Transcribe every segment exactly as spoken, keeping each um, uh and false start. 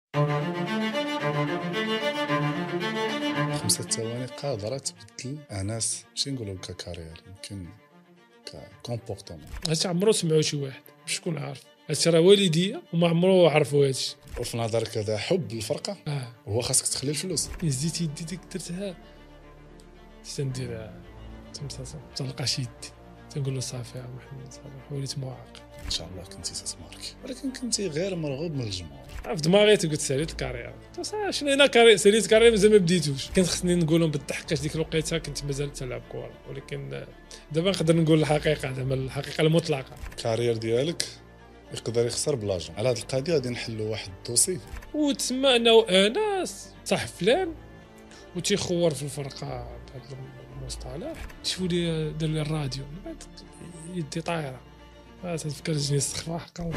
خمسة ثواني قادرة تبدل أناس ماشي نقولوا ككارير، يمكن ككومبورتمون. هادشي عمرو سمعوا شي واحد شكون عارف هادشي راه والديه وما عمرو عرفوا هادشي. وفي نظرك هذا حب الفرقة اه وهو خاصك تخلي الفلوس. زديتي يديك درتها تندير تمساسه تلقى شي يدي تنقول له صافي يا محمد صافي وليت معاق. ان شاء الله كنتي تتمارك، ولكن كنتي غير مرغوب من الجمهور. في دماغي تقول ساليت الكارير صافي شنو هنا كارير ساليت الكارير مازال ما بديتوش. كنت خصني نقولهم بالضحك ديك الوقيته كنت مازال تلعب كره، ولكن دابا نقدر نقول الحقيقه زعما الحقيقه المطلقه. الكارير ديالك يقدر يخسر بلاجون. على هذه القضيه غادي نحلوا واحد الدوسي وتسمى انه اناس صح فلان وتيخور في الفرقه بهذا المصطلح شوفوا لي دار لي الراديو يدي طايره تفكرجني السخفه حقا.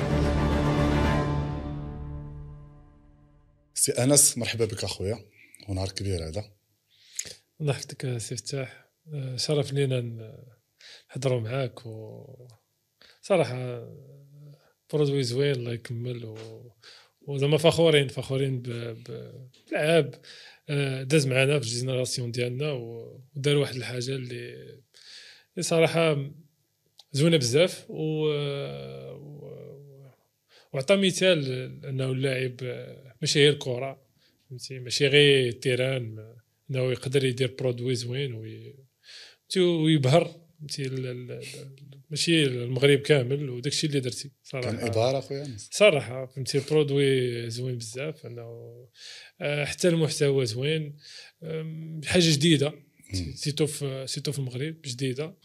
سي انس مرحبا بك اخويا، ونهار كبير هذا. الله يحفظك سي فتاح، شرف لينا نحضروا معاك و صراحه برودوي زوين الله يكمل و... وزعما فخورين فخورين باللعاب داز معنا في الجينيراسيون ديالنا ودار واحد الحاجه اللي اللي صراحه زوينه بزاف و... وعطى مثال انه اللاعب ماشي غير الكره فهمتي، ماشي غير التيران، انه يقدر يدير برودوي زوين وي... ويبهر فهمتي ماشي المغرب كامل. وداكشي اللي درتي صراحه كان ابهار اخويا صراحه فهمتي برودوي زوين بزاف، انه حتى المحتوى زوين، حاجه جديده سيتو في سيتو في المغرب جديده،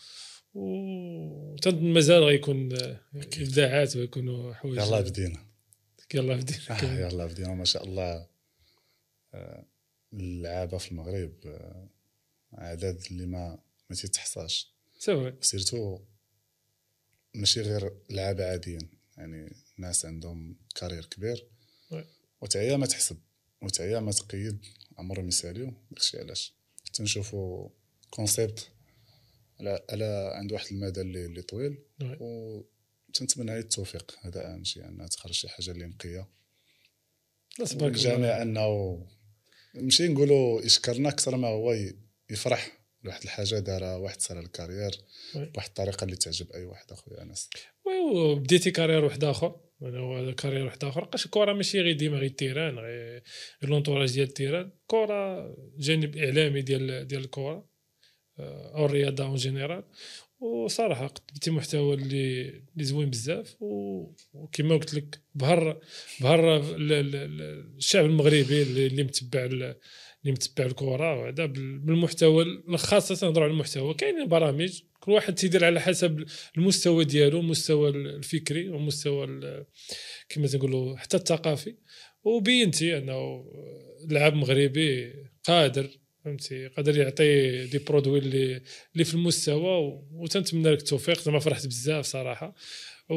وتنظن مازال غيكون ابداعات ويكونوا حوايج. يلاه بدينا يلاه بدينا آه يلاه بدينا ما شاء الله. آه اللعابه في المغرب آه عدد اللي ما ما تيتحصاش سوي سيرتو ماشي غير لعابه عاديين، يعني ناس عندهم كارير كبير وتعيا ما تحسب وتعيا ما تقيد عمرهم يساليو. داكشي علاش تنشوفوا كونسيبت على على عند واحد المدى اللي اللي طويل، و تنتمنى عليه التوفيق. هذا اهم شيء انها تخرج شي حاجه اللي نقيه. الجميع انه نمشي نقولوا يشكرنا اكثر ما هو يفرح لواحد الحاجه دارها واحد صار الكارير بواحد الطريقه اللي تعجب اي واحد اخويا انس. وي بديتي كارير واحد اخر، انا هو كارير واحد اخر قاش الكره ماشي غير ديما غير التيران غير لونطوراج ديال التيران، كره جانب اعلامي ديال ديال الكره او الرياضه اون جينيرال. وصراحه قدمتي محتوى اللي اللي زوين بزاف، وكما قلت لك بهر بهر الشعب المغربي اللي متبع اللي متبع الكره وهذا بالمحتوى الخاصه. تنهضروا على المحتوى، كاين برامج كل واحد تيدير على حسب المستوى ديالو، المستوى الفكري والمستوى كما تنقولوا حتى الثقافي. وبينتي انه اللاعب مغربي قادر فهمتي قادر يعطي دي برودوي اللي اللي في المستوى، وتنتمنى لك التوفيق. زعما فرحت بزاف صراحه. و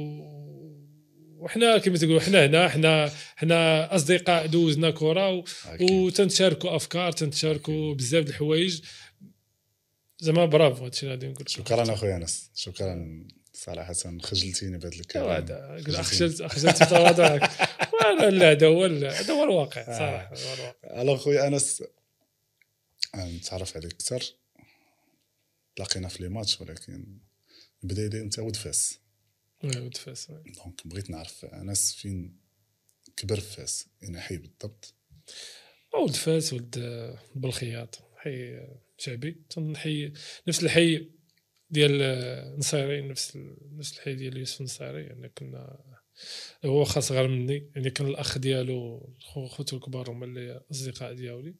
وحنا كما تقولوا حنا هنا حنا حنا اصدقاء دوزنا كره وتنشاركوا افكار تنشاركوا بزاف د الحوايج. زعما برافو هادشي اللي غادي نقول. شكرا اخويا انس، شكرا صراحه خجلتيني بهذا الكلام. هذا خجلت خجلت تواضعك. لا هذا هو هذا هو الواقع صراحه. هو الواقع. الو خويا انس نتعرف عليك اكثر، تلاقينا في لي ماتش، ولكن بدايه انت ولد فاس. وي ولد فاس. دونك بغيت نعرف انس فين كبر في فاس، يعني حي بالضبط. ولد فاس ولد بالخياط، حي شعبي تنحي نفس الحي ديال النصيري، نفس نفس الحي ديال يوسف النصيري. يعني كنا هو خاص صغر مني، يعني كان الاخ ديالو خوتو الكبار هما اللي اصدقاء ديالي.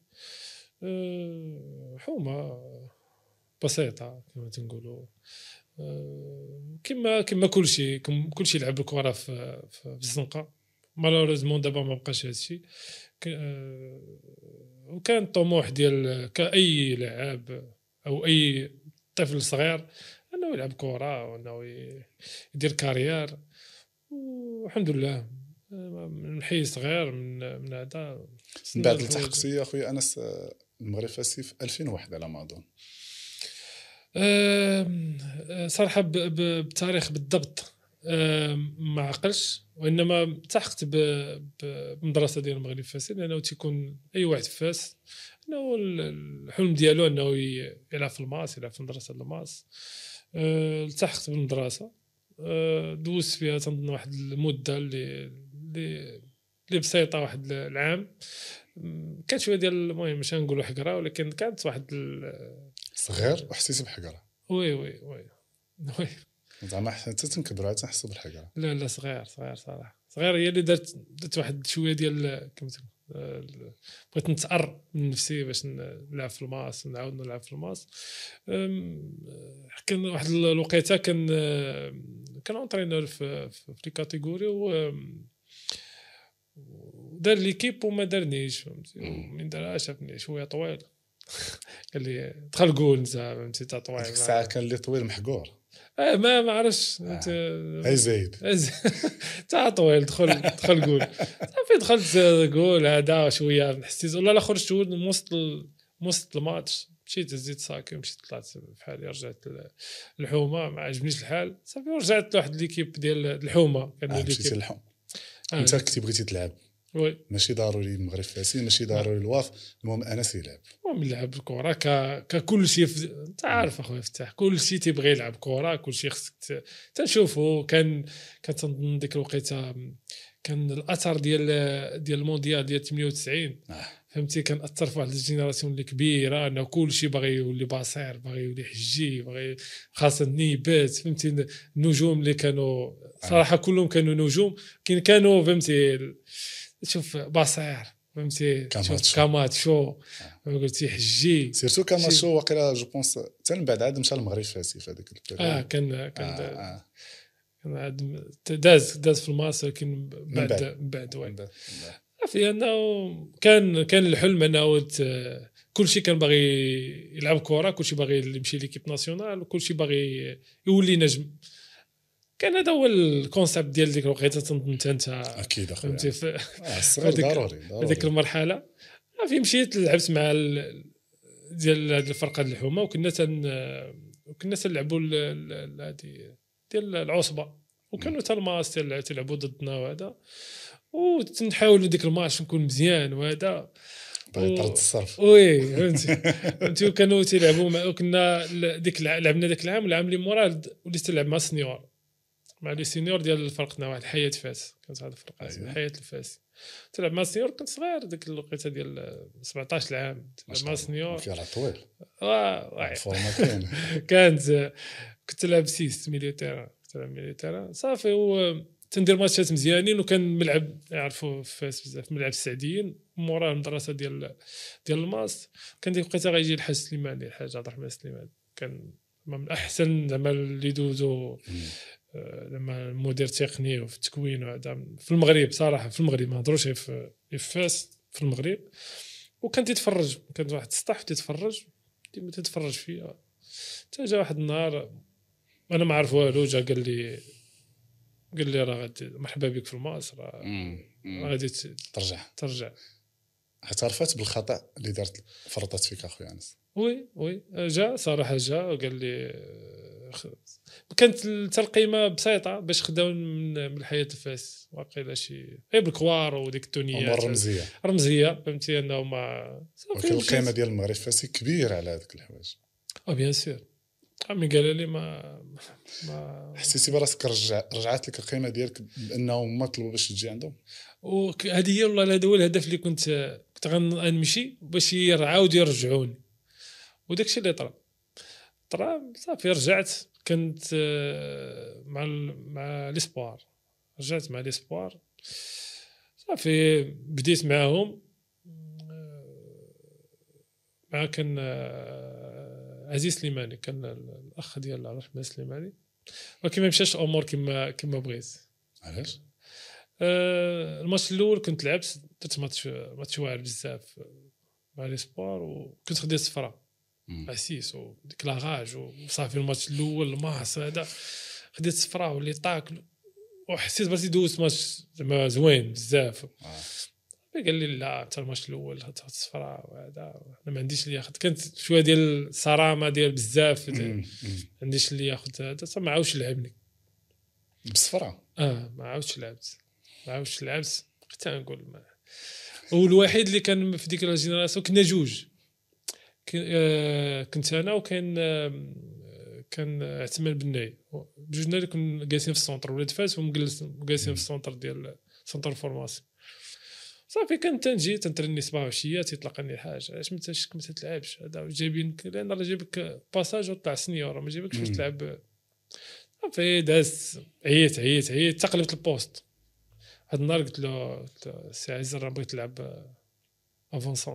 أه حومه بسيطه كما تنقولوا، أه كما كما كلشي كلشي يلعب الكره في في الزنقه. مالوريزمون دابا ما بقاش هادشي. أه وكان طموح ديال كاي لاعب او اي طفل صغير انه يلعب كره وانه يدير كارير. والحمد لله من حي صغير من من هذا. من بعد التحققتي يا اخويا انس المغرب فاسي في ألفين وواحد على ما اظن. أه صراحه بالتاريخ بالضبط ما عقلش، وانما التحقت بمدرسه ديال المغرب فاس، لانه تيكون اي واحد في فاس انه الحلم ديالو انه يلعب في الماس، يلعب في مدرسه الماس. أه التحقت بالمدرسه، أه دوزت فيها تنظن واحد المده اللي اللي اللي بسيطه، واحد العام. كانت شويه ديال المهم مش نقولوا حقره، ولكن كانت واحد صغير وحسيتي بحقره. وي وي وي وي زعما حتى تنكبر عاد تنحس بالحقره. لا لا صغير صغير صراحه صغير. هي اللي درت درت واحد شويه ديال كما تقول بغيت نتأر من نفسي باش نلعب في الماس، نعاود نلعب في الماس. كان واحد الوقيته كان كان اونترينور في في لي كاتيجوري و دار ليكيب وما دارنيش، فهمتي. من دار شافني شويه طويل قال لي دخل قول انت، فهمتي، تا طويل. ديك الساعه كان اللي طويل محقور. اه ما ما عرفش انت اي زايد تا طويل دخل دخل قول صافي. دخلت قول هذا شويه حسيت ولا لا خرجت من وسط وسط الماتش، مشيت هزيت ساكي ومشيت طلعت بحالي، رجعت الحومه ما عجبنيش الحال صافي، ورجعت لواحد ليكيب ديال الحومه. كان آه مشيتي للحوم. آه انت كنتي بغيتي تلعب. وي ماشي ضروري المغرب فاسي، ماشي ضروري الواف، المهم انس يلعب. المهم يلعب الكره ك ككل شيء في... انت عارف اخويا فتاح، كل شيء تيبغي يلعب كره، كل شيء خصك ت... تنشوفه. كان كان ديك الوقيته كان الاثر ديال ديال المونديال ديال ثمانية وتسعين آه. فهمتي، كان اثر في واحد الجينيراسيون اللي كبيره، انه كل شيء باغي يولي باصير، باغي يولي حجي، باغي خاصه النيبات، فهمتي. النجوم اللي كانوا صراحه كلهم كانوا نجوم، كاين كانوا فهمتي شوف باصير، فهمتي، شوف كامات شو قلتي حجي سيرتو كامات شو واقيلا جو بونس حتى من بعد عاد مشى المغرب فاسي في هذيك البيريود. اه كان كان آه آه. كان عاد داز داز في الماس، لكن بعد من بعد وين عرفتي انه كان كان الحلم انه كل شيء كان باغي يلعب كره، كل شيء باغي يمشي ليكيب ناسيونال، وكل شيء باغي يولي نجم. كان هذا هو الكونسيبت ديال ديك الوقيته تنظن انت اكيد اخويا فهمتي في الصغير ضروري ضروري هذيك المرحله. في مشيت لعبت مع ال... ديال هذه الفرقه ديال الحومه، وكنا تن وكنا تنلعبوا هذه ديال العصبه، وكانوا حتى الماس تلعبوا ضدنا وهذا، وتنحاولوا ديك الماتش نكون مزيان وهذا باغي طرد الصرف. وي فهمتي فهمتي. وكانوا تيلعبوا، كنا ديك لعبنا داك العام، العام اللي موراه وليت تلعب مع السنيور، مع لي سينيور ديال فرقنا، واحد حياه فاس كانت هذه الفرقه اسمها حياه الفاس. تلعب مع السنيور، كنت صغير ديك الوقيته ديال سبعطاش عام، تلعب مع السنيور كيرا طويل واه فورما كاين. كانت كنت لعب سيس ميليتير، كنت لعب ميليتير صافي، و تندير ماتشات مزيانين، وكان ملعب يعرفوا فاس بزاف، ملعب السعديين موراه المدرسه ديال ديال الماس. كان ديك الوقيته غيجي الحاج سليماني، الحاج عبد الرحمن سليماني، كان من احسن زعما اللي دوزو لما المدير التقني وفي التكوين وهذا في المغرب صراحه، في المغرب ما نهضروش في فاس، في المغرب. وكان تيتفرج، كان واحد السطح تيتفرج ديما تتفرج فيها. حتى جا واحد النهار انا ما عارف والو، جا قال لي قال لي راه غادي مرحبا بك في الماس، راه غادي ترجع ترجع. اعترفت بالخطا اللي درت، فرطت فيك اخويا انس. وي وي جا صراحه، جا وقال لي كانت التلقيمه بسيطه باش خداو من الحياه الفاس، واقيلا شي غير بالكوار وديك التونيات رمزيه رمزيه، فهمتي انه ما ولكن القيمه ديال المغرب فاسي كبيره على هذوك الحوايج. اه بيان سور. عمي قال لي ما ما حسيتي براسك رجع رجعت لك القيمه ديالك بانهم ما طلبوا باش تجي عندهم. وهذه هي والله هذا هو الهدف اللي كنت كنت غنمشي باش يعاودوا يرجعوني، وداك الشيء اللي طرا طرا صافي. رجعت كنت مع مع ليسبوار، رجعت مع ليسبوار صافي. بديت معاهم مع كان عزيز سليماني، كان الاخ ديال عبد الرحمن سليماني، ولكن ما مشاش الامور كما كما بغيت. علاش؟ آه الماتش الاول كنت لعبت، درت ماتش ماتش واعر بزاف مع ليسبوار، وكنت خديت صفرة مع سيس وديك لاغاج وصافي. الماتش الاول الماس هذا خديت صفرة واللي طاك، وحسيت براسي دوزت ماتش زعما زوين بزاف. آه. قال لي لا حتى الماتش الاول خدت الصفرة وهذا، انا ما عنديش اللي ياخذ. كانت شويه ديال الصرامه ديال بزاف، ما عنديش اللي ياخذ هذا، ما عاودش لعبني. بالصفرة اه ما عاودش لعبت ما عاودش لعبت حتى نقول ما هو الوحيد اللي كان في ديك الجينيراسيون. كنا جوج، كنت انا وكان كان عثمان بناي، بجوجنا اللي كنا جالسين في السونتر، ولاد فاس وجالسين في السونتر ديال سونتر فورماسيون. صافي كنت تنجي تنتريني صباح وعشيه تيطلقني الحاج علاش ما تشك ما تلعبش هذا جايبينك لان راه جايبك باساج وطلع سنيور ما جايبكش باش تلعب. صافي داز عييت عييت عييت تقلبت البوست. هاد النهار قلت له سي عز راه بغيت نلعب افونسون.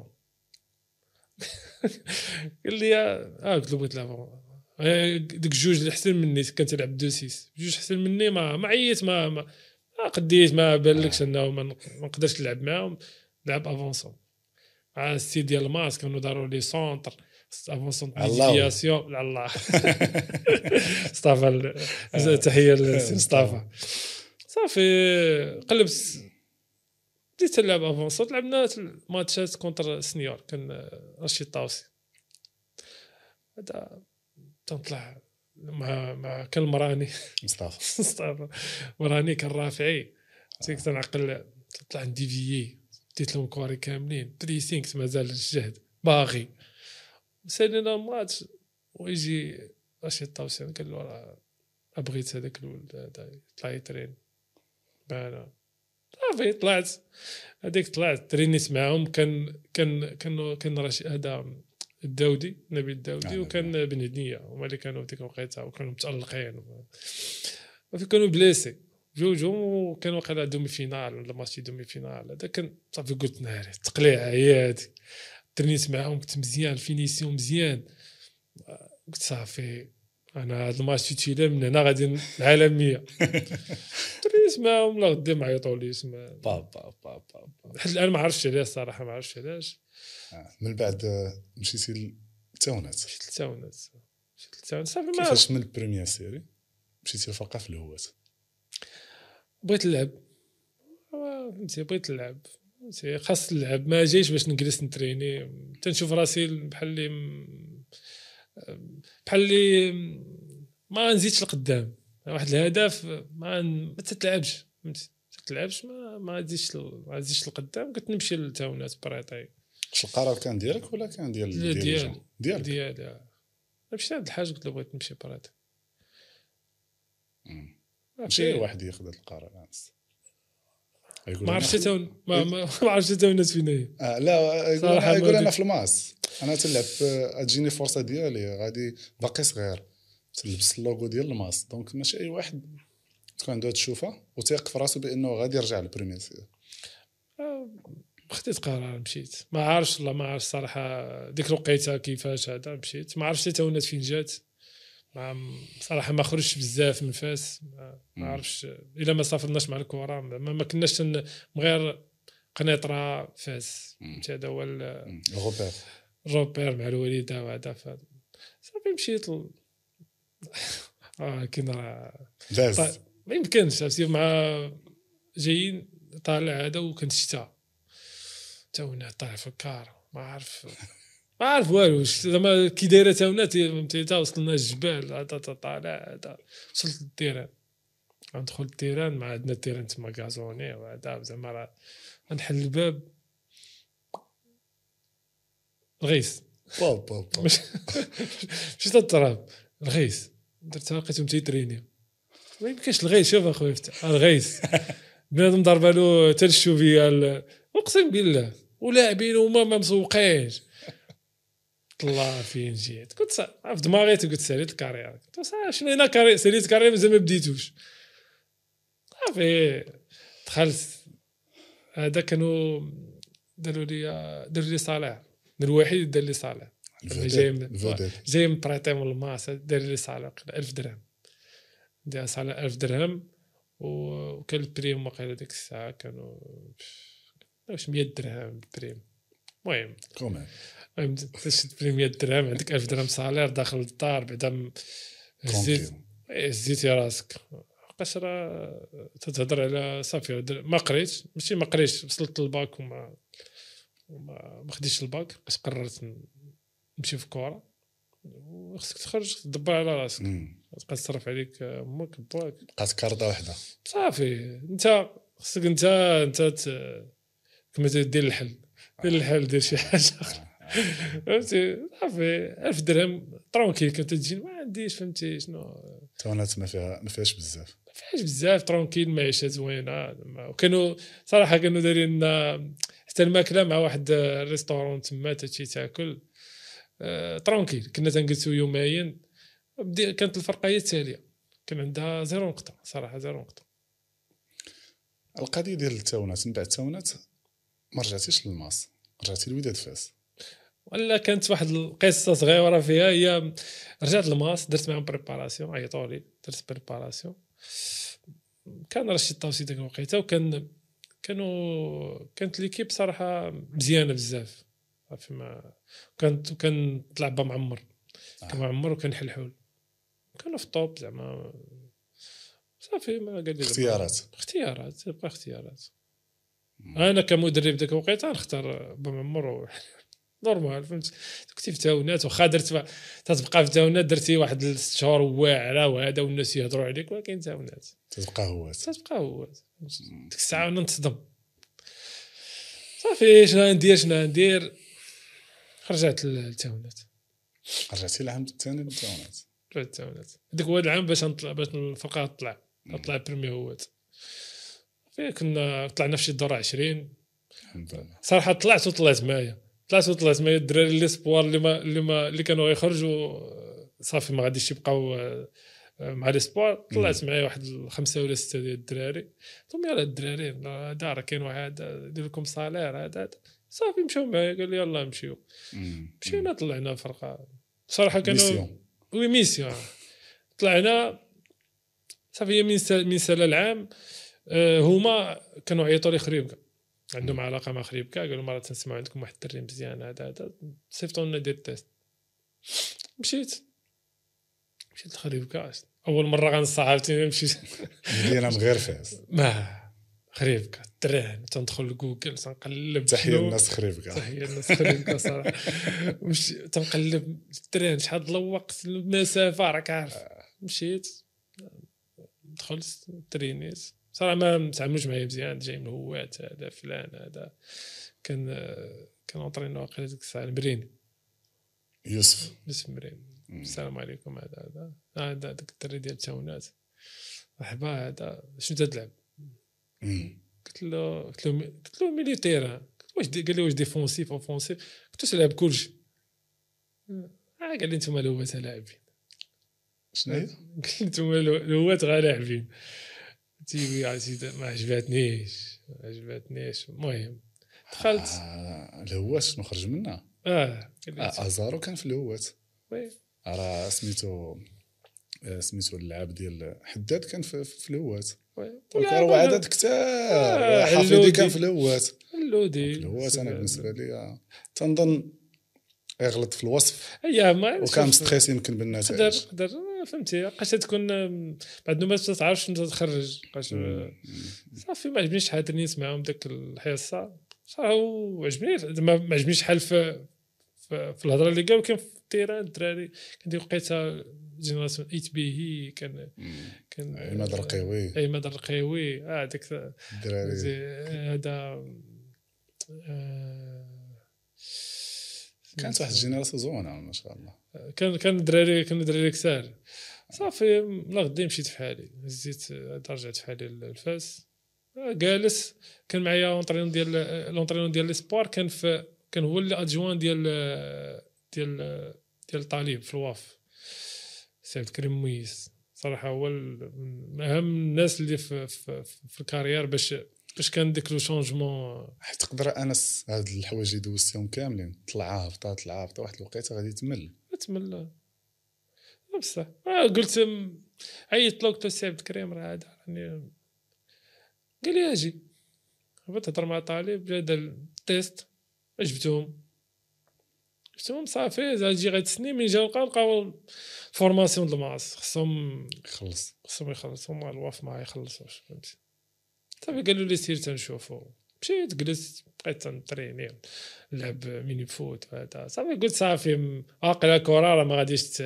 قال لي اه قلت له بغيت نلعب ديك جوج اللي احسن مني كان تلعب دو سيس جوج احسن مني ما ما عييت ما ما قديت ما بالكش انه ما نقدرش نلعب معاهم. لعب افونسون مع السي ديال الماس كانوا داروا لي سونتر افونسون ديفياسيون لا الله مصطفى تحيه للسي مصطفى. صافي قلبت بديت نلعب افونسون لعبنا ماتشات كونتر سنيور كان رشيد طاوسي هذا تنطلع مع مع كان مراني مصطفى مصطفى مراني كان رافعي تيك تنعقل تطلع عندي في بديت لهم كواري كاملين بريسينكس مازال الجهد باغي سالينا ماتش ويجي رشيد طاوسي قال له راه بغيت هذاك الولد هذا يطلع يترين بانا. صافي طلعت هذيك طلعت ترينيت معاهم. كان كان كان كان رشيد هذا الداودي نبيل الداودي وكان بن هديه هما اللي كانوا ديك الوقيته وكانوا متالقين وفي كانوا بليسي جوج وكانوا واقيلا دومي فينال ولا ماتش دومي فينال. هذا كان صافي قلت ناري تقليعه هي هذه. ترينيت معاهم كنت مزيان فينيسيون مزيان قلت صافي انا هذا الماتش تيلا من هنا غادي العالميه. ترينيت معاهم لا غدي معيطوا لي اسمع بابا بابا لحد الان ما عرفتش علاش الصراحه ما عرفتش علاش. من بعد مشيتي للتاونات مشيت للتاونات مشيت للتاونات صافي ما كيفاش من البريمير سيري مشيتي الفرقه في الهوات؟ بغيت نلعب فهمتي بغيت نلعب خاص نلعب ما جايش باش نجلس نتريني تنشوف راسي بحال اللي بحال اللي ما نزيدش لقدام واحد الهدف ما ما تتلعبش فهمتي تتلعبش ما ما تزيدش ما تزيدش لقدام قلت نمشي للتاونات بريطي. واش القرار كان ديالك ولا كان ديال ديال ديالك ديال مشيت عند الحاج قلت له بغيت نمشي بريطي. ماشي واحد ياخذ هذا القرار ما عرفتش حتى ما ما عرفتش حتى الناس فين هي. آه لا يقول انا يقول انا في الماس انا تلعب تجيني فرصه ديالي غادي باقي صغير تلبس اللوغو ديال الماس دونك ماشي اي واحد تكون عنده تشوفه وثيق في راسو بانه غادي يرجع للبريمير سي. خديت قرار مشيت ما عارفش والله ما عارف صراحه ديك الوقيته كيفاش هذا مشيت ما عرفتش حتى ونات فين جات ما صراحه ما خرجش بزاف من فاس ما عرفش الا ما سافرناش مع الكره ما, ما كناش من غير قنيطره فاس هذا هو الروبير روبير مع الوالده وهذا صافي مشيت ل... اه كاين راه داز ما يمكنش عرفتي مع جايين طالع هذا وكنت شتا تونا طالع في الكار ما عارف ما عارف والو زعما كي دايره تاونا فهمتي تا وصلنا الجبال هذا طالع هذا وصلت للتيران ندخل التيران مع عندنا التيران تما كازوني وهذا زعما راه نحل الباب الغيس بابا بابا مشيت للتراب الغيس درتها لقيتهم تيتريني ما يمكنش الغيس شوف اخويا فتح الغيس بنادم ضرب له حتى الشوفيه اقسم بالله ولاعبين وما ما مسوقينش الله فين جيت كنت في دماغي قلت ساليت الكارير قلت شنو هنا كارير ساليت كارير مازال ما بديتوش صافي دخلت هذا كانوا داروا لي داروا لي صالح الوحيد دار لي صالح جاي من جاي من بريطي من الماس دار لي صالح ألف درهم دار صالح ألف درهم وكان البريم وقيله ديك الساعه كانوا واش مية درهم بريم المهم كومان المهم تشد مية درهم عندك ألف درهم صالير داخل الدار بعدا هزيت هزيتي راسك بقاش راه تتهضر على صافي ما قريت ماشي ما قريتش وصلت للباك وما وما ما خديتش الباك بس قررت نمشي في الكره وخصك تخرج تدبر على راسك تبقى تصرف عليك امك باك بقات كارطه واحده صافي انت خصك انت انت كما دير الحل دير الحل دير شي حاجه فهمتي صافي ألف درهم ترونكيل كنت تجي ما عنديش فهمتي شنو تونات ما فيها ما فيهاش بزاف ما فيهاش بزاف ترونكيل معيشه زوينه وكانوا صراحه كانوا دايرين حتى الماكله مع واحد الريستورون تما تمشي تاكل أه ترونكيل كنا تنجلسوا يومين كانت الفرقه هي التاليه كان عندها زيرو نقطه صراحه زيرو نقطه. القضيه ديال التاونات من بعد التاونات ما رجعتيش للماس رجعتي لوداد فاس ولا كانت واحد القصه صغيره فيها هي رجعت للماس درت معهم بريباراسيون عيطوا لي درت بريباراسيون كان رشيد طاوسي ديك الوقيته وكان كانوا كانت ليكيب صراحه مزيانه بزاف صافي ما كانت كان تلعب معمر كان معمر وكان حلحول كانوا في الطوب زعما صافي ما قال لي اختيارات اختيارات تبقى اختيارات مم. انا كمدرب ديك الوقيته نختار بمعمر نورمال فهمت كنتي في تاونات واخا درت تتبقى في تاونات درتي واحد ست شهور واعره وهذا والناس يهضروا عليك ولكن تاونات تتبقى هو تتبقى هو ديك الساعه انا نتصدم صافي شنو ندير شنو ندير رجعت للتاونات رجعتي العام الثاني للتاونات رجعت للتاونات ديك هو العام باش نطلع باش الفرقه تطلع تطلع بريمي هوات فيه كنا طلعنا في شي دور عشرين الحمد لله صراحه طلعت وطلعت معايا طلعت وطلعت معايا الدراري اللي سبوار اللي ما اللي ما اللي كانوا غيخرجوا صافي ما غاديش يبقاو مع لي سبوار طلعت معايا واحد خمسه ولا سته ديال الدراري ثم يلا الدراري هذا راه كاين واحد يدير لكم صالير هذا صافي مشاو معايا قال لي يلاه نمشيو مشينا طلعنا فرقه صراحه كانوا وي ميسيون طلعنا صافي من من سنه العام هما كانوا عيطوا لي خريبكا عندهم علاقه مع خريبكا قالوا مرة تنسمعوا عندكم واحد الدري مزيان هذا هذا صيفطوا لنا دير تيست مشيت مشيت لخريبكا اول مره غنصاحبتي مشيت مدينه من غير فاس ما خريبكا التران تندخل لجوجل تنقلب تحيه الناس خريبكا تحيه الناس خريبكا صراحه مش تنقلب التران شحال الوقت المسافه راك عارف مشيت دخلت ترينيت صراحه ما تعاملوش معايا مزيان جاي من هوات هذا فلان هذا كان كان اونطرينو واقيلا ديك الساعه المريني يوسف يوسف مريني السلام عليكم هذا هذا هذا داك الدري ديال التاونات مرحبا هذا شنو تلعب قلت له قلت له قلت له ميليتير واش قال لي واش ديفونسيف اوفونسيف قلت له لعب كلشي اه قال لي نتوما الهوات لاعبين شنو هي قلت له نتوما الهوات غا لاعبين تيجي عزيز ما عجبتنيش ما عجبتنيش المهم دخلت آه الهوات شنو خرج منها اه آه ازارو كان في الهوات وي راه سميتو سميتو اللعاب ديال حداد كان في, في الهوات وكان عدد كثار حفيدي كان في الهوات اللودي الهوات انا بالنسبه لي تنظن يغلط في الوصف اييه ما وكان ستريس يمكن بالنتائج قدر قدر فهمتي بقاش تكون بعد ما تعرفش انت تخرج بقاش صافي ما عجبنيش شحال درنيت معاهم داك الحصه صافي وعجبني ما عجبنيش شحال في في الهضره اللي قالوا كان في التيران الدراري كان ديك وقيته جينيراسيون ايت بي هي كان كان عماد الرقيوي عماد الرقيوي اه داك الدراري هذا كانت واحد الجينيراسيون زوينه ما شاء الله كان كان الدراري كانوا دراري كثار صافي لا غدي مشيت في حالي هزيت رجعت في حالي الفاس جالس كان معايا اونطرينور ديال لونطرينور ديال ليسبوار كان في كان هو اللي ادجوان ديال ديال ديال طالب في الواف سعد كريم ميس صراحه هو من اهم الناس اللي في في, في الكارير باش باش كان ديك لو شونجمون تقدر انس هاد الحوايج اللي دوزتهم كاملين طلع هبطه طلع هبطه واحد الوقيته غادي تمل تمل بصح آه قلت عيطت له قلت سي عبد الكريم راه هذا راني قال لي اجي بغيت نهضر مع طالب جا دار التيست عجبتهم عجبتهم صافي اجي غتسني من جاو لقاو لقاو فورماسيون د الماس خصهم يخلص خصهم يخلصوا مع الواف ما يخلصوش فهمتي صافي قالوا لي سير تنشوفوا مشيت جلست بقيت تنطريني نلعب ميني فوت هذا صافي قلت صافي عاقله كره راه ما غاديش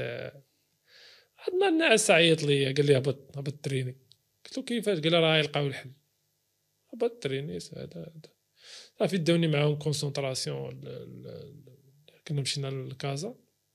عندنا الناس عيط لي قال لي هبط هبط تريني قلت له كيفاش قال لي راه يلقاو الحل هبط تريني هذا صافي داوني معاهم كونسونطراسيون كنا مشينا لكازا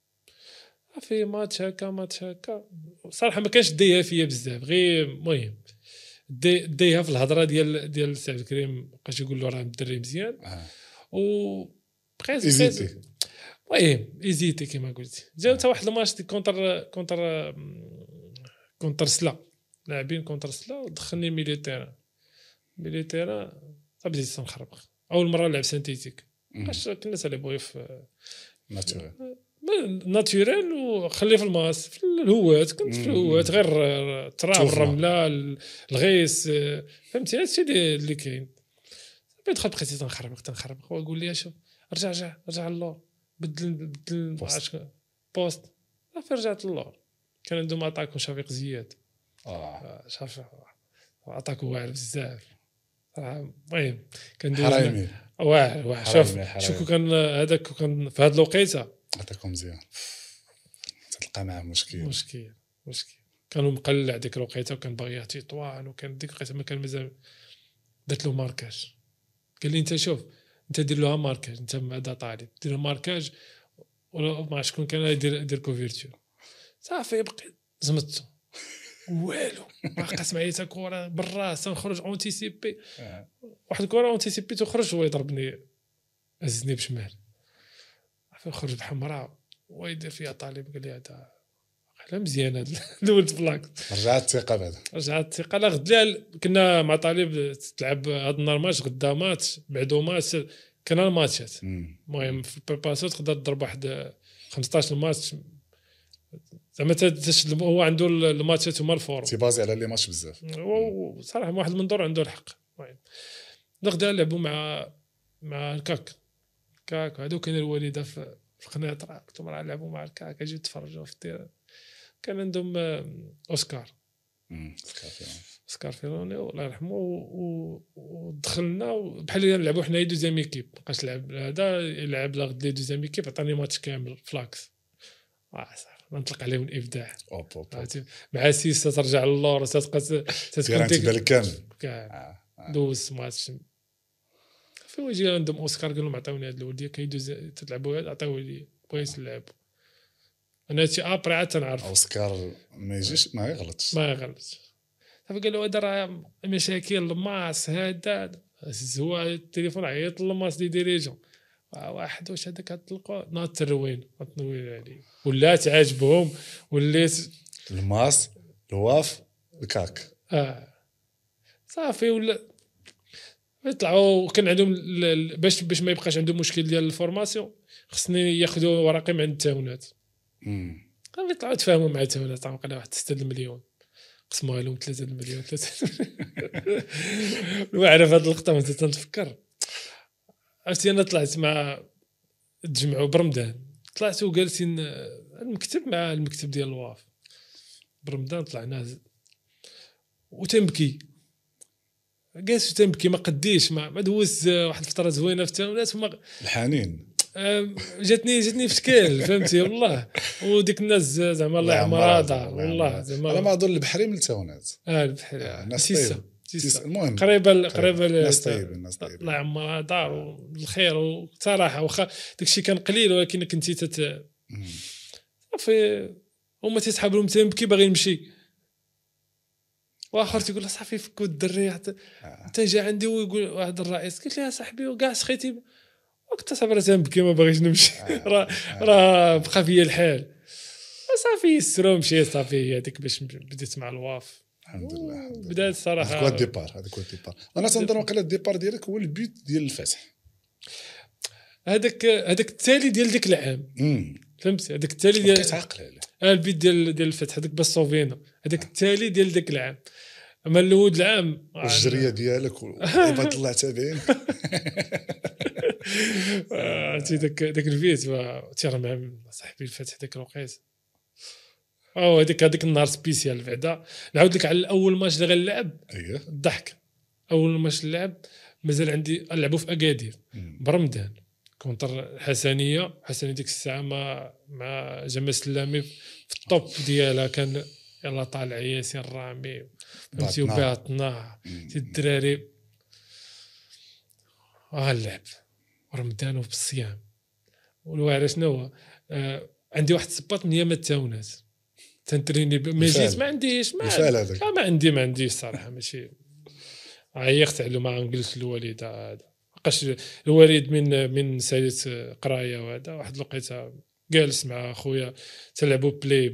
صافي ماتش هكا ماتش هكا صراحه ما كانش ديها فيا بزاف غير المهم دي ديها في الهضره ديال ديال سعد الكريم بقاش يقول له راه مدري مزيان آه. و بقيت ايزيتي المهم ايزيتي كما قلت جا حتى واحد الماتش كونتر كونتر كونتر سلا لاعبين كونتر سلا ودخلني ميلي تيران ميلي تيران صافي بديت نخربق اول مره نلعب سانتيتيك باش كنا سالي بغي في ناتورال ناتورال وخليه في الماس في الهوات كنت في الهوات غير تراب الرمله الغيس فهمتي هادشي اللي كاين دخلت بقيت تنخربق تنخربق ويقول لي شوف رجع رجع رجع للور بدل بدل بوست صافي رجعت للور كان عندهم اتاك شفيق زياد اه شاف اتاك واعر بزاف المهم كان حرايمي واعر واعر شوف شكون كان هذاك كان في هذه الوقيته عطاكم مزيان تلقى معاه مشكل مشكل مشكل كانوا مقلع ديك الوقيته وكان باغي يعطي طوان وكان ديك الوقيته ما كان مازال درت له ماركاج قال لي انت شوف انت دير له ماركاج انت هذا طالب دير له ماركاج ولا ما شكون كان يدير يدير كوفيرتور صافي بقيت زمت والو ما قاس معايا حتى كره بالراس نخرج اونتيسيبي واحد الكره اونتيسيبي تخرج هو يضربني هزني بشمال صافي خرج بحمراء ويدير فيها طالب قال لي هذا على مزيان هذا الولد بلاك رجعت الثقه بعدا رجعت الثقه لا غد كنا مع طالب تلعب هذا النهار ماتش غدا ماتش بعدو ماتش كان الماتشات المهم في البريباسيون تقدر تضرب واحد خمسطاش ماتش زعما هو عنده الماتشات هما الفورم تيبازي على لي ماتش بزاف وصراحه واحد المنظور عنده الحق المهم غدا لعبوا مع مع الكاك كاك هادو كاين الوالده في القنيطره قلت لهم راه لعبوا مع الكاك اجيو تفرجوا في التيران كان عندهم اوسكار اوسكار فيروني الله يرحمه ودخلنا بحال نلعبوا حنا دوزيام ايكيب بقاش لعب هذا يلعب لا غد لي دوزيام ايكيب عطاني ماتش كامل فلاكس اه صافي نطلق عليهم الابداع مع سيسه ترجع للور تتبقى تكون بالك كامل كاع دوز ماتش في وجه عندهم اوسكار قال لهم عطاوني هاد الولديه كيدوز تلعبوا هذا عطاوه لي بغيت نلعب انا شي ابري عاد تنعرف اوسكار ما يجيش ما يغلطش ما يغلطش صافي قال له هذا راه مشاكل الماس هذا هو التليفون عيط للماس دي ديريجون واحد واش هذاك تلقى ناض تروين تنوير عليه ولا تعجبهم وليت الماس الواف الكاك اه صافي ولا يطلعوا كان عندهم باش باش ما يبقاش عندهم مشكل ديال الفورماسيون خصني ياخذوا ورقي من التاونات امم صافي يطلعوا تفاهموا مع التاونات عطاهم قال واحد ستة المليون قسموها لهم ثلاثة المليون ثلاثة وعرف هذه اللقطه وانت تنفكر عرفتي انا طلعت مع تجمعوا برمضان طلعت وجالسين المكتب مع المكتب ديال الواف برمضان طلعنا وتنبكي جالس تنبكي ما قديش ما, ما دوز واحد الفتره زوينه في التاونات وما الحنين جاتني جاتني في شكل فهمتي والله وديك الناس زعما الله يعمرها دار والله زعما انا ما اظن البحري من التاونات اه البحري الناس طيبه المهم قريبه قريبه الناس طيبين الناس طيبين الله يعمرها دار والخير وصراحه واخا داكشي كان قليل ولكن كنتي تت صافي هما تيسحبوا لهم تنبكي باغي نمشي واخر تيقول له صافي فكوا الدري حتى انت جا عندي ويقول واحد الرئيس قلت له يا صاحبي وكاع سخيتي وقت صافي راه تنبكي ما باغيش نمشي راه راه بقى فيا الحال صافي يسرو مشيت صافي هذيك باش بديت مع الواف الحمد لله بدات الصراحه هذاك هو الديبار هذاك هو الديبار انا تنظن واقيلا الديبار ديالك هو البيوت ديال الفتح هذاك هذاك التالي ديال ديك العام فهمتي هذاك التالي ديال كتعقل عليه البيت ديال ديال الفتح هذاك بالصوفينا هذاك التالي ديال داك العام اما الاول العام والجريه ديالك وعباد الله تابعين عرفتي داك داك البيت تيرى مع صاحبي الفتح داك الوقيت او هذيك هذيك النهار سبيسيال بعدا نعاود لك على الاول ماتش اللي غنلعب اييه الضحك اول ماتش نلعب مازال عندي نلعبوا في اكادير برمضان كونتر حسنيه حسنيه ديك الساعه مع مع جمال سلامي في الطوب ديالها كان يلا طالع ياسين الرامي فهمتي وباطنا سي الدراري غنلعب رمضان وبالصيام والواعر شنو هو آه عندي واحد الصباط من ايام التاونات تنتريني ما جيت ما عنديش ما ما عندي ما عنديش صراحه ماشي عيقت على ما نقلت الوالد هذا بقاش الوالد من من ساليت قرايه وهذا واحد الوقيته جالس مع خويا تلعبوا بلاي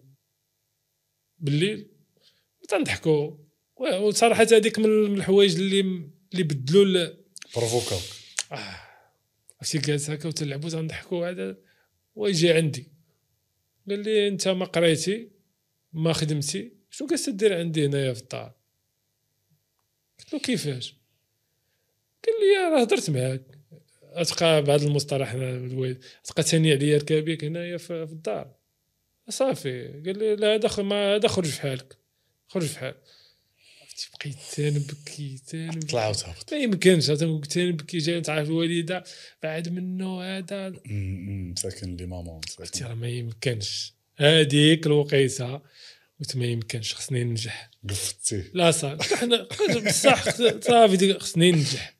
بالليل تنضحكوا وصراحه هذيك من الحوايج اللي اللي بدلوا بروفوكاو اه ماشي جالس هكا وتلعبوا تنضحكوا هذا ويجي عندي قال لي انت ما قريتي ما خدمتي شنو جالس دير عندي هنايا في الدار قلت له كيفاش قال لي راه هضرت معاك اتبقى بهذا المصطلح الوالد تبقى ثاني عليا ركابيك هنايا في الدار صافي قال لي لا هذا ما هذا خرج في حالك خرج في حالك بقيت تنبكي تنبكي طلع وتهبط ما يمكنش تنقول تنبكي جاي تعرف الوالده بعد منه هذا ساكن لي ماما قلت راه ما يمكنش هذيك الوقيته قلت ما يمكنش خصني ننجح قفتي لا صافي حنا بصح صافي خصني ننجح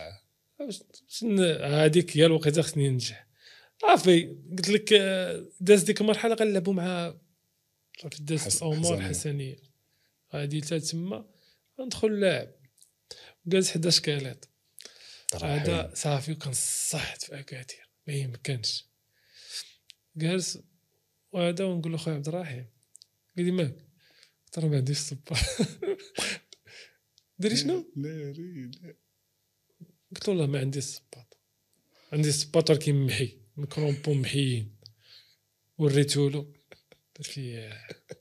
هذيك هي الوقيته خصني ننجح صافي قلت لك داز ديك المرحله غنلعبوا مع صافي داز الامور الحسنيه غادي حتى تما ندخل لاعب جالس حداش كالات هذا صافي وكنصحت في اكادير ما يمكنش جالس وهذا ونقول له خويا عبد الرحيم قال لي مالك ترى ما عنديش صبا دري شنو لا ري لا قلت له والله ما عندي الصباط عندي الصباط ولكن محي ميكرومبو محيين وريتو له في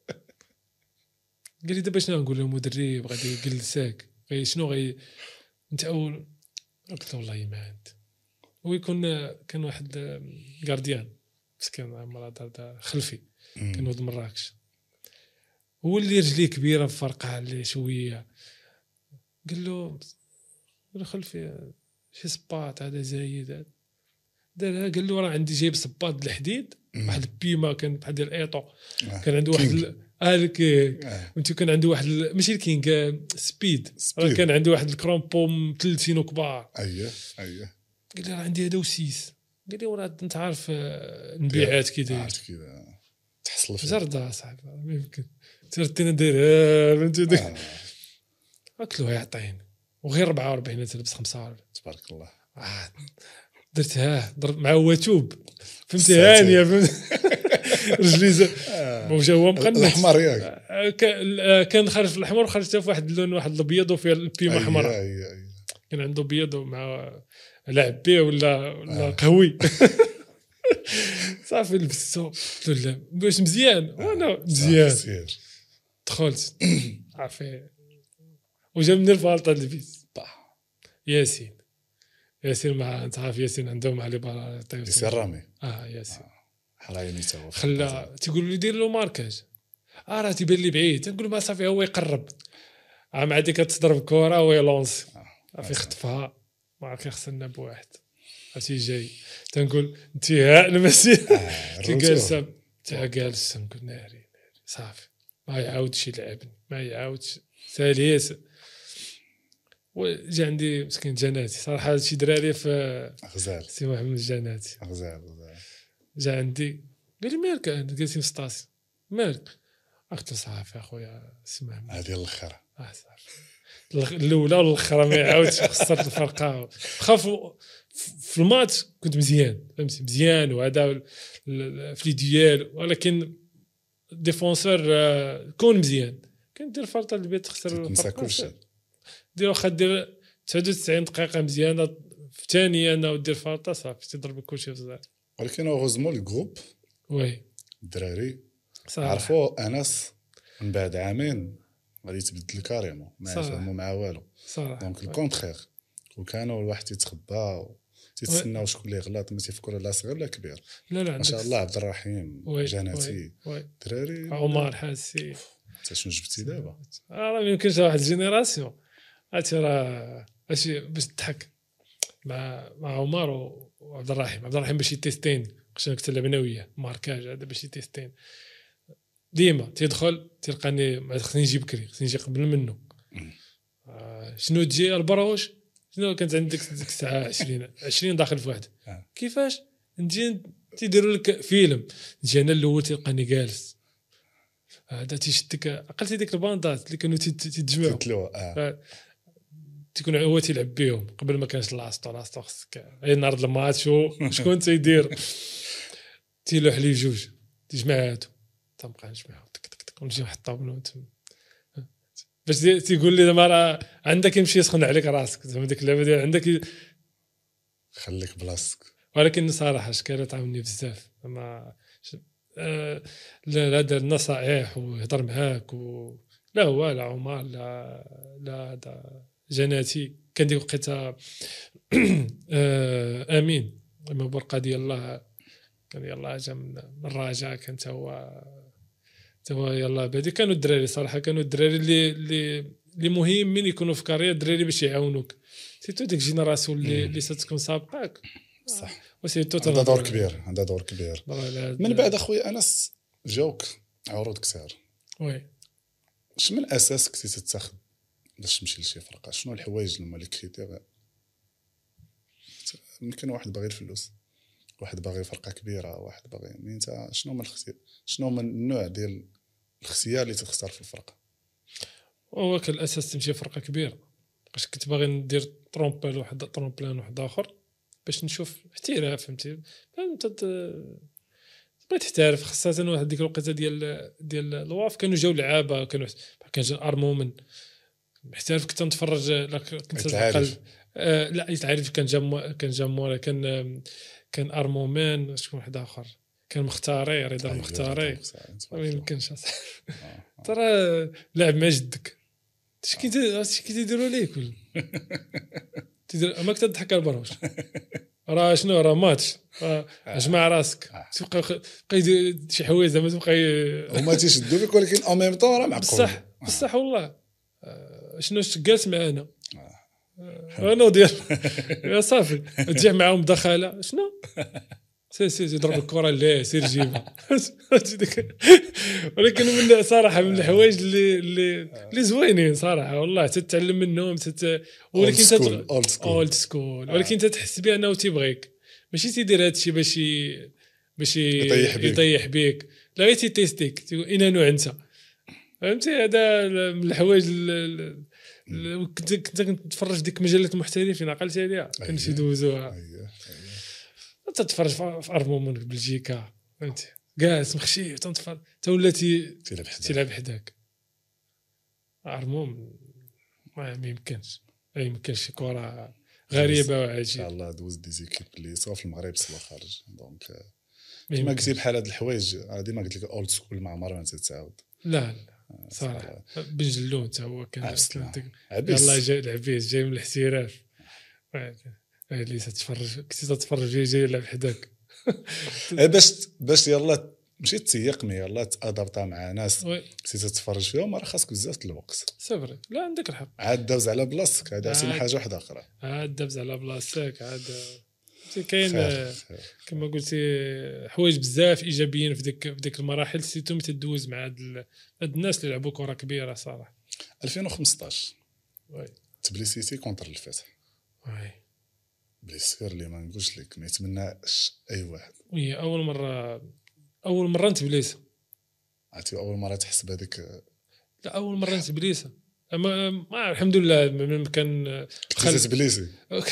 قال لي دابا شنو نقول له مدرب غادي يجلسك غي شنو غي انت اول قلت له والله ما عندي ويكون كان واحد غارديان مسكين مرض خلفي كان ولد مراكش هو اللي رجليه كبيره فرقع عليه شويه قال له قال خلفي شي صباط هذا زايد هذا دار قال له راه عندي جايب صباط الحديد واحد البيما كان بحال ديال الايطو كان عنده واحد هذاك وانت كان عنده واحد ماشي الكينغ سبيد راه كان عنده واحد الكرومبو مثلثين كبار اييه اييه قال لي راه عندي هذا وسيس قال لي وراه انت عارف المبيعات كي داير كذا تحصل فيه زرده صاحبي ما يمكن ترتينا داير فهمتي داك قلت له يعطيني وغير أربعة وأربعين تلبس خمسة وأربعين تبارك الله آه. درتها ضرب مع واتوب فهمتي هانيه فهمت رجلي واش هو مقنع الاحمر ياك كان خرج في الاحمر وخرج في واحد اللون واحد الابيض وفيه البيمه حمراء كان عنده ابيض مع لعب به ولا ولا قهوي صافي لبستو قلت له واش مزيان وانا مزيان دخلت عافي وجابني الفالطه لبس ياسين ياسين مع انت عارف ياسين عندهم علي بار ياسين رامي اه ياسين حرايمي تا خلا تيقول لي دير له ماركاج اه راه تيبان لي بعيد تنقول ما صافي هو يقرب عام عادي كتضرب كره ويلونس صافي خطفها ما عرف يخسرنا بواحد عرفتي جاي تنقول انتهاء المسير كي جالس تا جالس نقول ناري ناري صافي ما يعاودش يلعبني ما يعاودش ثالث وجا عندي مسكين جناتي صراحه شي دراري في غزال سي محمد جناتي غزال غزال جا عندي قال لي مالك جالسين في ستاسي مالك قلت له صافي اخويا اسمع هذه الاخر اه صافي الاولى والاخرى ما يعاودش خسرت الفرقه خاف في الماتش كنت مزيان فهمتي مزيان وهذا في لي ديال ولكن ديفونسور كون مزيان كندير فرطه البيت تخسر الفرقه دير واخا دير تسعة وتسعين دقيقه مزيانه في الثانيه انا ودير فرطه صافي تضرب كلشي في الزهر ولكن اوغوزمون الجروب وي الدراري عرفوا انس من بعد عامين غادي يتبدل كاريمون ما يفهموا مع والو دونك الكونترير وكانوا الواحد يتخبى تيتسناو شكون اللي غلط ما تيفكروا لا صغير لا كبير لا لا ما شاء الله عبد الرحيم جناتي دراري عمر حاسي انت شنو جبتي دابا راه ما يمكنش واحد الجينيراسيون عرفتي راه اشي باش تضحك مع مع عمر وعبد الرحيم عبد الرحيم باش يتيستين كنا كنت لعبنا وياه ماركاج هذا باش يتيستين ديما تيدخل تلقاني ما خصني نجي بكري خصني نجي قبل منه آه شنو تجي البروش شنو كانت عندك ديك الساعه عشرين عشرين داخل في واحد كيفاش نجي تيديروا لك فيلم نجي انا الاول تلقاني جالس هذا تيشدك عقلتي ديك الباندات اللي كانوا تيتجمعوا اه تيكون هو تيلعب بهم قبل ما كانش لاستو لاستو خصك غير نهار الماتش شكون تيدير تيلوح لي جوج تجمع هادو تنبقى نجمعهم تك تك تك ونجي نحطهم باش تيقول لي زعما راه عندك يمشي يسخن عليك راسك زعما ديك اللعبه ديال عندك خليك بلاصتك ولكن صراحه شكاره تعاوني بزاف ما آه لا دار النصائح ويهضر معاك و... لا هو لا عمر لا لا هذا جناتي كان ديك وقيتها آه امين لما برقه ديال الله كان يلاه جا من الرجاء كان هو هو يلاه بادي كانوا الدراري صراحه كانوا الدراري اللي اللي اللي مهمين يكونوا في كارير الدراري باش يعاونوك سيتو ديك جينيراسيون اللي اللي ستكون سابقاك صح وسيتو هذا دور كبير هذا دور كبير من بعد اخويا انس جاوك عروض كثار وي اش من اساس كنتي تتاخذ باش تمشي لشي فرقه شنو الحوايج اللي هما لي كريتير يمكن واحد باغي الفلوس واحد باغي فرقه كبيره واحد باغي مين انت شنو هما الاختيار شنو هما النوع ديال الاختيار اللي تختار في الفرقه هو كان الاساس تمشي فرقه كبيره باش كنت باغي ندير ترومبل واحد ترومبلان واحد اخر باش نشوف احتراف فهمتي فهمت بغيت تحترف خاصه واحد ديك الوقيته ديال ديال الواف كانوا جاو لعابه كانوا كان جا ارمومن محترف كنت نتفرج كنت تعرف آه لا يتعرف كان جا كان جا مورا كان كان ارمومان شكون واحد اخر كان مختاري رضا المختاري ما يمكنش ترى لعب مع جدك اش كي اش كيديروا ليك ولا تدير ما كتضحك على البروش راه شنو راه ماتش اجمع راسك تبقى بقى شي حوايج زعما تبقى هما تيشدوا فيك ولكن او ميم طون راه معقول بصح بصح والله شنو جالس معنا انا ديال يا صافي تجي معاهم دخله شنو سير سير يضرب الكره لا سير جيبها ولكن من صراحه من الحوايج اللي اللي اللي زوينين صراحه والله تتعلم منهم تت... ولكن اولد سكول ولكن تحس بانه تيبغيك ماشي تيدير هذا الشيء باش باش يطيح بيك لا غير تيتيستيك اين نوع انت فهمتي هذا من الحوايج كنت كنت كنتفرج ديك مجله المحترفين عقلتي عليها كنمشي دوزوها انت تتفرج في ارمومون في بلجيكا فهمتي جالس مخشي تنتفرج حتى ولاتي تلعب حداك ارموم ما يمكنش ما يمكنش شي كره غريبه وعجيبه ان شاء الله دوز دي زيكيب اللي سوا في المغرب سوا خارج دونك كما قلتي بحال هاد الحوايج ديما قلت لك اولد سكول ما عمرها ما تتعاود لا لا صراحه بن جلون حتى هو كان يلاه جاي العبيس جاي من الاحتراف اللي تتفرج كنتي تتفرج جاي جاي يلعب حداك باش باش يلا مشيت تيقمي يلا تادابطا مع ناس كنتي تتفرج فيهم راه خاصك بزاف الوقت صبري لا عندك الحق عاد داوز على بلاصتك هذا عشان حاجه واحده اخرى عاد داوز على بلاصتك عاد كاين كما قلتي حوايج بزاف ايجابيين في ديك في ديك المراحل سيتو تدوز مع هاد الناس اللي لعبوا كره كبيره صراحه ألفين وخمسطاش وي تبليسيتي كونتر الفتح وي بليسير اللي ما نقولش لك ما يتمناش اي واحد وي اول مره اول مره نتبليس عرفتي اول مره تحس بهذيك لا اول مره نتبليس ما, ما الحمد لله من كان خلص تبليسي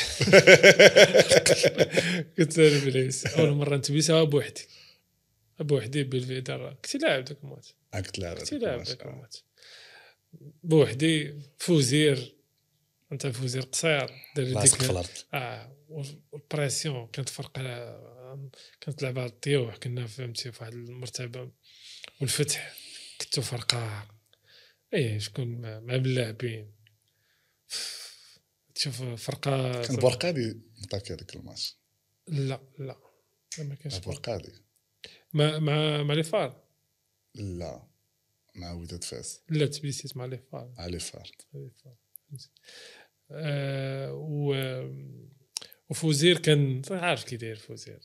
كنت بليس اول مره نتبليسها بوحدي بوحدي بالفيدر كنت لاعب داك الماتش كنت لاعب كنت لاعب داك الماتش بوحدي فوزير انت فوزير قصير دار ديك اه والبريسيون كانت فرق كانت لعبه على الطيوح كنا فهمتي في واحد المرتبه والفتح كنتو فرقه ايه شكون مع اللاعبين تشوف فرقه كان بورقادي مطاكي هذاك الماتش لا لا ما كانش بورقادي مع مع مع لي فار لا مع وداد فاس لا تبيسيت مع لي فار مع لي فار آه و وفوزير كان عارف كي داير فوزير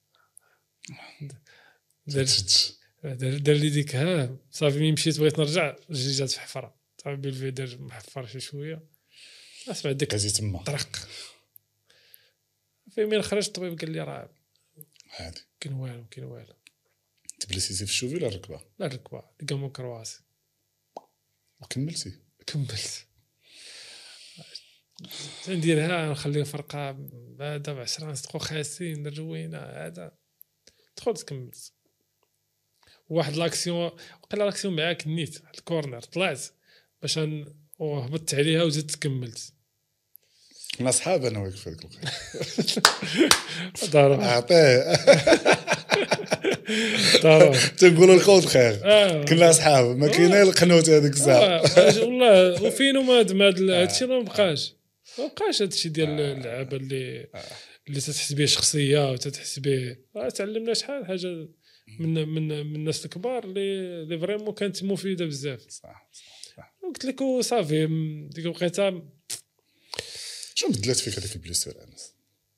دار دار لي ديك ها صافي ملي مشيت بغيت نرجع رجلي جات في حفره صافي بالفيدر محفر شي شويه اسمع ديك كازي تما طرق في من خرج الطبيب قال لي راه عادي كاين والو كاين والو تبليسيتي في الشوفي ولا الركبه لا الركبه لقى كرواسي وكملتي كملت نديرها نخليه فرقه بعدا ب عشرة دقائق خاسين الروينه هذا دخلت كملت واحد لاكسيون وقيلا لاكسيون معاك نيت واحد الكورنر طلعت باش وهبطت عليها وزدت كملت كنا صحاب انا واقف في هذيك الوقت ضرب عطيه ضرب تنقولوا الخوت خير آه. كنا صحاب ما كاينه القنوت هذيك الساعه آه. والله وفينو ما هذا هادشي ما بقاش ما بقاش هادشي ديال اللعابه اللي اللي تتحس به شخصيه وتتحس به تعلمنا شحال حاجه من من من الناس الكبار اللي اللي فريمون كانت مفيده بزاف صح صح قلت لك صافي ديك الوقيته شنو بدلات فيك هذيك البليسير انس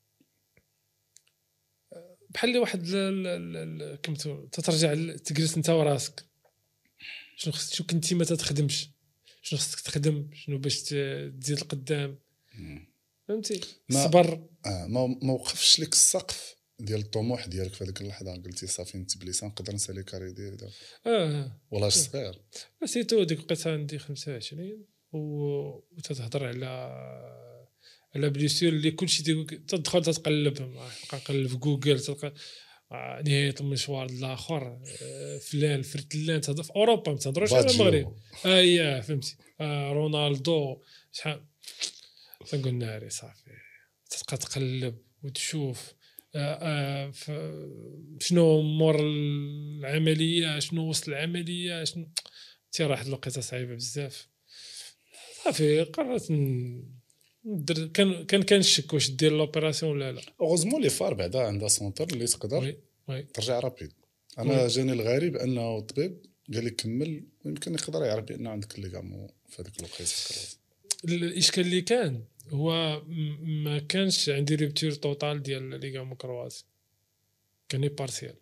بحال لي واحد كنت تترجع تجلس انت وراسك شنو خصك شنو كنتي ما تخدمش شنو خصك تخدم شنو باش تزيد القدام فهمتي الصبر اه ما ما وقفش لك السقف ديال الطموح ديالك في هذيك اللحظه قلتي صافي نتبليس نقدر نسالي كاري ديالي اه والله صغير سيتو ديك الوقيته عندي خمسة وعشرين وتتهضر على على بليسير اللي كلشي تدخل تتقلب نقلب في جوجل تلقى نهايه المشوار الاخر فلان فرتلان تهضر في اوروبا ما تهضروش على المغرب اييه آه فهمتي آه رونالدو شحال تنقول ناري صافي تبقى تقلب وتشوف آه آه شنو مور العمليه شنو وسط العمليه شنو تي راه واحد الوقيته صعيبه بزاف صافي قررت ندير كان كان كان الشك واش دير لوبيراسيون ولا لا اوغوزمون لي فار بعدا عندها سونتر اللي تقدر وي وي ترجع رابيد انا جاني الغريب انه الطبيب قال لي كمل ويمكن يقدر يعرف بان عندك الليغامون في هذيك الوقيته الاشكال اللي كان هو ما كانش عندي ريبتور توتال ديال ليغامون كرواسي كان بارسيال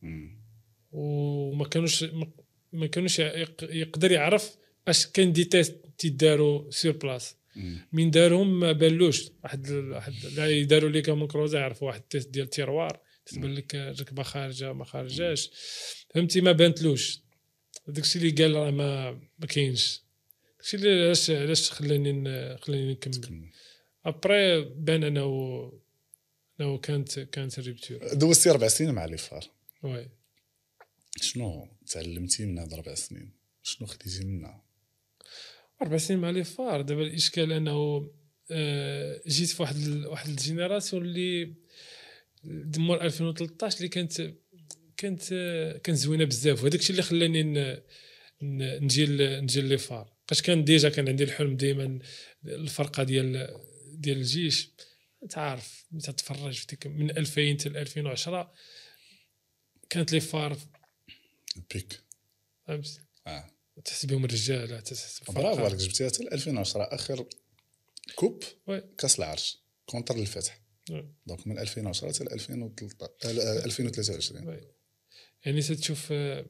وما كانوش ما كانوش يقدر يعرف اش كان دي تيست تيداروا سور بلاص من دارهم ما بالوش واحد واحد لا يداروا ليغامون كرواسي يعرفوا واحد التيست ديال تيروار تبان لك ركبه خارجه ما خارجاش فهمتي ما بانتلوش داكشي اللي قال راه ما ما كاينش داكشي اللي علاش علاش خلاني خلاني نكمل ابري بان انا و انا كانت كانت الريبتور دوزتي اربع سنين مع لي فار وي شنو تعلمتي من هاد اربع سنين شنو خديتي منها اربع سنين مع لي فار دابا الاشكال انه آه جيت في واحد ال... واحد الجينيراسيون اللي مور ألفين وثلاثطاش اللي كانت كانت كانت زوينه بزاف وهذاك الشيء اللي خلاني ن... نجي نجي لي فار باش كان ديجا كان عندي الحلم دائما الفرقه ديال ديال الجيش تعرف تتفرج في ديك من ألفين حتى ألفين وعشرة كانت لي فار بيك فهمت اه تحس بهم الرجاله تحس برافو عليك جبتيها حتى ألفين وعشرة اخر كوب وي. كاس العرش كونتر الفتح دونك من ألفين وعشرة حتى ألفين وثلاثطاش ألفين وثلاثة وعشرين يعني تشوف آه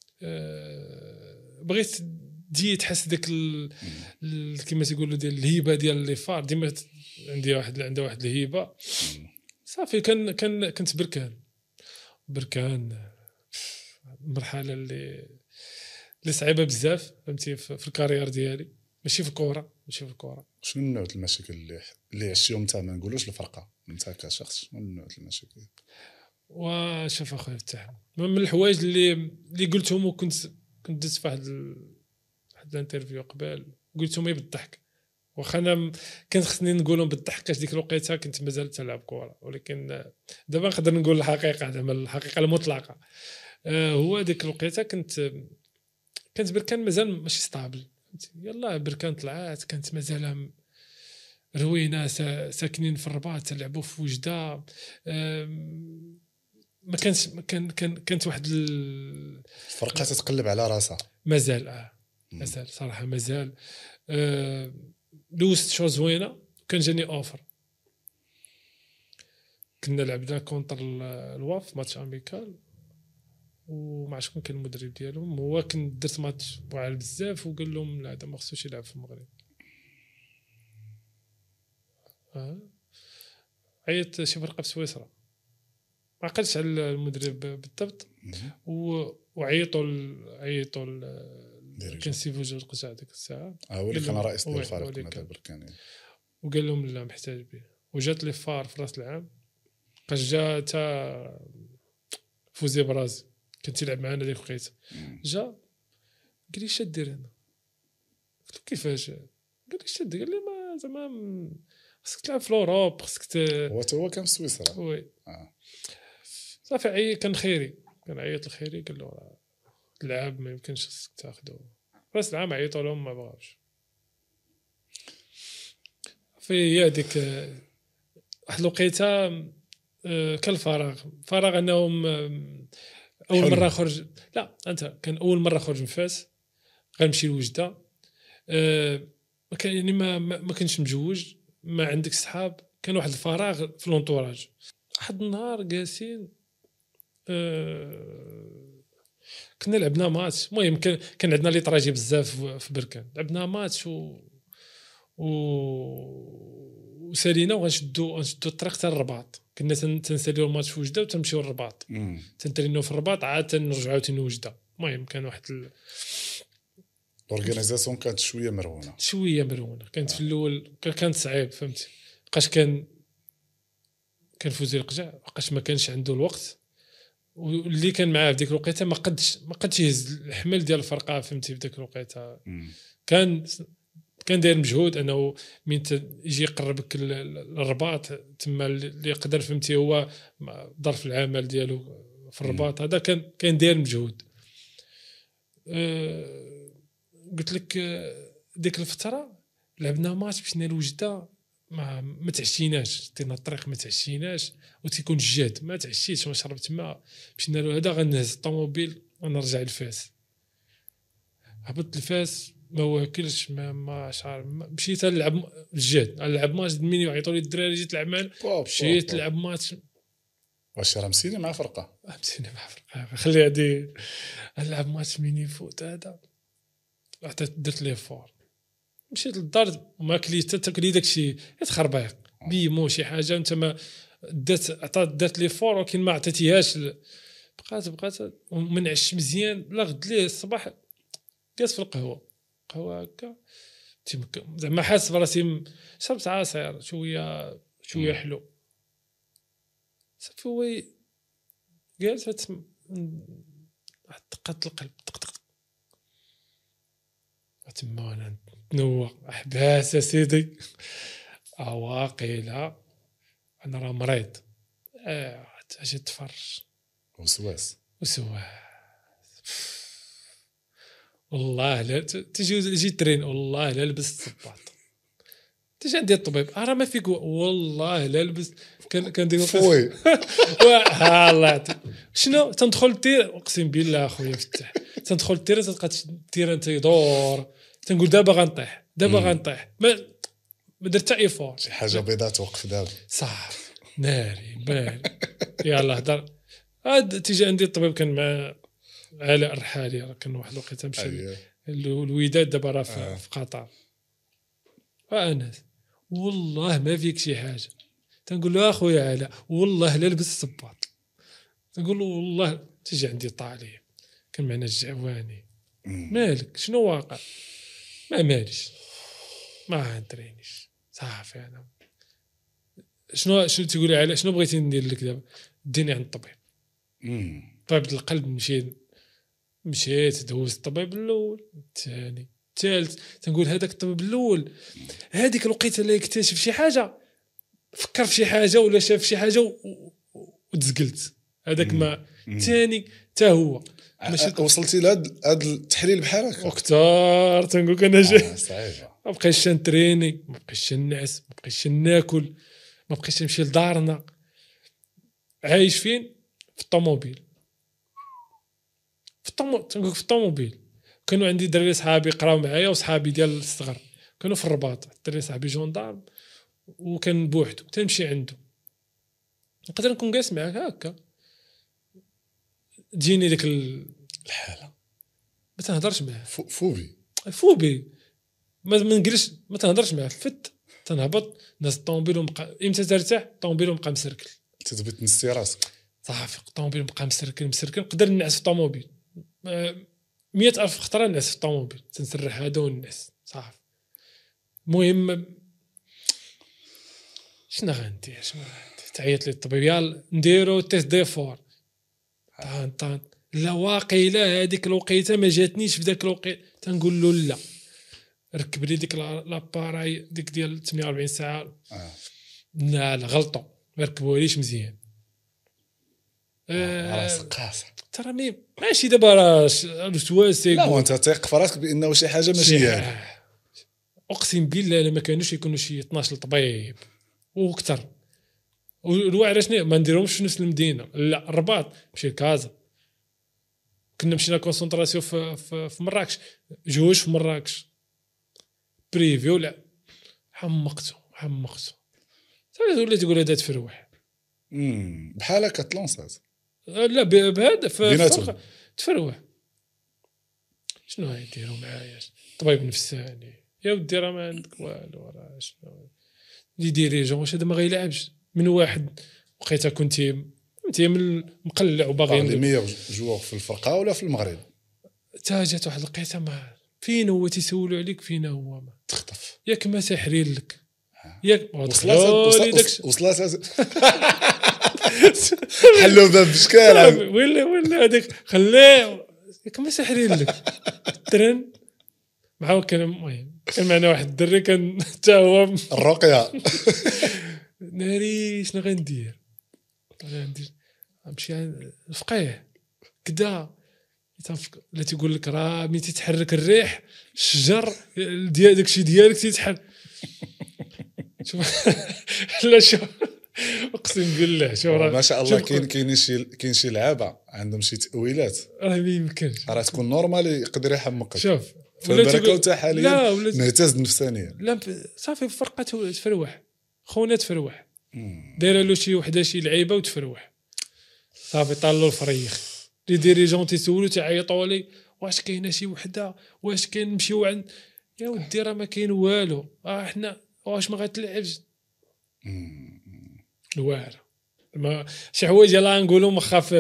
آه بغيت تجي تحس داك كما تيقولوا ديال الهيبه ديال لي فار ديما عندي واحد عندها واحد الهيبه صافي كان كان كنت بركان بركان مرحله اللي اللي صعيبه بزاف فهمتي في الكارير ديالي ماشي في الكره ماشي في الكره شنو النوع ديال المشاكل اللي اللي عشتيهم انت ما نقولوش الفرقه انت كشخص شنو النوع ديال المشاكل وشوف اخويا فتح من الحوايج اللي اللي قلتهم وكنت كنت دزت في واحد واحد الانترفيو قبل قلتهم بالضحك واخا انا كنت خصني نقولهم بالضحك اش ديك الوقيته كنت مازال تلعب كره ولكن دابا نقدر نقول الحقيقه زعما الحقيقه المطلقه آه هو ديك الوقيته كنت كانت بركان مازال ماشي ستابل يلا بركان طلعات كانت مازال روينه ساكنين في الرباط تلعبوا في وجده ما كانش كان كان كانت واحد الفرقه تتقلب على راسها مازال اه مازال صراحه مازال آه دوزت شو زوينه كان جاني اوفر، كنا لعبنا كونتر الواف ماتش اميكال، وما عرفتش شكون كان المدرب ديالهم، هو كان درت ماتش واعر بزاف وقال لهم لا هذا ما خصوش يلعب في المغرب. اه عيط شي فرقه في سويسرا، ما عقلتش على المدرب بالضبط، وعيطوا عيطوا كان سي فوجو القجع ديك الساعه، اه هو اللي كان رئيس ديال الفريق هذا بركاني، وقال لهم لا محتاج به. وجات لي فار في راس العام، بقاش جا تا فوزي برازي كان تيلعب معنا ديك الوقيته، جا قال لي اش دير هنا؟ قلت له كيفاش؟ قال لي اش دير؟ قال لي ما زعما خصك تلعب في اوروب، خصك هو هو كان في سويسرا. وي اه صافي عي كان خيري، كان عيط الخيري قال له تلعب ما يمكنش خصك تاخذه. راس العام عيطوا لهم ما بغاوش. في هي هذيك واحد الوقيته كان الفراغ فراغ انهم اول مره خرج، لا انت كان اول مره خرج من فاس غنمشي لوجده، أه ما كان يعني ما ما كنتش مجوج، ما عندك صحاب، كان واحد الفراغ في لونطوراج. واحد النهار جالسين أه كنا لعبنا ماتش، المهم كان كان عندنا لي طراجي بزاف في بركان، لعبنا ماتش و و وسالينا وغنشدو غنشدو الطريق حتى الرباط، كنا تنساليو الماتش في وجده وتمشيو للرباط، تنترينو في الرباط عاد تنرجعو تاني وجده. المهم كان واحد ال... الاورغانيزاسيون كانت شويه مرهونه شويه مرهونه كانت آه. في الاول كانت صعيب فهمتي، بقاش كان كان فوزي القجع بقاش ما كانش عنده الوقت، واللي كان معاه في ديك الوقيته ما قدش ما قدش يهز الحمل ديال الفرقه فهمتي. في ديك الوقيته كان كان داير مجهود انه من يجي يقربك الرباط تما اللي يقدر فهمتي هو ظرف العمل ديالو في الرباط هذا كان كان داير مجهود. أه قلت لك ديك الفتره لعبنا ماتش مشينا لوجده ما ما تعشيناش، دينا الطريق ما تعشيناش وتيكون الجهد ما تعشيتش ما شربت ماء، مشينا له هذا غنهز الطوموبيل ونرجع لفاس. هبطت لفاس ما واكلش ما ما شعر مشيت نلعب الجهد نلعب ماتش ميني وعيطوا لي الدراري جيت تلعب معنا، مشيت نلعب ماتش. واش راه مسيني مع فرقه مسيني مع فرقه خلي هادي نلعب ماتش ميني فوت هذا حتى درت لي فور، مشيت للدار ما كليت تاكلي داكشي يتخربيق بيمو شي حاجه انت ما دات عطات دات لي فور ولكن ما عطيتيهاش، بقات بقات ومنعش مزيان لا غد ليه الصباح جالس في القهوه قهوه هكا زعما حاس براسي شربت عصير شويه شويه حلو صافي هو جالس دقات القلب طق طق تما انا نتنوى احباس يا سيدي عواقيلا انا راه مريض اه اجي تفرج وسواس وسواس والله لا تجي جي ترين والله لا لبست الصباط تجي عندي الطبيب راه ما فيك والله لا لبست كان كان دير فوي ها الله شنو تندخل التير اقسم بالله اخويا فتح تندخل التير تلقى التير انت يدور تنقول دابا غنطيح دابا غنطيح ما ما درت حتى ايفور شي حاجه بيضاء توقف دابا صح ناري باري يلاه هضر عاد تيجي عندي الطبيب كان مع علاء الرحالي راه كان واحد الوقيته مشى الوداد دابا راه في, في قطر انس والله ما فيك شي حاجه تنقول له اخويا علاء والله لا لبس الصباط تنقول له والله تيجي عندي طالي كان معنا الجعواني مالك شنو واقع ما ماليش ما ندرينيش صافي انا شنو شنو تقولي على شنو بغيتي ندير لك دابا ديني عند الطبيب طبيب القلب مشيت مشيت دوزت الطبيب الاول الثاني الثالث تنقول هذاك الطبيب الاول هذيك الوقيته اللي يكتشف شي حاجه فكر في شي حاجه ولا شاف شي حاجه وتزقلت هذاك ما ثاني حتى هو ماشي وصلتي لهاد هاد التحليل بحال هكا وكثار تنقول كنا جاي آه صعيبه ما بقيتش نتريني ما بقيتش نعس ما بقيتش ناكل ما بقيتش نمشي لدارنا عايش فين في الطوموبيل في الطوموبيل تنقول في الطوموبيل كانوا عندي دراري صحابي قراو معايا وصحابي ديال الصغر كانوا في الرباط دراري صحابي جوندارم وكان بوحدو تنمشي عنده نقدر نكون جالس معاك هكا تجيني ديك الحاله ما تنهضرش معاه فوبي فوبي ما نجلس ما تنهضرش معاه فت تنهبط ناس الطوموبيل ومبقى امتى ترتاح الطوموبيل ومبقى مسركل تثبت نسي راسك صافي الطوموبيل مبقى مسركل مسركل نقدر نعس في الطوموبيل مئة ألف خطره نعس في الطوموبيل تنسرح هذا والناس صافي المهم شنو غندير شنو تعيط لي الطبيب يلا نديرو تيست دي فور طان طان لا واقيلا هذيك الوقيته ما جاتنيش في ذاك الوقيته تنقول له لا ركب لي ديك لاباراي ديك ديال ثمانية وأربعين ساعه آه. لا لا غلطوا ما ركبوهاليش مزيان آه. راسك قاصر ترى مي ماشي دابا راه الوسواس لا وانت تيق في راسك بانه شي حاجه ماشي هي اقسم بالله الا ما كانوش يكونوا شي اثناش طبيب واكثر والواعر شنو ما نديرهمش في نفس المدينه لا الرباط مشي لكازا كنا مشينا كونسونطراسيون في, في, في مراكش جوج في مراكش بريفيو لا حمقتو حمقتو صافي وليت تقول هذا تفروح امم بحال هكا تلونسات لا بهذا بيناتهم تفروح شنو غيديروا معايا طبيب نفساني يا ودي راه ما عندك والو راه شنو لي ديريجون واش هذا ما غيلعبش من واحد وقيته كنتي انت من مقلع وباغي لي ميور جوور في الفرقه ولا في المغرب تا جات واحد القيته ما فين هو تيسولوا عليك فين هو ما تخطف ياك ما ساحرين لك ياك وصلات وصلات حلوا باب بشكال ولا ولا هذاك خلاه ياك ما ساحرين لك ترن معاو كان المهم كان معنا واحد الدري كان حتى هو الرقيه ناري شنو غندير غندير نمشي الفقيه كدا لا تيقول لك راه ملي تتحرك الريح الشجر ديال داكشي ديالك تيتحرك شوف لا شوف اقسم بالله شوف ما شاء الله كاين كاين شي كاين شي لعابه عندهم شي تاويلات راه ما يمكنش راه تكون نورمال يقدر يحمقك شوف ولا تقول انت حاليا نهتز نفسانيا لا صافي فرقه تفروح خونا تفروح دايره له شي وحده شي لعيبه وتفروح صافي طالوا الفريخ لي ديريجون تيسولوا تيعيطوا لي واش كاينه شي وحده واش كاين نمشيو عند يا ودي راه ما كاين والو اه حنا واش ما غتلعبش الواعره ما شي حوايج يلاه نقولوا مخاف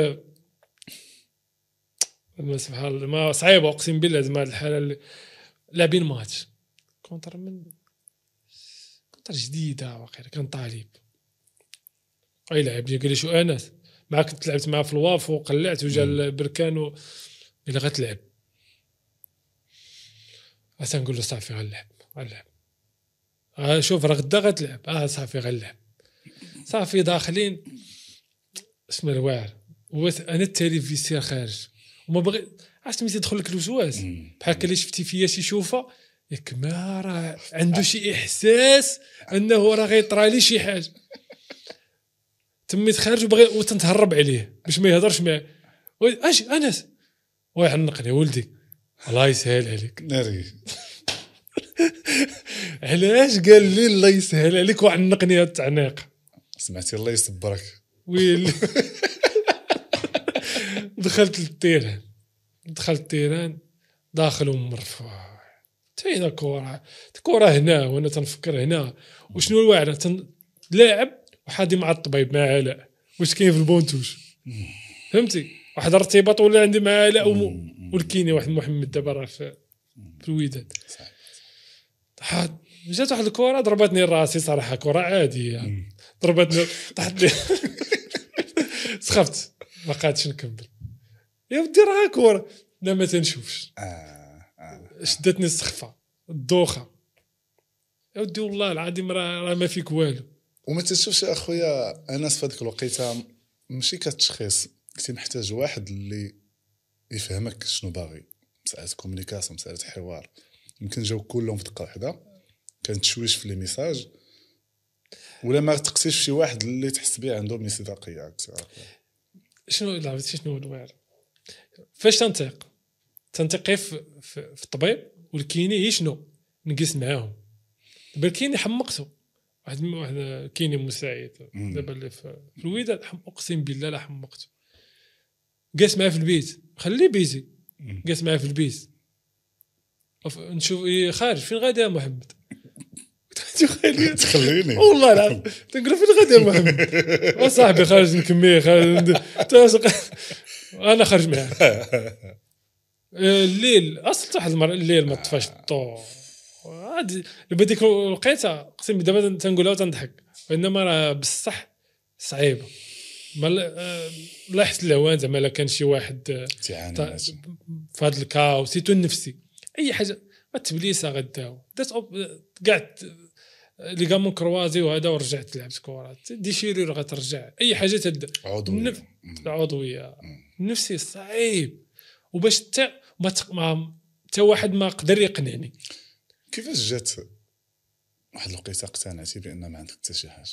ما سبحان الله ما صعيبه اقسم بالله زعما هاد الحاله لاعبين ماتش كونتر من كونتر جديده واقيلا كان طالب يلعب لي قال لي شو انس معاك كنت لعبت معاه في الواف وقلعت وجا البركان و الا غتلعب اش نقول له صافي غنلعب غنلعب اه شوف راه غدا غتلعب اه صافي غنلعب صافي داخلين اسم الواعر انا التلفزيون خارج وما بغي عرفت ملي تدخل لك الوسواس بحال كلي شفتي فيا شي شوفه ياك ما راه عنده شي احساس انه راه غيطرى لي شي حاجه تميت خارج وبغي وتنتهرب عليه باش ما يهضرش معاه اش انس ويعنقني ولدي الله يسهل عليك ناري علاش قال لي الله يسهل عليك وعنقني هاد التعنيق سمعتي الله يصبرك ويلي دخلت للتيران دخلت التيران داخل ومرفوع تاينا كره الكره هنا وانا تنفكر هنا وشنو الواعر تلاعب وحادي مع الطبيب مع علاء واش كاين في البونتوش فهمتي واحد الارتباط ولا عندي مع علاء والكيني واحد محمد دابا راه في الوداد حاد جات واحد الكره ضربتني راسي صراحه كره عاديه ضربتني طحت لي سخفت ما قادش نكمل يا ودي راه كره لا ما تنشوفش آه آه. شدتني السخفه الدوخه يا ودي والله العظيم راه ما فيك والو وما تشوفش اخويا انس في هذيك الوقيته ماشي كتشخيص كنتي محتاج واحد اللي يفهمك شنو باغي مساله كومونيكاسيون مساله حوار يمكن جاو كلهم في دقه واحده كان تشويش في لي ميساج ولا ما تقسيش شي واحد اللي تحس به عنده مصداقيه اكثر شنو لعبتي شنو الواعر فاش تنطيق تنطيقي في, في, في الطبيب والكيني شنو نجلس معاهم دابا الكيني حمقته واحد واحد كيني مساعد دابا اللي في الوداد اقسم بالله لا حمقته جالس معاه في البيت خليه بيزي جالس معاه في البيت نشوف إيه خارج فين غادي يا محمد تخليني تخليني والله العظيم تنقول فين غادي يا محمد وصاحبي خارج نكمي خارج انا خارج معاه الليل اصلا واحد المره الليل ما طفاش الضو هاد بديك الوقيته اقسم دابا تنقولها وتنضحك وانما راه بصح صعيبه ما لاحظت العوان زعما لا كان شي واحد تعاني في هذا الكاو سيتو النفسي اي حاجه التبليسه غداو دات كاع لي غامون كروازي وهذا ورجعت لعبت كره ديشيري غترجع اي حاجه تد عضويه العضويه النفسي صعيب وباش حتى ما حتى واحد ما قدر يقنعني. كيفاش جات واحد الوقيته اقتنعتي بان ما عندك حتى شي حاجه؟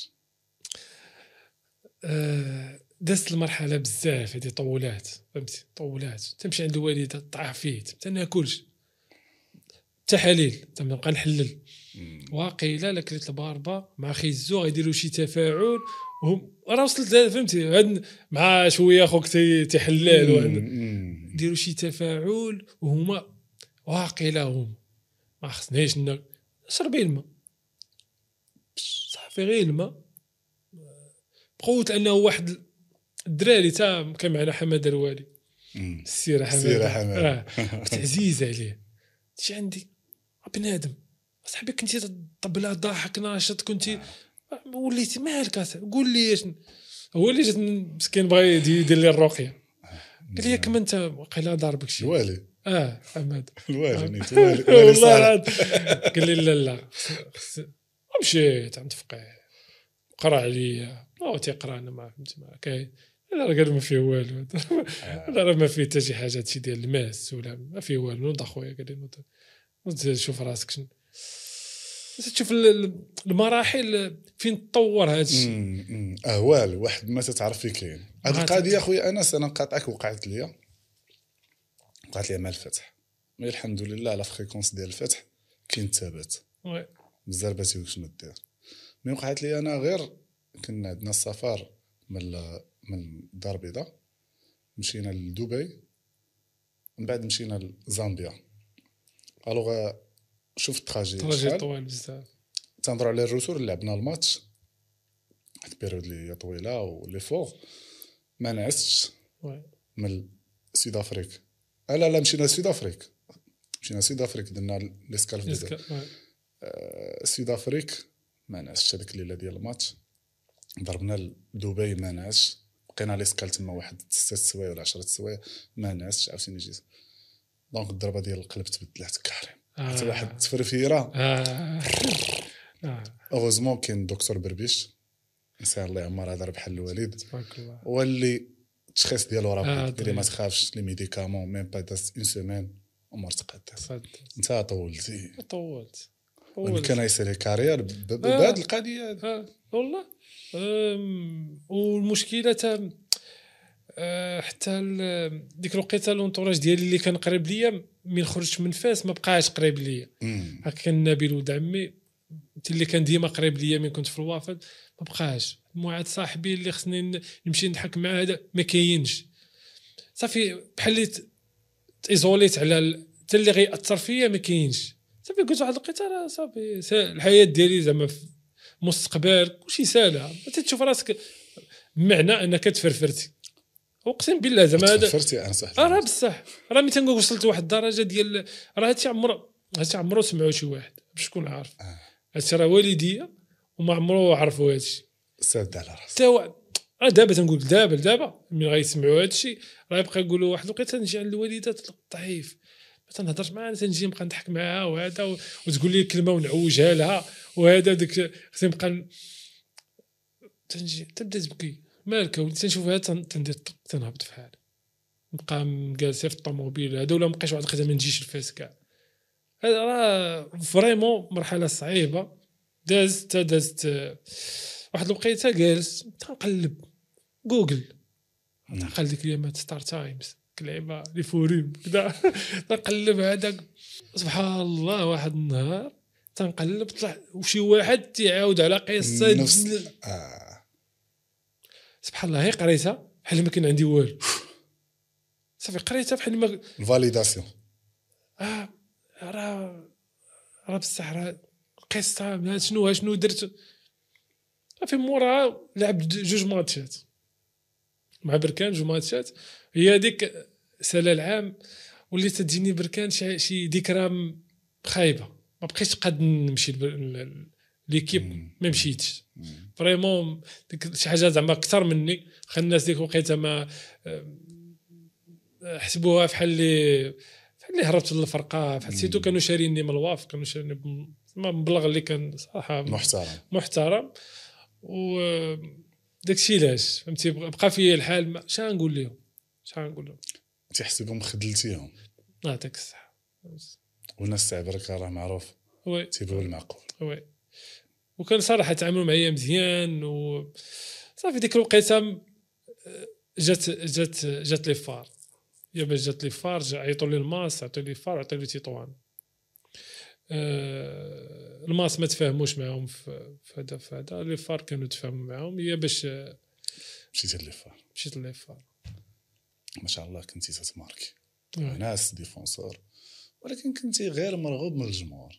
أه دازت المرحله بزاف هذه طولات فهمتي طولات تمشي عند الوالده طاح فيه ما ناكلش التحاليل تنبقى نحلل واقيلا لا كليت الباربه مع خيزو غيديروا شي تفاعل وهم راه وصلت فهمتي هاد مع شويه خوك تيحلل وهذا يديروا شي تفاعل وهما واقيلا هما ما خصناش نشربي الماء صافي غير الماء بقوت انه واحد الدراري تا كان معنا حماده الوالي السيره حماده اه كنت عزيز عليه شي عندي بنادم صاحبي كنتي طبلا ضاحك ناشط كنتي وليتي مالك قول لي اش هو اللي جات مسكين بغى يدير لي الرقيه قال لي كما انت واقيلا ضاربك شي الوالي اه حماد الوالي نيت الوالي والله قال لي لا لا مشيت عند فقيه قرا عليا او تيقرا انا ما فهمت ما كاين لا قال ما فيه والو لا راه ما فيه حتى شي حاجه شي ديال الماس ولا ما فيه والو نوض اخويا قال لي نوض شوف راسك شنو تشوف المراحل فين تطور هذا الشيء اهوال واحد ما تتعرف فيه كاين هذه القضيه اخويا انس انا نقاطعك وقعت ليا وقعت لي مع الفتح مي الحمد لله على فريكونس ديال الفتح كاين الثبات وي بزاف باتي واش ما دير مي وقعت لي انا غير كنا عندنا السفر من من الدار البيضاء مشينا لدبي من بعد مشينا لزامبيا الوغ شفت تراجي تراجي طويل بزاف تنهضروا على الروتور لعبنا الماتش واحد البيريود اللي طويله ولي فوق ما نعستش من سود افريك لا لا مشينا لسود افريك مشينا سود افريك درنا ليسكال في سود افريك ما نعستش هذيك الليله ديال الماتش ضربنا لدبي ما نعستش بقينا ليسكال تما واحد ستة سوايع ولا عشرة سوايع ما نعستش عاوتاني جيت دونك الضربه ديال القلب تبدلات كاريم حتى واحد التفرفيره اوغوزمون كاين دكتور بربيش نسال الله يعمر هذا بحال الوالد تبارك الله هو اللي التشخيص ديالو راه اللي ما تخافش لي ميديكامون ميم با داس اون سيمين عمر تقدس انت طولتي طولت طولت كان يسالي كارير بهاد القضيه اه والله والمشكله تا حتى ديك الوقيته لونطوراج ديالي اللي كان قريب ليا من خرجت من فاس ما بقاش قريب ليا هكا كان نبيل ولد عمي اللي كان ديما قريب ليا من كنت في الوافد ما بقاش موعد صاحبي اللي خصني نمشي نضحك معاه هذا ما كاينش صافي بحال اللي تيزوليت على حتى اللي غيأثر فيا ما كاينش صافي قلت واحد الوقيته راه صافي الحياه ديالي زعما مستقبل كلشي ساهله ما تشوف راسك بمعنى انك تفرفرتي اقسم بالله زعما هذا فرتي انا صح راه بصح راه ملي تنقول وصلت لواحد الدرجه ديال راه هادشي عمره هادشي عمره سمعوا شي واحد باش تكون عارف هادشي راه والديا وما عمره عرفوا هادشي ساد على راسك حتى واحد راه دابا تنقول دابا دابا ملي غيسمعوا هادشي راه يبقى يقولوا واحد الوقيته نجي عند الوالدات ضعيف ما تنهضرش معاها تنجي نبقى نضحك معاها وهذا وتقول لي كلمه ونعوجها لها وهذا داك خصني نبقى تنجي تبدا تبكي مالك وليت تنشوفها تندير تنهبط في حالي نبقى جالسه في الطوموبيل هذا ولا مابقيش واحد الوقيته ما نجيش الفاس كاع هذا راه فريمون مرحله صعيبه دازت دازت واحد الوقيته جالس تنقلب جوجل نعقل ديك اليامات ستار تايمز كلعبه لي فوريم كذا نقلب هذاك سبحان الله واحد النهار تنقلب طلع وشي واحد تيعاود على قصه نفس آه. سبحان الله. هي قريتها بحال ما كان عندي والو، صافي قريتها بحال ما الفاليداسيون. اه راه راه بصح راه القصه شنو شنو درت. صافي مورا لعب جوج ماتشات مع بركان، جوج ماتشات. هي هذيك سال العام وليت تجيني بركان شي, شي ذكرى خايبه، ما بقيتش قاد نمشي ليكيب، ما مشيتش فريمون. ديك شي حاجه زعما اكثر مني. خا الناس ديك وقيته ما حسبوها بحال اللي بحال اللي هربت للفرقه، حسيتو كانوا شاريني من الواف، كانوا شاريني مبلغ اللي كان صراحه محترم محترم. و داكشي علاش فهمتي بقى فيا الحال. شنو نقول لهم شنو نقول لهم تيحسبهم خدلتيهم. نعطيك الصحه. والناس تعبرك راه معروف وي تيبغوا المعقول. وي وكان صراحه تعاملوا معايا مزيان. و صافي ديك الوقيته جات جات جات لي فار. يا باش جات لي فار عيطوا لي الماس، عطوا لي فار، عطوا لي تطوان. أه الماس ما تفاهموش معاهم في هذا في هذا. لي فار كانوا تفاهموا معاهم. هي باش مشيت لي فار مشيت لي فار. ما شاء الله كنتي تتماركي ناس ديفونسور، ولكن كنتي غير مرغوب من الجمهور.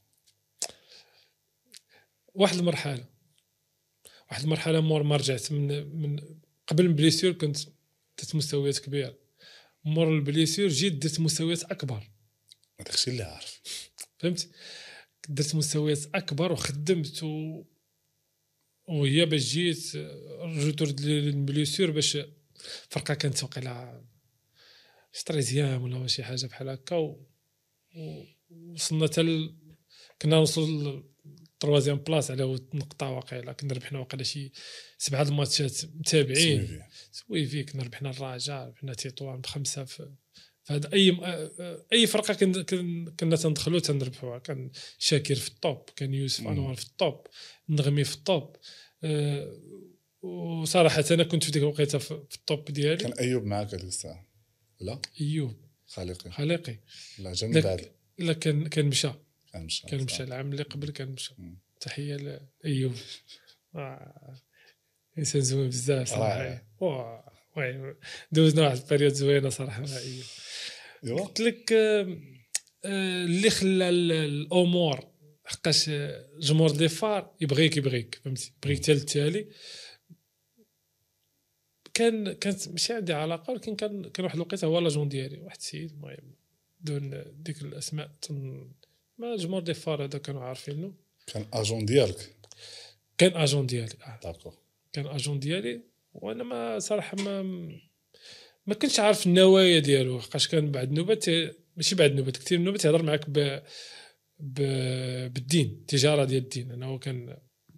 واحد المرحله واحد المرحله مور ما رجعت من من قبل البليسيور كنت درت مستويات كبيره. مور البليسيور جيت درت مستويات اكبر. هذاك اللي عارف فهمت. درت مستويات اكبر وخدمت و... وهي باش جيت رجعت للبليسيور باش فرقه كانت واقيلا ستريزيام ولا شي حاجه بحال هكا. و... وصلنا تل كنا نوصل تروازيام بلاص على نقطه واقيلا. كنا ربحنا واقيلا شي سبعه الماتشات متابعين سويفي. كنا ربحنا الرجاء، ربحنا تطوان بخمسه في فهاد اي اي فرقه كنا تندخلوا تنربحوها. كان شاكر في الطوب، كان يوسف انور في الطوب، نغمي في الطوب. أه وصراحه انا كنت في ديك الوقيته في الطوب ديالي. كان ايوب معاك هذيك الساعه؟ لا ايوب خالقي خالقي لا جا من بعد. لا كان كان مشى كان مشى كان مشى العام اللي قبل كان مشى. تحيه لايوب. آه. انسان زوين بزاف صراحه. واه وي دوزنا واحد البريود زوينه صراحه مع ايوب. قلت لك اللي خلى الامور حقاش جمهور دي فار يبغيك يبغيك فهمتي بغيك حتى للتالي. كان كانت ماشي عندي علاقه، ولكن كان كان واحد الوقيته هو لاجون ديالي واحد السيد المهم دون ديك الاسماء تن... ما جمهور دي فار هذا كانوا عارفينه. كان اجون ديالك؟ كان اجون ديالي اه داكو كان اجون ديالي. وانا ما صراحه ما ما كنتش عارف النوايا ديالو. حقاش كان بعد نوبات ماشي بعد نوبات كثير من نوبات يهضر معاك ب... ب... بالدين، التجاره ديال الدين. انا هو كان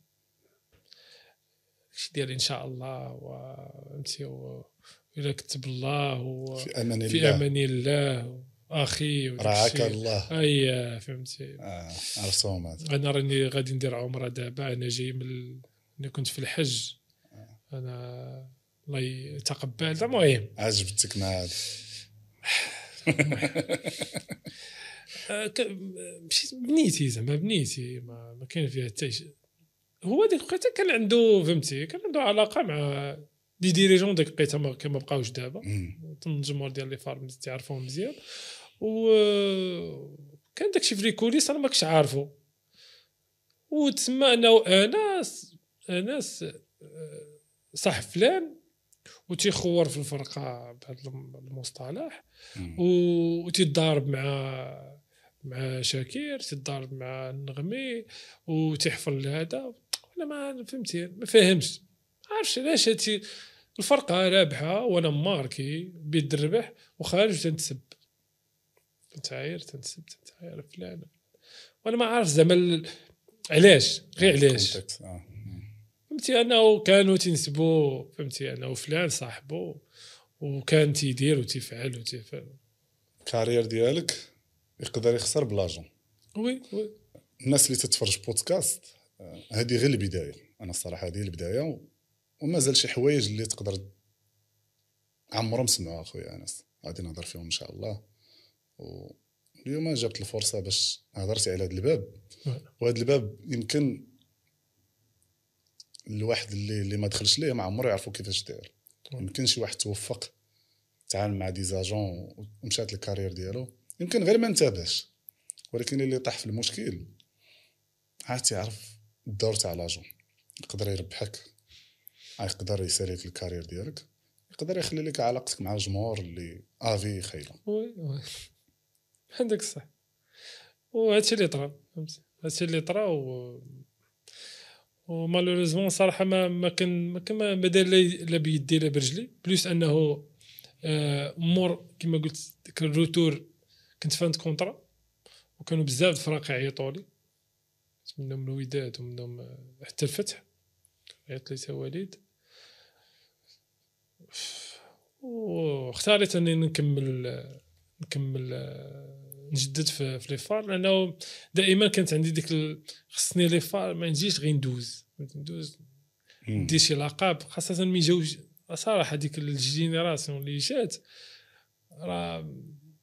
شي ديال ان شاء الله وفهمتي الى كتب الله و في امان الله في امان الله اخي رعاك الله. اي فهمتي. اه عرفتهم هذا. انا راني غادي ندير عمره دابا. انا جاي من ال... انا كنت في الحج. انا الله يتقبل. المهم عجبتك مع هذا؟ مشيت بنيتي زعما بنيتي ما, ما كاين فيها حتى شيء. هو ديك الوقيته كان عنده فهمتي كان عنده علاقه مع دي ديريجون ديك الوقيته ما كما بقاوش دابا. الجمهور ديال لي فارم تعرفوهم مزيان. و كان داكشي في لي كوليس انا ما كنتش عارفو. وتسمى انه اناس اناس صاحب فلان وتيخور في الفرقه بهذا المصطلح وتيضارب مع مع شاكير، تيضارب مع النغمي وتحفر لهذا. انا ما فهمتي ما فاهمش عارفش علاش هادشي. الفرقه رابحه وانا ماركي بيد الربح وخارج تنتسب تنتعاير تنتسب تنتعاير فلان. وانا ما عارف زعما علاش غير علاش فهمتي. انه كانوا تنسبوا فهمتي انه فلان صاحبه وكان تيدير وتيفعل وتيفعل. الكارير ديالك يقدر يخسر بلاجون. وي وي الناس اللي تتفرج بودكاست هذه غير البدايه. انا الصراحه هذه البدايه ومازال شي حوايج اللي تقدر عمرهم سمعوا اخويا انس غادي نهضر فيهم ان شاء الله. اليوم جابت الفرصه باش هضرتي على هذا الباب، وهذا الباب يمكن الواحد اللي اللي ما دخلش ليه ما عمره يعرفوا كيفاش داير. يمكن شي واحد توفق تعامل مع ديزاجون ومشات الكارير ديالو، يمكن غير ما انتبهش، ولكن اللي طاح في المشكل عاد تعرف الدور تاع لاجون، يقدر يربحك، يقدر يساليك الكارير ديالك، يقدر يخلي لك علاقتك مع الجمهور اللي افي خايله. وي وي عندك صح. وهادشي اللي طرا، فهمتي، هادشي اللي طرا و ومالوريزمون صراحه ما ما كان ما كان ما دار لا بيدي لا برجلي، بلوس انه آه مور كما قلت ديك الروتور كنت فاند كونطرا، وكانوا بزاف الفراق يعيطوا لي منهم الوداد ومنهم حتى الفتح عيط لي وليد، واختاريت اني نكمل نكمل نجدد في في لي فار، لانه دائما كانت عندي ديك ال... خصني لي فار ما نجيش غير ندوز ندوز ندير شي لقب، خاصه من جاو صراحه ديك الجينيراسيون اللي جات راه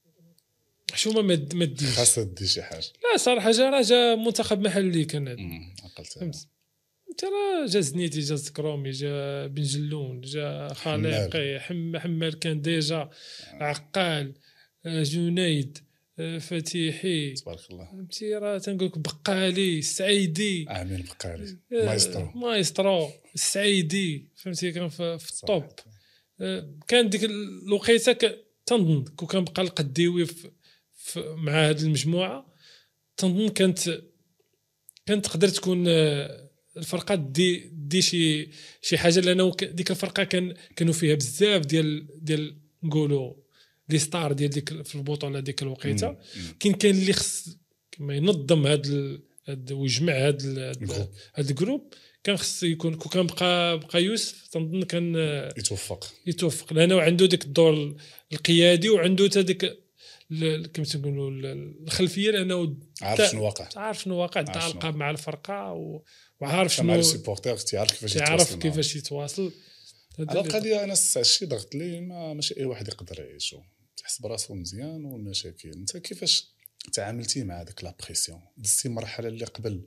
حشومه ما ما ديش خاصها دير شي حاجه. لا صراحه جا راه جا منتخب محلي كان هذا عقلت فهمت انت، راه جا زنيتي جا زكرومي جا بن جلون جا خالقي حم حمال كان ديجا عقال جنيد فتيحي تبارك الله فهمتي، راه تنقول لك بقالي السعيدي امين بقالي مايسترو مايسترو السعيدي فهمتي، كان في, في الطوب. كان ديك الوقيته تنظن كون كان بقى القديوي مع هذه المجموعه، تنظن كانت كانت تقدر تكون الفرقه دي دي شي شي حاجه، لانه ديك الفرقه كان كانوا فيها بزاف ديال ديال نقولوا لي ستار ديال ديك في البطوله ديك الوقيته. كاين كان اللي خص كما ينظم هذا هذا ويجمع هذا هذا الجروب، كان خص يكون كون كان بقى بقى يوسف تنظن كان يتوفق يتوفق لانه عنده ديك الدور القيادي وعنده حتى ديك كما تنقولوا الخلفيه، لانه عارف شنو واقع عارف شنو واقع تعلق مع الفرقه وعارف شنو مع السيبورتير تعرف كيفاش يتواصل كيفاش يتواصل. على القضيه انا الشيء ضغط لي ما ماشي اي واحد يقدر يعيشو، تحس براسو مزيان والمشاكل. انت كيفاش تعاملتي مع داك لا بريسيون؟ دزتي المرحله اللي قبل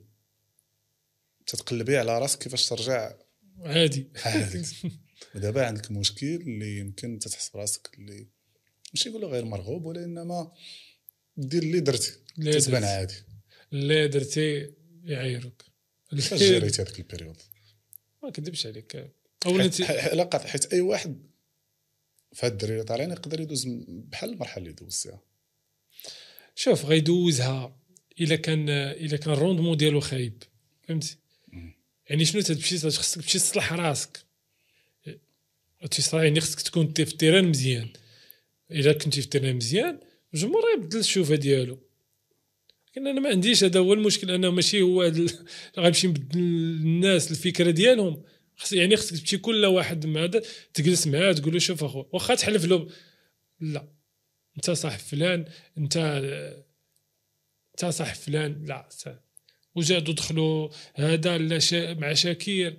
تتقلبي على راسك كيفاش ترجع عادي عادي ودابا عندك مشكل اللي يمكن تتحس براسك اللي ماشي نقولوا غير مرغوب، ولا انما دير اللي درتي تتبان عادي اللي درتي يعايروك. كيفاش جريتي هذيك البيريود؟ ما كذبش عليك اولا انت علاقه، حيت اي واحد في هاد الدراري طالعين يقدر يدوز بحال المرحله اللي دوزتها. شوف غيدوزها الا كان الا كان الروندمون ديالو خايب، فهمتي؟ يعني شنو تمشي خصك تمشي تصلح راسك، تصلح يعني خصك تكون في التيران مزيان. الا كنتي في التيران مزيان الجمهور يبدل الشوفه ديالو، لكن انا ما عنديش هذا هو المشكل، انه ماشي هو غنمشي نبدل الناس الفكره ديالهم. خص يعني خصك تمشي كل واحد مع هذا تجلس معاه تقول له شوف اخو، واخا تحلف له لا انت صاحب فلان، انت انت صاحب فلان، لا وجادوا دخلوا هذا لا شا مع شاكير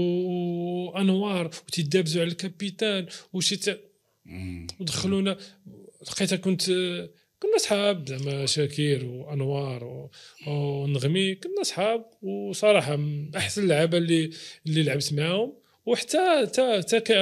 وانوار وتدابزوا على الكابيتان وشي ودخلونا. لقيتها كنت كنا صحاب زعما شاكير وانوار ونغمي، كنا صحاب وصراحه من احسن اللعابه اللي اللي لعبت معاهم، وحتى تا تا ك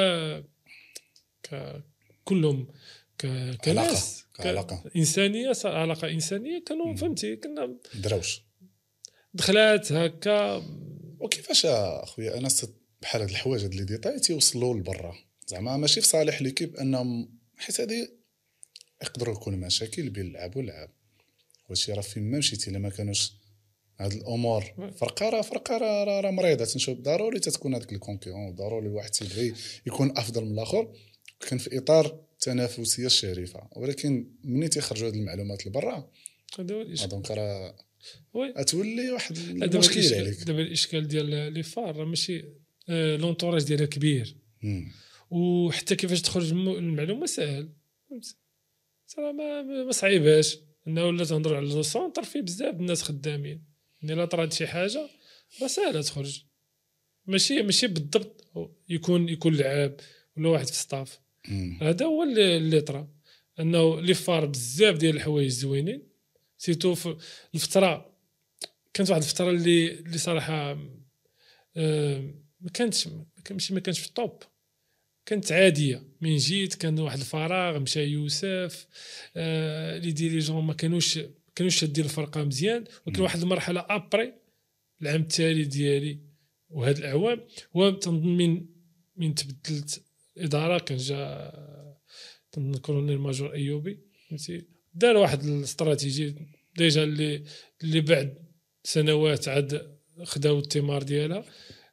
ك كلهم ك كناس علاقه انسانيه علاقه انسانيه كانوا فهمتي كنا دراوش دخلات هكا. وكيفاش اخويا انس بحال هاد الحوايج هاد لي ديتاي تيوصلوا لبرا، زعما ماشي في صالح ليكيب انهم، حيت هذه يقدروا يكون مشاكل بين اللعاب واللعاب، وشي راه فين ما مشيتي لما كانوش هاد الامور فرقه راه فرقه راه راه مريضه. تنشوف ضروري تتكون هذيك الكونكورون، ضروري الواحد تيبغي يكون افضل من الاخر، كان في اطار تنافسيه شريفه. ولكن ملي تيخرجوا هاد المعلومات لبرا دونك راه اتولي واحد المشكل عليك. دابا الاشكال ديال لي فار راه ماشي آه لونطوراج ديالها كبير، وحتى كيفاش تخرج المعلومه سهل، فهمت؟ صراحه ما ما صعيباش انه ولا تهضر على لو سونتر فيه بزاف الناس خدامين، يعني لا طرات شي حاجه راه ساهله تخرج، ماشي ماشي بالضبط يكون يكون لعاب ولا واحد في الستاف. هذا هو اللي اللي طرا، انه لي فار بزاف ديال الحوايج زوينين سيتو في الفتره كانت واحد الفتره اللي اللي صراحه آه ما كانتش ماشي ما كانش في الطوب، كانت عاديه. من جيت كان واحد الفراغ، مشى يوسف آه لي ديريجون ما كانوش كانوش شادين الفرقه مزيان. ولكن واحد المرحله ابري العام التالي ديالي وهاد الاعوام هو تنظن من من تبدلت الاداره. كان جا تنظن كولونيل ماجور ايوبي فهمتي، دار واحد الاستراتيجي ديجا اللي اللي بعد سنوات عاد خداو الثمار ديالها.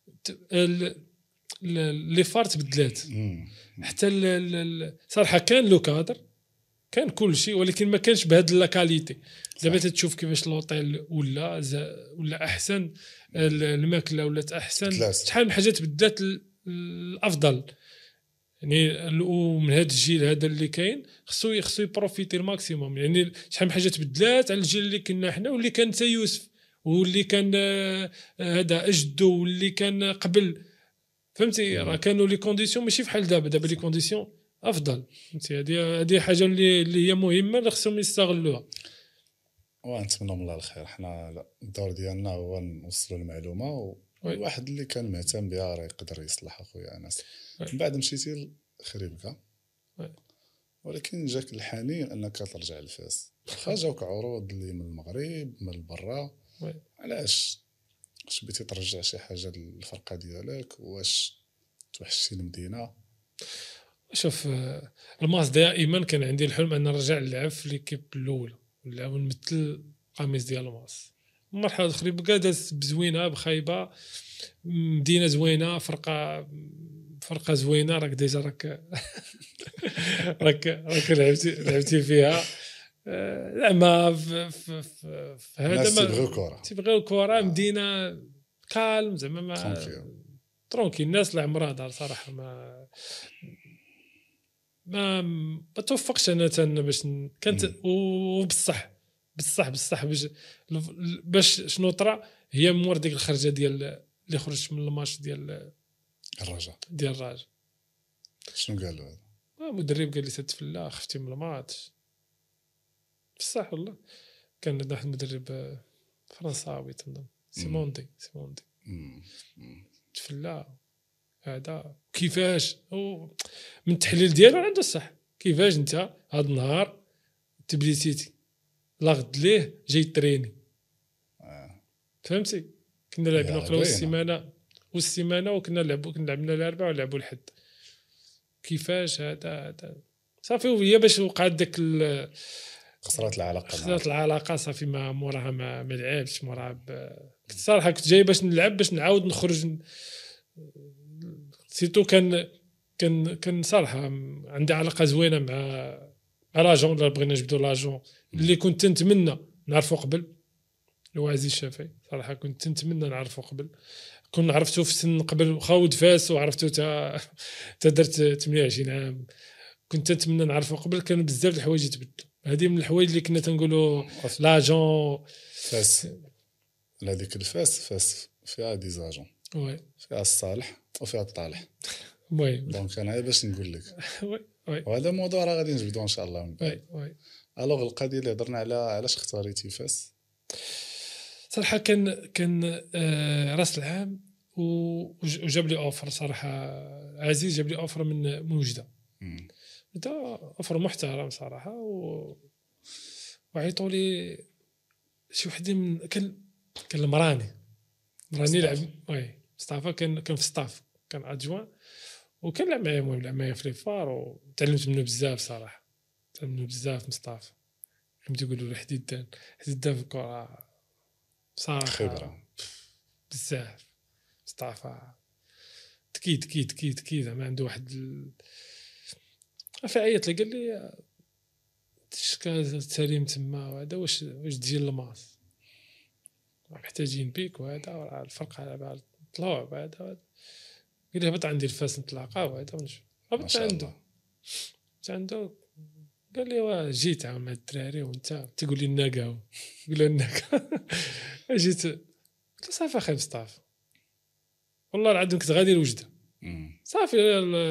لي فار تبدلات حتى صراحه كان لو كادر كان كل شيء، ولكن ما كانش بهذا لا كاليتي. دابا تشوف كيفاش لوطيل ولا ولا احسن، الماكله ولات احسن، شحال من حاجات بدات الافضل يعني. ومن هذا الجيل هذا اللي كاين خصو خصو يبروفيتي الماكسيموم يعني. شحال من حاجات بدلات على الجيل اللي كنا حنا واللي كان حتى يوسف واللي كان هذا اجدو واللي كان قبل فهمتي. راه كانوا لي كونديسيون ماشي بحال دابا، دابا لي كونديسيون افضل فهمتي. هذه هذه حاجه اللي اللي هي مهمه اللي خصهم يستغلوها. ونتمنى من الله الخير. حنا الدور ديالنا هو نوصلوا المعلومه والواحد اللي كان مهتم بها راه يقدر يصلح اخويا انس. من بعد مشيتي لخريبكا ولكن جاك الحنين انك ترجع لفاس، واخا جاوك عروض اللي من المغرب من برا. علاش واش بغيتي ترجع شي حاجه للفرقه ديالك؟ واش توحشتي المدينه؟ شوف الماس دائما كان عندي الحلم ان نرجع نلعب في ليكيب الاولى نلعب نمثل القميص ديال الماس. المرحله الاخرى بقى دازت بزوينه بخايبه، مدينه زوينه، فرقه فرقه زوينه، راك ديجا راك راك راك لعبتي لعبتي فيها. زعما في هذا ما تيبغيو كره تيبغيو كره، مدينه كالم زعما ما ترونكي. الناس اللي عمرها دار صراحه ما ما ما توفقش انا تن باش كانت. وبصح بصح بصح باش باش شنو طرا هي مور ديك الخرجه ديال اللي خرجت من الماتش ديال الرجاء ديال الرجاء. شنو قالوا هذا المدرب؟ قال لي ستفلا خفتي من الماتش بصح والله. كان واحد المدرب فرنساوي تنظن سيموندي سيموندي تفلا هذا كيفاش من التحليل ديالو عنده الصح. كيفاش انت هذا النهار تبليتيتي لا غد ليه جاي تريني آه. فهمتي. كنا لعبنا قبل السيمانه والسيمانه وكنا نلعبوا كنا لعبنا الاربعاء ولعبوا الحد. كيفاش هذا هذا صافي. وهي باش وقعت داك خسرات العلاقه خسرات العلاقه صافي ما موراها ما, ما لعبش موراها. كنت صراحه كنت جاي باش نلعب باش نعاود نخرج سيتو. كان كان كان صراحه عندي علاقه زوينه مع مع لاجون اللي بغينا نجبدوا لاجون اللي كنت نتمنى نعرفه قبل. هو عزيز الشافعي صراحه كنت نتمنى نعرفه قبل. كنا عرفتو في سن قبل خاود فاس وعرفتو تا تا درت ثمانية وعشرين عام. كنت نتمنى نعرفه قبل. كانوا بزاف د الحوايج يتبدلوا. هذه من الحوايج اللي كنا تنقولوا لاجون فاس. هذيك الفاس فاس فيها دي زاجون وي فيها الصالح وفيها الطالح. وي دونك انا باش نقول لك وي وي وهذا الموضوع راه غادي نجبدوه ان شاء الله. وي وي الوغ القضيه اللي هضرنا على علاش اختاريتي فاس صراحه كان كان آه راس العام وجاب لي اوفر صراحه. عزيز جاب لي اوفر من من وجده. بدا اوفر محترم صراحه و وعيطوا لي شي وحده من كان كان المراني مراني لعب وي مصطفى كان كان في ستاف كان ادجوان وكان لعب معايا المهم لعب معايا في ليفار وتعلمت منه بزاف صراحه. تعلمت منه بزاف مصطفى كما تيقولوا الحديدان حديدان في الكره صراحه خبره بزاف. مصطفى تكيد تكيد تكيد تكيد ما عنده واحد ال... في عيط لي قال لي تشكا سليم تما وهذا واش واش تجي للماس محتاجين بيك وهذا الفرقه على طلوع وهذا. قال لي هبط عندي الفاس نتلاقاو وهذا ونشوف. هبط عنده عنده قال لي واه جيت مع الدراري وانت تقول لي الناقه قول له الناقه جيت قلت صافي اخي مصطفى والله العظيم كنت غادي لوجده صافي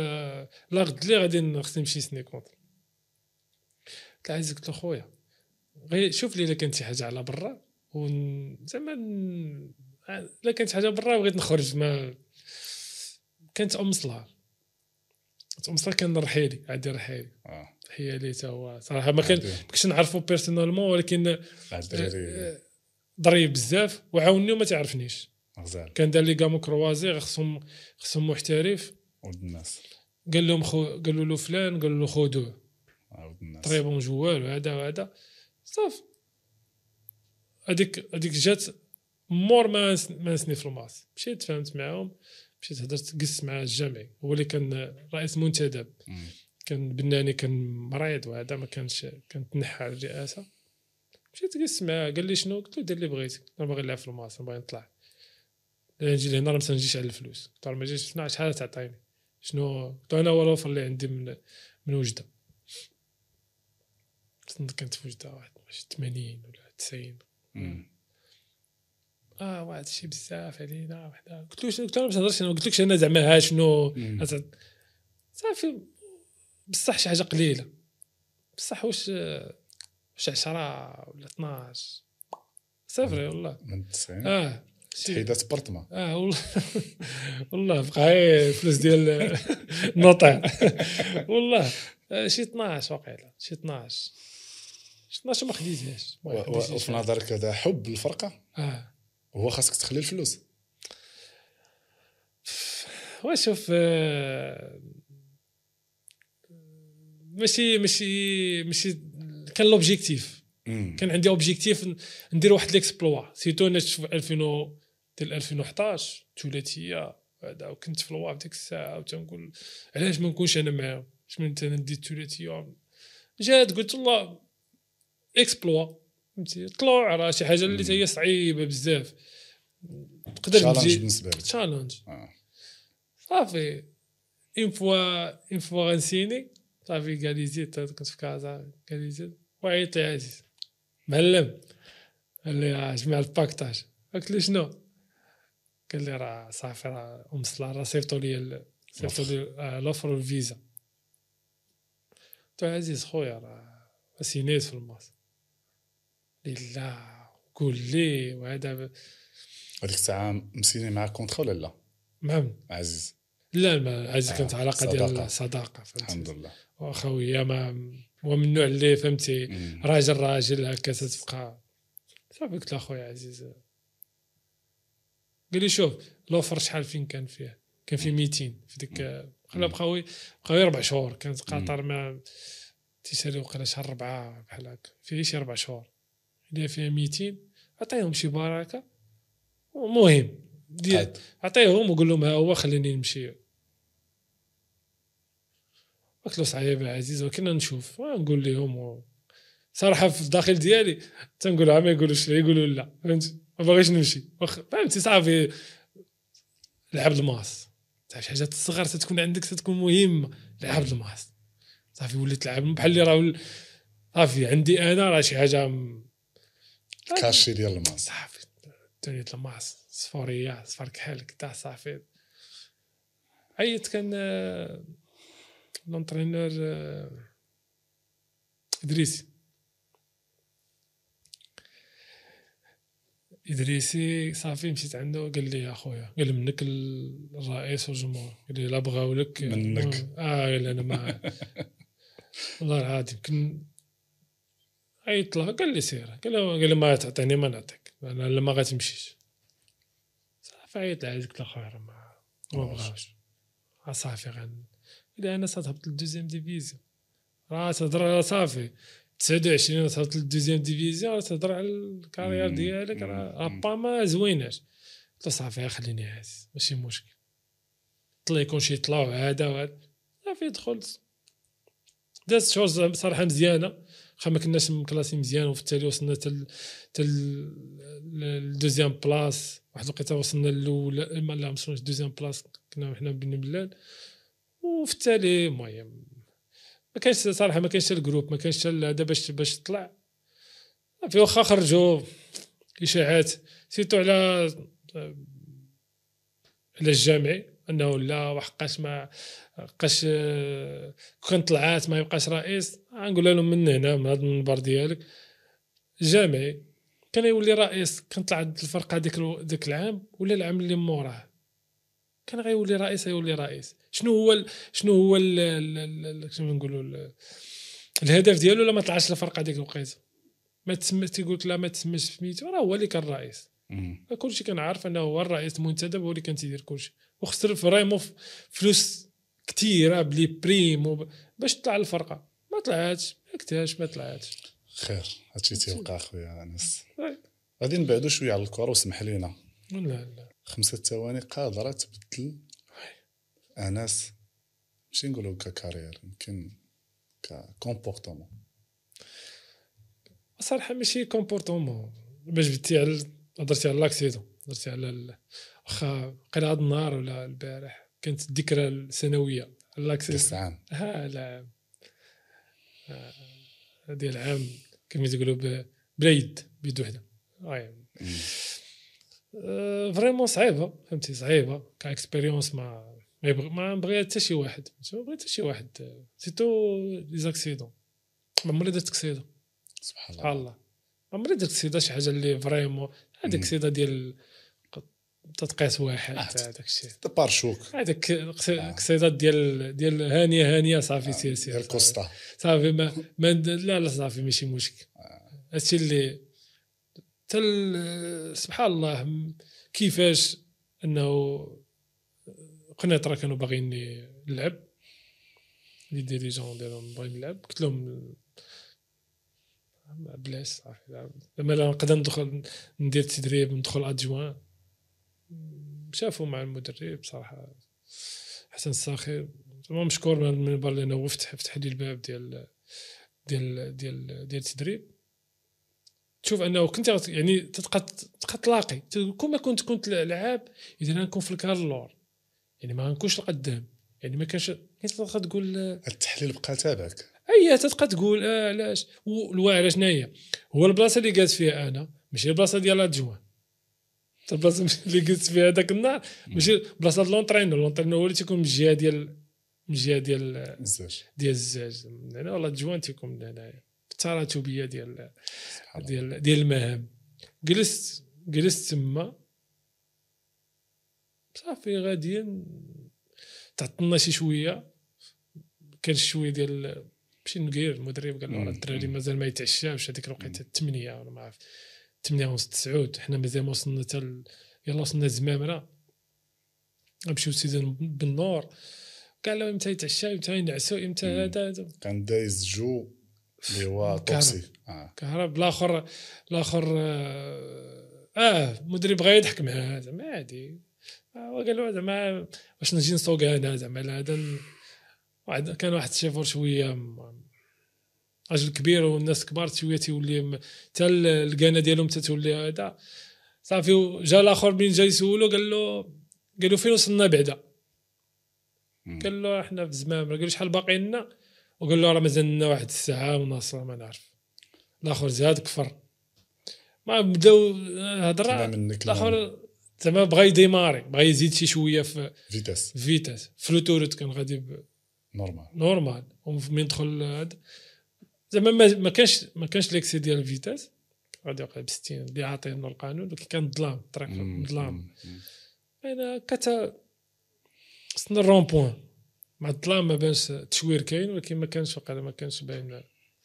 لا غد لي غادي خصني نمشي سني كونطر. قلت عايزك قلت له خويا غير شوف لي الا كانت شي حاجه على برا زعما الا كانت حاجه برا بغيت نخرج ما كانت ام صلاه ام صلاه كان رحيلي عادي رحيلي اه هي اللي تا هو صراحه ما كان كنتش نعرفو بيرسونالمون ولكن الدراري ضريب بزاف وعاونني وما تعرفنيش غزال كان دار لي كامو كروازي خصهم خصهم محترف ولد الناس قال لهم خو قالوا له فلان قالوا له خذوه ولد الناس طريبون جوال وهذا وهذا صافي هذيك هذيك جات مور ما ما نسني في الماس مشيت تفاهمت معاهم مشيت هضرت قست مع الجامعي هو اللي كان رئيس منتدب كان بناني كان مريض وهذا ما كانش كان تنحى على الرئاسه مشيت قست معاه قال لي شنو قلت له دير اللي بغيتي انا باغي نلعب في الماس باغي نطلع نجي لهنا راه ما نجيش على الفلوس قلت له ما جيش شحال تعطيني شنو قلت انا هو الاوفر اللي عندي من من وجده كنت في وجده واحد ماشي ثمانين ولا تسعين اه واحد الشيء بزاف علينا وحده قلت له شنو قلت له باش نهضرش انا قلت لكش انا زعما ها شنو صافي بصح شي حاجه قليله بصح واش واش عشرة ولا اثناش صافي والله من تسعين اه تحيدات برطمه اه والله والله بقى فلوس ديال النوطع والله شي اثناش واقيلا شي اثناش شي اثناش ما خديتهاش وفي نظرك هذا حب الفرقه اه هو خاصك تخلي الفلوس وشوف آه ماشي ماشي ماشي كان لوبجيكتيف كان عندي اوبجيكتيف ندير واحد ليكسبلوا سيتو انا في ألفين ديال ألفين وحطاش ثلاثيه هذا وكنت في الواف ديك الساعه وتنقول علاش ما نكونش انا معاهم باش من انا ندير ثلاثيه جات قلت الله اكسبلوا فهمتي طلوع راه شي حاجه اللي هي صعيبه بزاف تقدر تجي بالنسبه لك تشالنج صافي اون فوا اون فوا غنسيني صافي قال لي زيد كنت في كازا قال لي زيد وعيط لي عزيز معلم قال لي جمع الباكتاج قلت له شنو قال لي راه صافي راه ام صلا راه صيفطوا لي صيفطوا لي لوفر والفيزا قلت له عزيز خويا راه سينيت في الماس لا قول لي وهذا هذيك الساعه مسيني معك كونترا ولا لا مع عزيز لا ما عزيز كانت آه علاقه ديال الصداقه الحمد لله واخويا ما هو من النوع اللي فهمتي راجل راجل هكا تتبقى صافي قلت له اخويا عزيز قال لي شوف لوفر شحال فين كان فيه كان فيه ميتين في ديك خلا بقاو بقاو اربع شهور كانت قطر ما تيشري وقيلا شهر أربعة بحال هكا فيه شي اربع شهور اللي فيها ميتين عطيهم شي بركه المهم ديال عطيهم وقول لهم ها هو خليني نمشي قلت له صعيب عزيز وكنا نشوف نقول لهم صراحه في الداخل ديالي تنقول ها ما يقولوش لا يقولوا لا فهمت ما باغيش نمشي فهمتي صافي لعب الماس صافي شي حاجه الصغر تتكون عندك تتكون مهمه لعب الماس صافي وليت لعب بحال اللي راه صافي عندي انا راه شي حاجه كاشي ديال الماس صافي ثاني الماس صفوريه صفر كحل كدا صافي عيط كان لونترينور ادريسي ادريسي صافي مشيت عنده قال لي يا خويا قال منك الرئيس والجمهور قال لي لا بغاو لك منك اه قال انا ما والله العظيم يمكن عيط له قال لي سير قال له قال لي ما تعطيني ما نعطيك انا لا ما غاتمشيش صافي عيط له قلت له خويا ما ما بغاوش صافي غن الا انا صافي للدوزيام ديفيزيون راه تهضر صافي تسعة وعشرين تهضر للدوزيام ديفيزيون تهضر على الكارير ديالك راه با ما زويناش قلت صافي خليني عاز ماشي مشكل طلع يكون شي طلع هذا وهذا صافي دخلت دازت شهور صراحه مزيانه واخا ما كناش مكلاسي مزيان وفي التالي وصلنا تل تل الدوزيام بلاص واحد الوقيته وصلنا الاولى ما لا وصلناش دوزيام بلاص كنا حنا بن بلال وفي التالي المهم ما كانش صراحه ما كانش الجروب ما كانش هذا باش باش تطلع في واخا خرجوا اشاعات سيتو على على الجامعي انه لا وحقاش ما بقاش كون طلعات ما يبقاش رئيس نقول لهم من هنا من هذا المنبر ديالك جامعي كان يولي رئيس، كان طلع الفرقه ديك ديك العام ولا العام اللي موراه كان غيولي رئيس يولي رئيس. شنو هو ال... شنو هو ال... شنو نقولوا الهدف ديالو؟ لا ما طلعش الفرقه ديك الوقيته ما تسمى تيقول لا ما تسمش سميتو، راه هو اللي كان رئيس. كلشي كان عارف انه هو الرئيس المنتدب، هو اللي كان تيدير كلشي، وخسر فريمون فلوس كثيره بلي بريم وب... باش تطلع الفرقه. ما طلعاتش، ما كتاش ما طلعاتش. خير هادشي تيوقع اخويا انس. غادي نبعدوا شويه على الكره وسمح لينا. لا لا خمسة ثواني قادره تبدل انس، ماشي نقولوا ككارير، يمكن ككومبورتمون. صراحه ماشي كومبورتمون. باش بديتي على هضرتي على لاكسيدون، هضرتي على واخا قيل هذا النهار ولا البارح كانت الذكرى السنويه لاكسيدون عام ها لا ديال العام كما تقولوا بريد بيد وحده. اي أه فريمون صعيبه، فهمتي، صعيبه كاكسبيريونس. ما ما يبغي ما بغى حتى شي واحد، ما بغى حتى شي واحد سيتو لي زاكسيدون. ما عمري درت اكسيدون سبحان الله. سبحان الله ما عمري درت اكسيدون شي حاجه اللي فريمون هذيك اكسيدون ديال تتقيس واحد هذاك الشيء بارشوك هذاك اكسيدات ديال ديال هانيه هانيه صافي سير سير ديال كوستا صافي ما, ما لا لا صافي ماشي مشكل. هادشي اللي تل سبحان الله كيفاش انه قنيطره كانوا باغيين نلعب، لي ديريجون ديالهم باغيين نلعب، قلت لهم بلاش صافي لما لا نقدر ندخل ندير تدريب ندخل ادجوان. شافوا مع المدرب صراحه حسن الساخي مشكور من المنبر لانه هو فتح فتح لي الباب ديال ديال ديال ديال التدريب. تشوف انه كنت يعني تبقى تبقى تلاقي كما كنت كنت لعاب اذا نكون في الكارلور يعني ما نكونش لقدام يعني ما كانش تبقى تقول التحليل بقى تابعك اي تبقى تقول اه علاش والواعره شناهي هو البلاصه اللي جالس فيها انا ماشي البلاصه ديال الادجوان. البلاصه اللي جلست فيها هذاك النهار ماشي بلاصه لونطرينور لونطرينور هو اللي تيكون من الجهه ديال من الجهه ديال الزاج ديال الزاج يعني والله الجوان تيكون من هنايا التراتبيه ديال ديال ديال المهام. جلست جلست تما صافي غاديين تعطلنا شي شويه كان شويه ديال مشي نقير المدرب قال له راه الدراري مازال ما يتعشاوش هذيك الوقيته الثمانية ولا ما عرفت ثمانية ونص تسعود حنا مازال ما وصلنا حتى يلا وصلنا الزمامره نمشيو سيزون بالنور قال له امتى يتعشى امتى ينعسوا امتى هذا كان دايز جو اللي هو توكسي اه كهرب. الاخر الاخر اه, آه مدرب بغى يضحك معاه زعما عادي آه قال له زعما واش نجي نسوق انا زعما هذا واحد كان واحد الشيفور شويه راجل كبير والناس كبار شويه تيولي حتى القناه ديالهم تتولي هذا صافي. جا الاخر بين جاي يسولو قال له قال له فين وصلنا بعدا قال له احنا في الزمام. قال له شحال باقي لنا وقال له راه مازال لنا واحد الساعه ونص ما نعرف. الاخر زاد كفر ما بداو هضره الاخر زعما بغى يديماري بغى يزيد شي شويه في فيتاس فيتاس فلوتورت كان غادي نورمال نورمال ومن يدخل هذا زعما ما كانش ما كانش ليكسي ديال الفيتاس غادي يوقع ب ستين اللي عاطينا القانون ولكن كان ظلام الطريق ظلام. انا كتا وصلنا الرون بوين مع الظلام ما بانش التشوير كاين ولكن ما كانش وقيلا ما كانش باين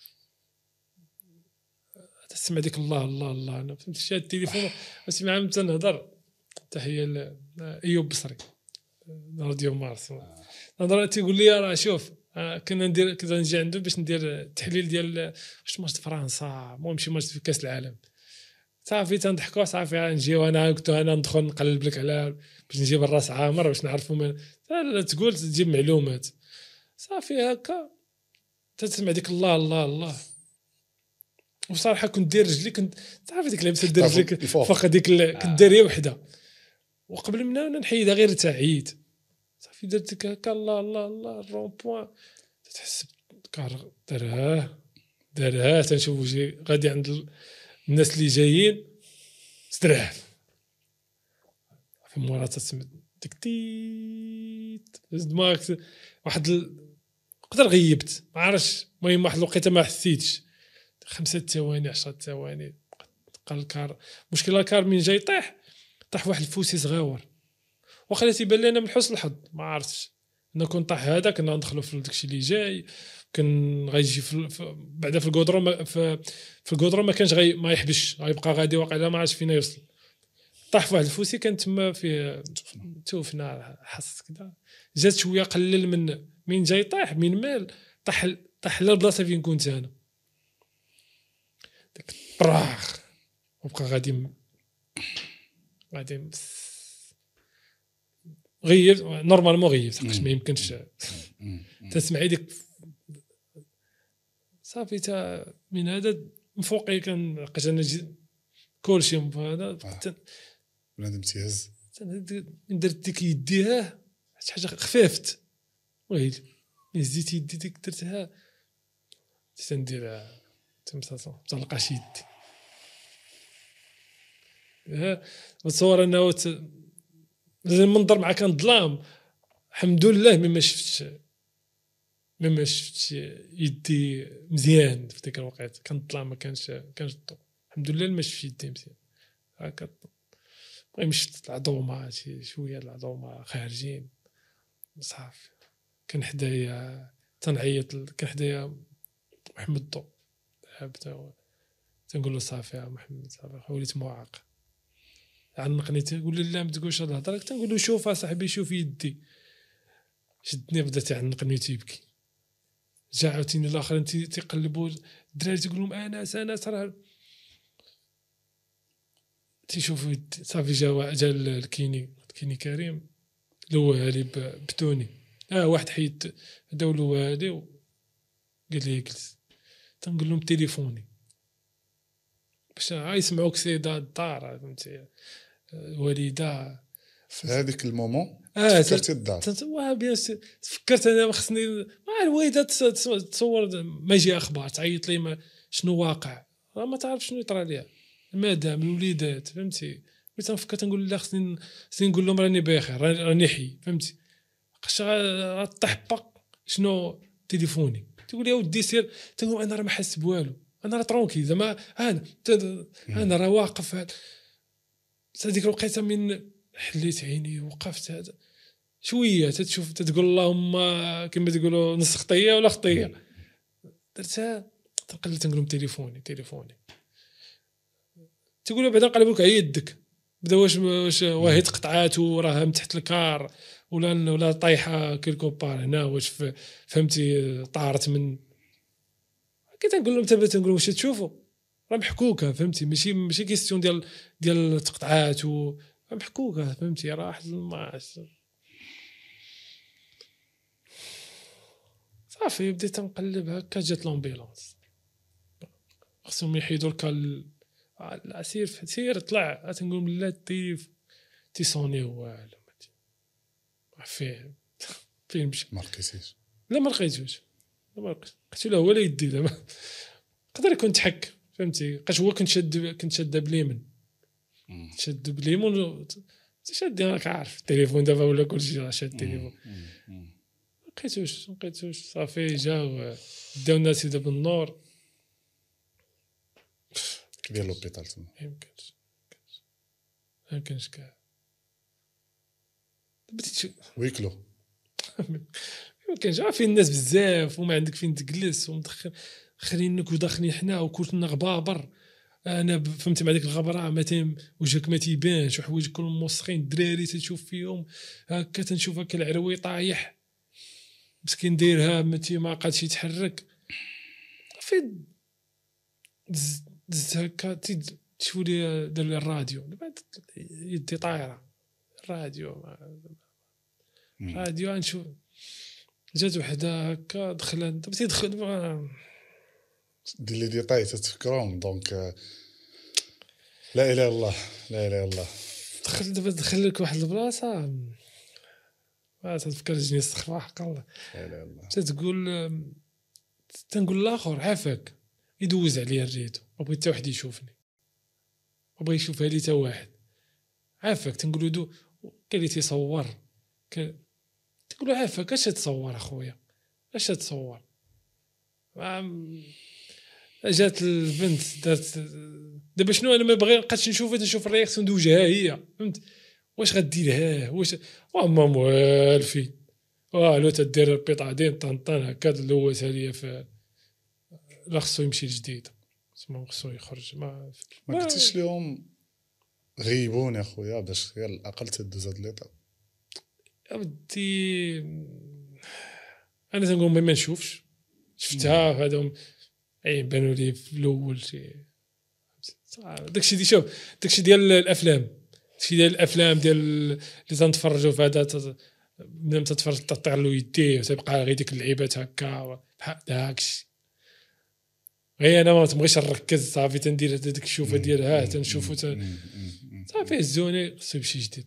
تسمع ديك الله الله الله. انا فهمت شي التليفون اسمع عم تنهضر تحيه لايوب بصري راديو مارس نهضر تيقول لي راه شوف كنا ندير كنا نجي عنده باش ندير التحليل ديال واش ماتش فرنسا المهم شي ماتش في كاس العالم صافي تنضحكوا صافي نجيو انا قلت انا ندخل نقلب لك على باش نجيب الراس عامر باش نعرفوا من لا تقول تجيب معلومات صافي هكا تسمع ديك الله الله الله. وصراحه كنت دير رجلي كنت صافي ديك لابسه دير رجلك فوق هذيك كنت داير وحده وقبل منها انا نحيدها غير تعييت صافي درت ديك هكا الله الله الله الرون بوين تحس كار دارها دارها تنشوفو شي غادي عند الناس اللي جايين استريح في مورا تسمع ديك تيت دماغك واحد ال... قدر غيبت ما عرفتش المهم واحد الوقيته ما حسيتش خمسة ثواني عشرة ثواني قال الكار. مشكله الكار من جاي طيح طاح واحد الفوسي صغيور، وخلات يبان لنا من حسن الحظ ما عرفتش انا كون طاح هذا كنا ندخلوا في داكشي اللي جاي كان غيجي في, في بعدا في الكودرون في, في الكودرون ما كانش غي ما يحبش غيبقى غادي واقيلا ما عرفتش فين يوصل. طاح في واحد الفوسي كان تما فيه توفنا حس كذا جات شويه قلل من من جاي طاح من مال طاح طاح للبلاصه فين كنت انا داك طراخ وبقى غادي غادي غيب نورمالمون غيب سقش ما يمكنش تسمعي ديك صافي تا من هذا من فوقي كان لقيت انا كلشي هذا بنادم تيهز درت ديك يديها شي حاجه خفافت ويلي هزيت يدي ديك درتها تنديرها تمساسون تلقى شي يدي ها بتصور انه المنظر مع كان ظلام الحمد لله مما شفتش مما شفتش يدي مزيان في ديك الوقت كان ظلام ما كانش كانش الضوء الحمد لله ما شفتش يدي مزيان هكا المهم شفت العظومه شي شويه العظومه خارجين صافي كان حدايا تنعيط كان حدايا محمد الضوء حبته تنقول له صافي يا محمد صافي وليت معاق عنقني تقول لي لا ما تقولش الهضره تنقول له شوف اصاحبي شوف يدي شدني بدات يعنقني تيبكي جا عاوتاني الاخرين تيقلبوا الدراري تيقول لهم انا انا راه تيشوفوا صافي جا جا الكيني كيني كريم لوالي بتوني اه واحد حيد داو لوالي قال لي جلس تنقول لهم تليفوني باش يسمعوك سيده الدار فهمتي الوالده في هذيك المومون اه فكرتي الدار واه بيان فكرت انا خصني مع الوالده تصور ما يجي اخبار تعيط لي ما شنو واقع ما تعرف شنو يطرى ليها المدام الوليدات فهمتي بغيت نفكر تنقول لا خصني خصني نقول لهم راني بخير راني حي فهمتي خاش غطحبق شنو تليفوني تقول يا ودي سير تنقول انا راه ما حاس بوالو انا راه ترونكي زعما انا انا راه واقف هذيك الوقيته من حليت عيني وقفت هذا شويه تتشوف تتقول اللهم كما تقولوا نص خطيه ولا خطيه درتها تنقل تنقول تليفوني تليفوني تقول بعدا نقلبوا لك على يدك بدا واش واش واهي تقطعات وراه من تحت الكار ولا ولا طايحه كيلكو بار هنا واش فهمتي طارت من كي تنقول لهم تبدا تنقول واش تشوفوا راه محكوكه فهمتي ماشي ماشي كيستيون ديال ديال التقطعات و محكوكه فهمتي راه واحد ما صافي بديت نقلب هكا جات لومبيلونس خصهم يحيدوا الكال العسير سير طلع تنقول لا تيف تيصوني والو فيه فين مشى ما لقيتيش لا ما لقيتوش لا ما لقيت قلت له ولا يدي دابا قدر يكون تحك فهمتي بقيت هو كنت شاد كنت شاده بليمون شاد بليمون شاد راك عارف التليفون دابا ولا كلشي راه شاد التليفون لقيتوش لقيتوش صافي جاو داو الناس دابا النور كبير لوبيتال تما يمكنش يمكنش كاع بديت ويكلو يمكنش فين الناس بزاف وما عندك فين تجلس ومدخل خلينك وداخلين حنا وكلنا غبابر انا فهمت مع ديك الغبره ما وجهك ما تيبانش وحوايجك كلهم موسخين الدراري تشوف فيهم هكا تنشوف هكا العروي طايح مسكين دايرها متي ما قادش يتحرك في دز هكا تشوف لي دار لي الراديو يدي طايره الراديو الراديو نشوف جات وحده هكا دخلت انت تيدخل دير لي ديطاي تتفكرهم دونك لا اله الا الله لا اله الا الله دخل دابا دخل لك واحد البلاصه ما تفكر جني استغفر حق الله لا اله الا الله تتقول تنقول الاخر عافاك يدوز عليا الريتو ما بغيت حتى واحد يشوفني ما بغى يشوفها لي حتى واحد عافاك تنقولوا دو قال لي تيصور تقولوا عافاك اش تصور اخويا اش تصور جات البنت دارت دابا شنو انا ما بغي نبقاش نشوف نشوف الرياكسيون د وجهها هي فهمت واش غديرها واش وما موالفين والو تدير البيطادين طنطان هكا لوتها ليا في لا خصو يمشي لجديد ما خصو يخرج ما ما قلتيش لهم غيبوني اخويا باش غير الاقل تدوز هاد ليطاب ودي انا تنقول ما نشوفش شفتها هذوم اي بانوا لي في الاول شي داكشي دي شوف داكشي ديال الافلام داكشي ديال الافلام ديال اللي تنتفرجوا في هذا ملي تتفرج تطير له يديه وتبقى غير ديك اللعيبات هكا بحال داكشي غير انا ما تبغيش نركز صافي تندير هذيك الشوفه ديالها تنشوفو صافي الزوني خصو يمشي جديد.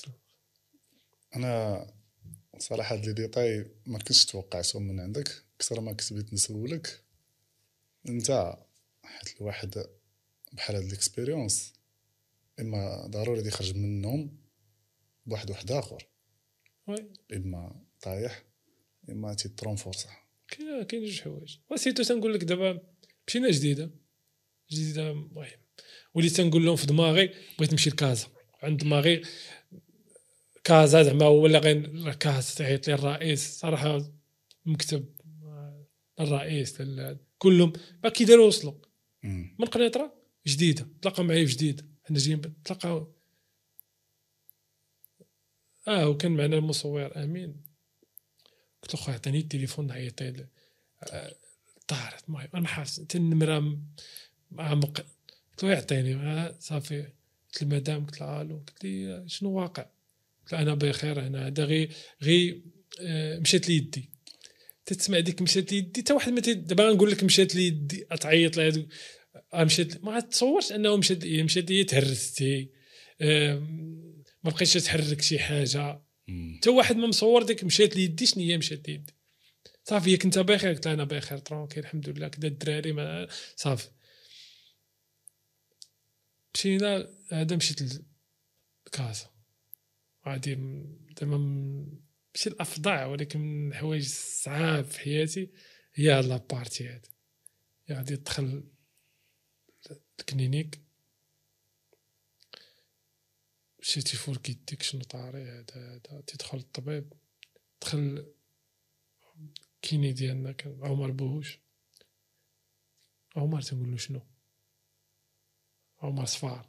انا صراحه هاد لي ديتاي ما كنتش توقعتهم من عندك اكثر ما كنت بغيت نسولك انت حيت الواحد بحال هاد ليكسبيريونس اما ضروري دي يخرج منهم بواحد واحد اخر وي اما طايح اما تيترونفورسا كاين كاين جوج حوايج وسيتو تنقول لك دابا مشينا جديده جديده المهم وليت تنقول لهم في دماغي بغيت نمشي لكازا عند دماغي كازا زعما ولا غير كاز تعيط لي الرئيس صراحه مكتب الرئيس كلهم ما كيديروا وصلوا من قنيطره جديده تلاقى معايا في جديد حنا جايين تلاقاو اه وكان معنا المصور امين قلت له خويا عطيني التليفون نعيط له طارت المهم انا حاس حتى النمره مع مق... قلت له يعطيني صافي قلت المدام قلت لها الو قلت لي شنو واقع قلت له انا بخير هنا هذا غي غي آه مشات لي يدي تسمع ديك مشات لي يدي حتى واحد ما دابا نقول لك مشات لي يدي تعيط لها هذوك مشات ما تصورش انه مشات مشات لي تهرستي آه ما بقيتش تحرك شي حاجه حتى واحد ما مصور ديك مشات لي يدي شنو هي مشات لي يدي صافي ياك انت بخير قلت انا بخير ترونكيل الحمد لله كدا الدراري ما صافي مشينا هذا مشيت لكازا غادي زعما ماشي الافضع ولكن من الحوايج الصعاب في حياتي هي هاد لابارتي هادي غادي تدخل الكلينيك مشيتي فور كيديك شنو طاري هذا هذا تدخل الطبيب دخل كيني ديالنا كان عمر بوهوش عمر تنقول له شنو عمر صفار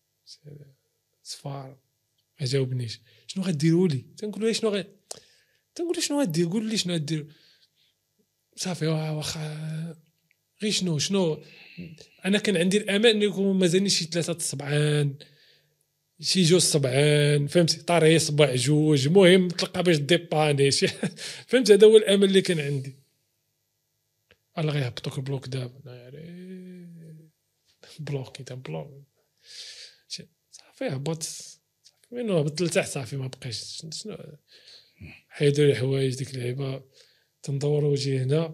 صفار ما جاوبنيش شنو غديروا لي تنقول له شنو غي تنقول له شنو غدير قول لي شنو غدير صافي واخا غير شنو شنو انا كان عندي الامل انه يكون مازالني شي ثلاثه الصبعان شي جوج صبعان فهمتي طاري صبع جوج المهم تلقى باش ديباني شي فهمت هذا هو الامل اللي كان عندي الله غيهبطوك البلوك دابا يعني بلوكي تا بلوك صافي هبط منو هبط لتحت صافي ما بقيش شنو حيدوا لي حوايج ديك اللعيبه تندور وجهي هنا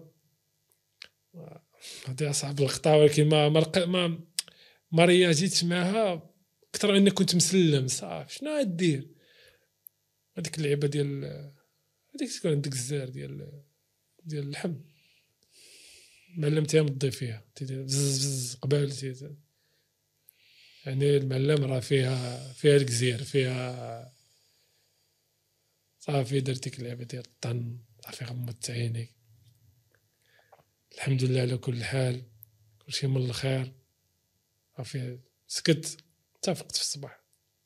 هذه اصعب الخطا ولكن ما ما ما, ما رياجيتش معها اكثر اني كنت مسلم صافي شنو غدير هذيك اللعبه ديال هذيك تكون عندك الزار ديال ديال اللحم معلمتها مضي فيها بزز قبال يعني المعلم راه فيها فيها الكزير فيها صافي درتيك اللعبه ديال الطن صافي غمضت عينيك الحمد لله على كل حال كلشي من الخير صافي سكت اتفقت في الصباح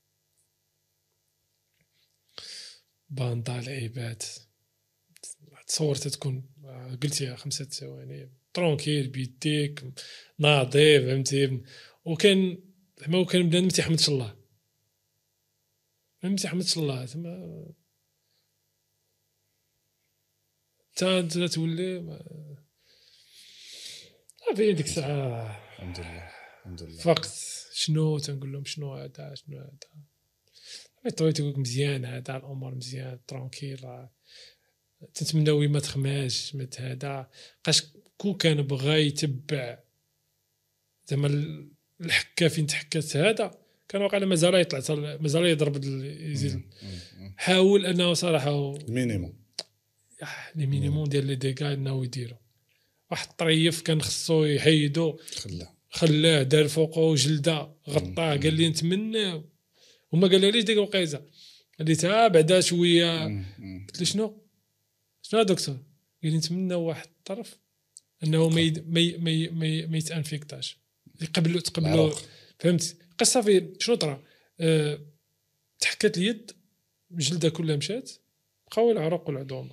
باندا العيبات تصورت تكون قلتيها خمسة ثواني ترونكيل بيديك ناضي فهمتي وكان زعما وكان بنادم تيحمدش الله ما تيحمدش الله زعما تا تولي صافي ديك الساعه الحمد لله الحمد لله فقط شنو تنقول لهم شنو هذا شنو هذا طويت تقولك مزيان هذا الامور مزيان ترونكيل تنتمناوي ما تخماش ما هذا بقاش كون كان بغى يتبع زعما الحكه فين تحكات هذا كان واقع مازال يطلع مازال يضرب يزيد حاول انه صراحه المينيموم لي مينيموم ديال لي ديغا انه يديروا واحد الطريف كان خصو يحيدو خلاه خلاه دار فوقو جلده غطاه قال لي نتمنى وما قال ليش ديك الوقيته قال لي تا بعدا شويه قلت له شنو شنو دكتور قال لي نتمنى واحد الطرف انه ما ما ما ما يتانفيكتاش يقبلوا تقبلوا فهمت قصه في شنو طرا أه تحكت اليد الجلده كلها مشات بقاو العروق والعظام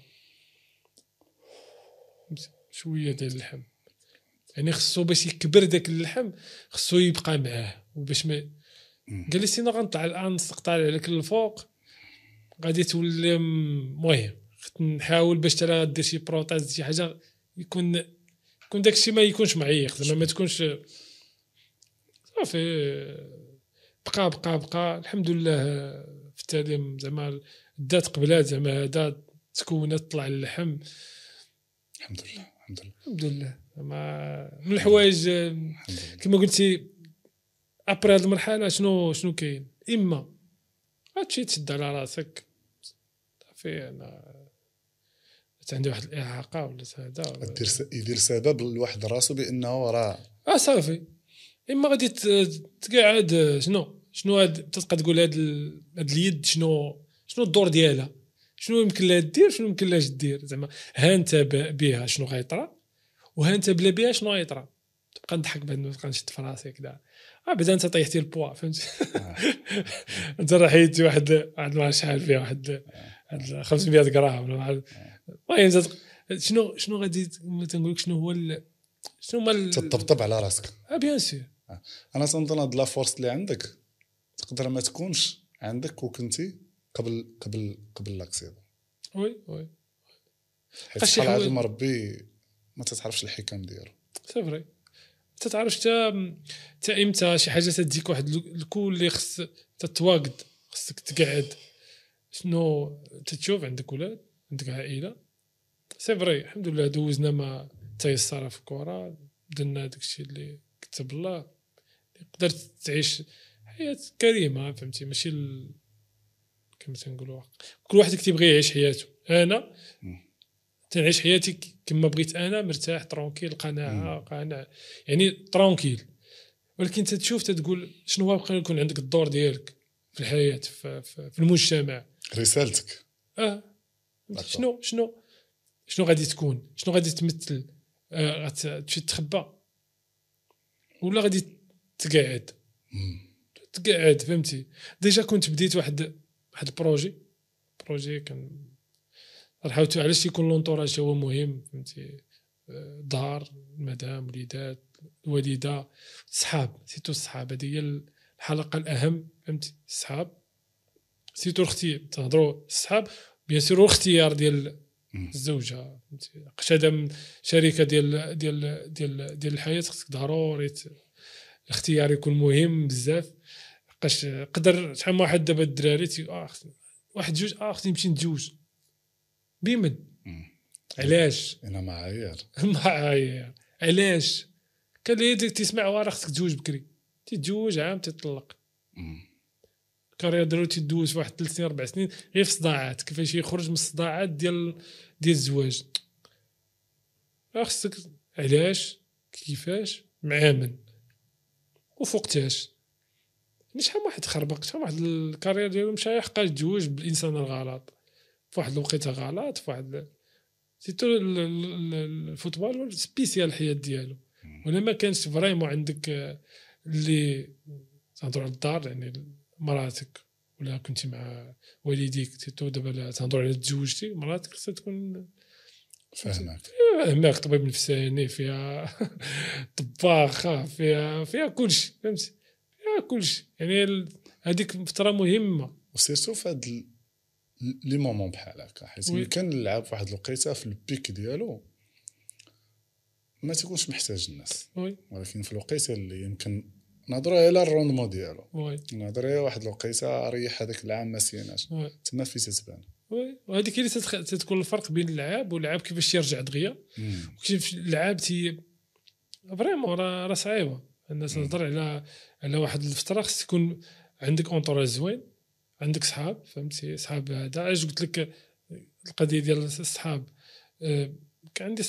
شويه ديال اللحم يعني خصو باش يكبر داك اللحم خصو يبقى معاه وباش ما قال لي سينا غنطلع الان نسقط عليك للفوق غادي تولي المهم نحاول باش ترى دير شي بروتاز شي حاجه يكون يكون داكشي ما يكونش معيق زعما ما تكونش صافي بقى بقى بقى الحمد لله في التعليم زعما دات قبلات زعما هذا تكونات طلع اللحم الحمد لله الحمد لله الحمد لله ما من الحوايج كما قلتي ابري هذه المرحله شنو شنو كاين اما غتمشي تشد على راسك صافي انا عندي واحد الاعاقه ولا هذا دير يدير سبب لواحد راسو بانه راه اه صافي اما غادي تقعد شنو شنو هاد تبقى تقول هاد هاد اليد شنو شنو الدور ديالها شنو يمكن لها دير شنو يمكن لها دير زعما ها انت بها شنو غيطرا وها انت بلا بها شنو غيطرا تبقى نضحك بعد نبقى نشد في راسي كذا اه بعدا انت طيحتي البوا فهمت انت راه حيدتي واحد واحد ما شحال فيها واحد واحد خمسمية غرام ولا المهم شنو شنو غادي تنقول لك شنو هو شنو ما تطبطب على راسك اه بيان سور انا تنظن هاد لا فورس اللي عندك تقدر ما تكونش عندك وكنتي قبل قبل قبل لاكسيدون وي وي حيت شحال هذا المربي ما تتعرفش الحكم ديالو سي فري تتعرفش حتى حتى امتى شي حاجه تديك واحد الكول اللي خص تتواجد خصك تقعد شنو تتشوف عندك ولاد عندك عائله سي فري الحمد لله دوزنا ما تيسر في الكره درنا داكشي اللي كتب الله قدرت تعيش حياه كريمه فهمتي ماشي ال... كما تنقولوا كل واحد كيبغي يعيش حياته انا تنعيش حياتي كما بغيت انا مرتاح ترونكيل قناعه قناعه يعني ترونكيل ولكن تتشوف تتقول شنو هو بقى يكون عندك الدور ديالك في الحياه في, في, في المجتمع رسالتك اه شنو شنو شنو غادي تكون شنو غادي تمثل آه غتمشي تخبى ولا غادي تقعد تقعد فهمتي ديجا كنت بديت واحد واحد البروجي بروجي كان حاولت علاش يكون لونطوراج هو مهم فهمتي دار المدام وليدات الوالده الصحاب سيتو الصحاب هذه هي الحلقه الاهم فهمتي الصحاب سيتو اختي تهضروا الصحاب بيان سور الاختيار ديال الزوجه فهمتي قشاده شركه ديال ديال ديال ديال الحياه خصك ضروري الاختيار يكون مهم بزاف لقاش قدر شحال من واحد دابا الدراري اه واحد جوج اه خصني نمشي نتزوج بمن علاش انا معايير معايير علاش كان لي تسمع ورا خصك تزوج بكري تتزوج عام تطلق كارير ديالو تدوز في واحد ثلاث سنين اربع سنين غير في صداعات كيفاش يخرج من الصداعات ديال ديال الزواج خصك علاش كيفاش مع من وفوقتاش شحال واحد خربق شحال واحد الكارير ديالو مشى يحقق يتزوج بالانسان الغلط في واحد الوقيته غلط في واحد سيتو الفوتبول سبيسيال الحياه ديالو ولا ما كانش فريمون عندك اللي تهضروا على الدار يعني مراتك ولا كنتي مع والديك سيتو دابا تهضروا على تزوجتي مراتك خصها تكون فاهمك فاهمك طبيب نفساني فيها طباخه فيها فيها كلشي فهمتي فيها كلشي يعني هذيك فتره مهمه وسيرتو في هاد لي مومون بحال هكا حيت ملي كان اللعاب في واحد الوقيته في البيك ديالو ما تيكونش محتاج الناس وي ولكن في الوقيته اللي يمكن نهضروا على الروندمون ديالو وي نهضروا على واحد الوقيته ريح هذاك العام ما سيناش تما في تتبان وي وهذيك اللي تتخ... تتكون الفرق بين اللعاب واللعاب كيفاش يرجع دغيا وكيف اللعاب تي فريمون راه راه صعيبه الناس تهضر على على واحد الفتره خص يكون عندك اونطوراج زوين عندك صحاب فهمتي صحاب هذا علاش قلت لك القضيه ديال الصحاب أه كان عندي صحاب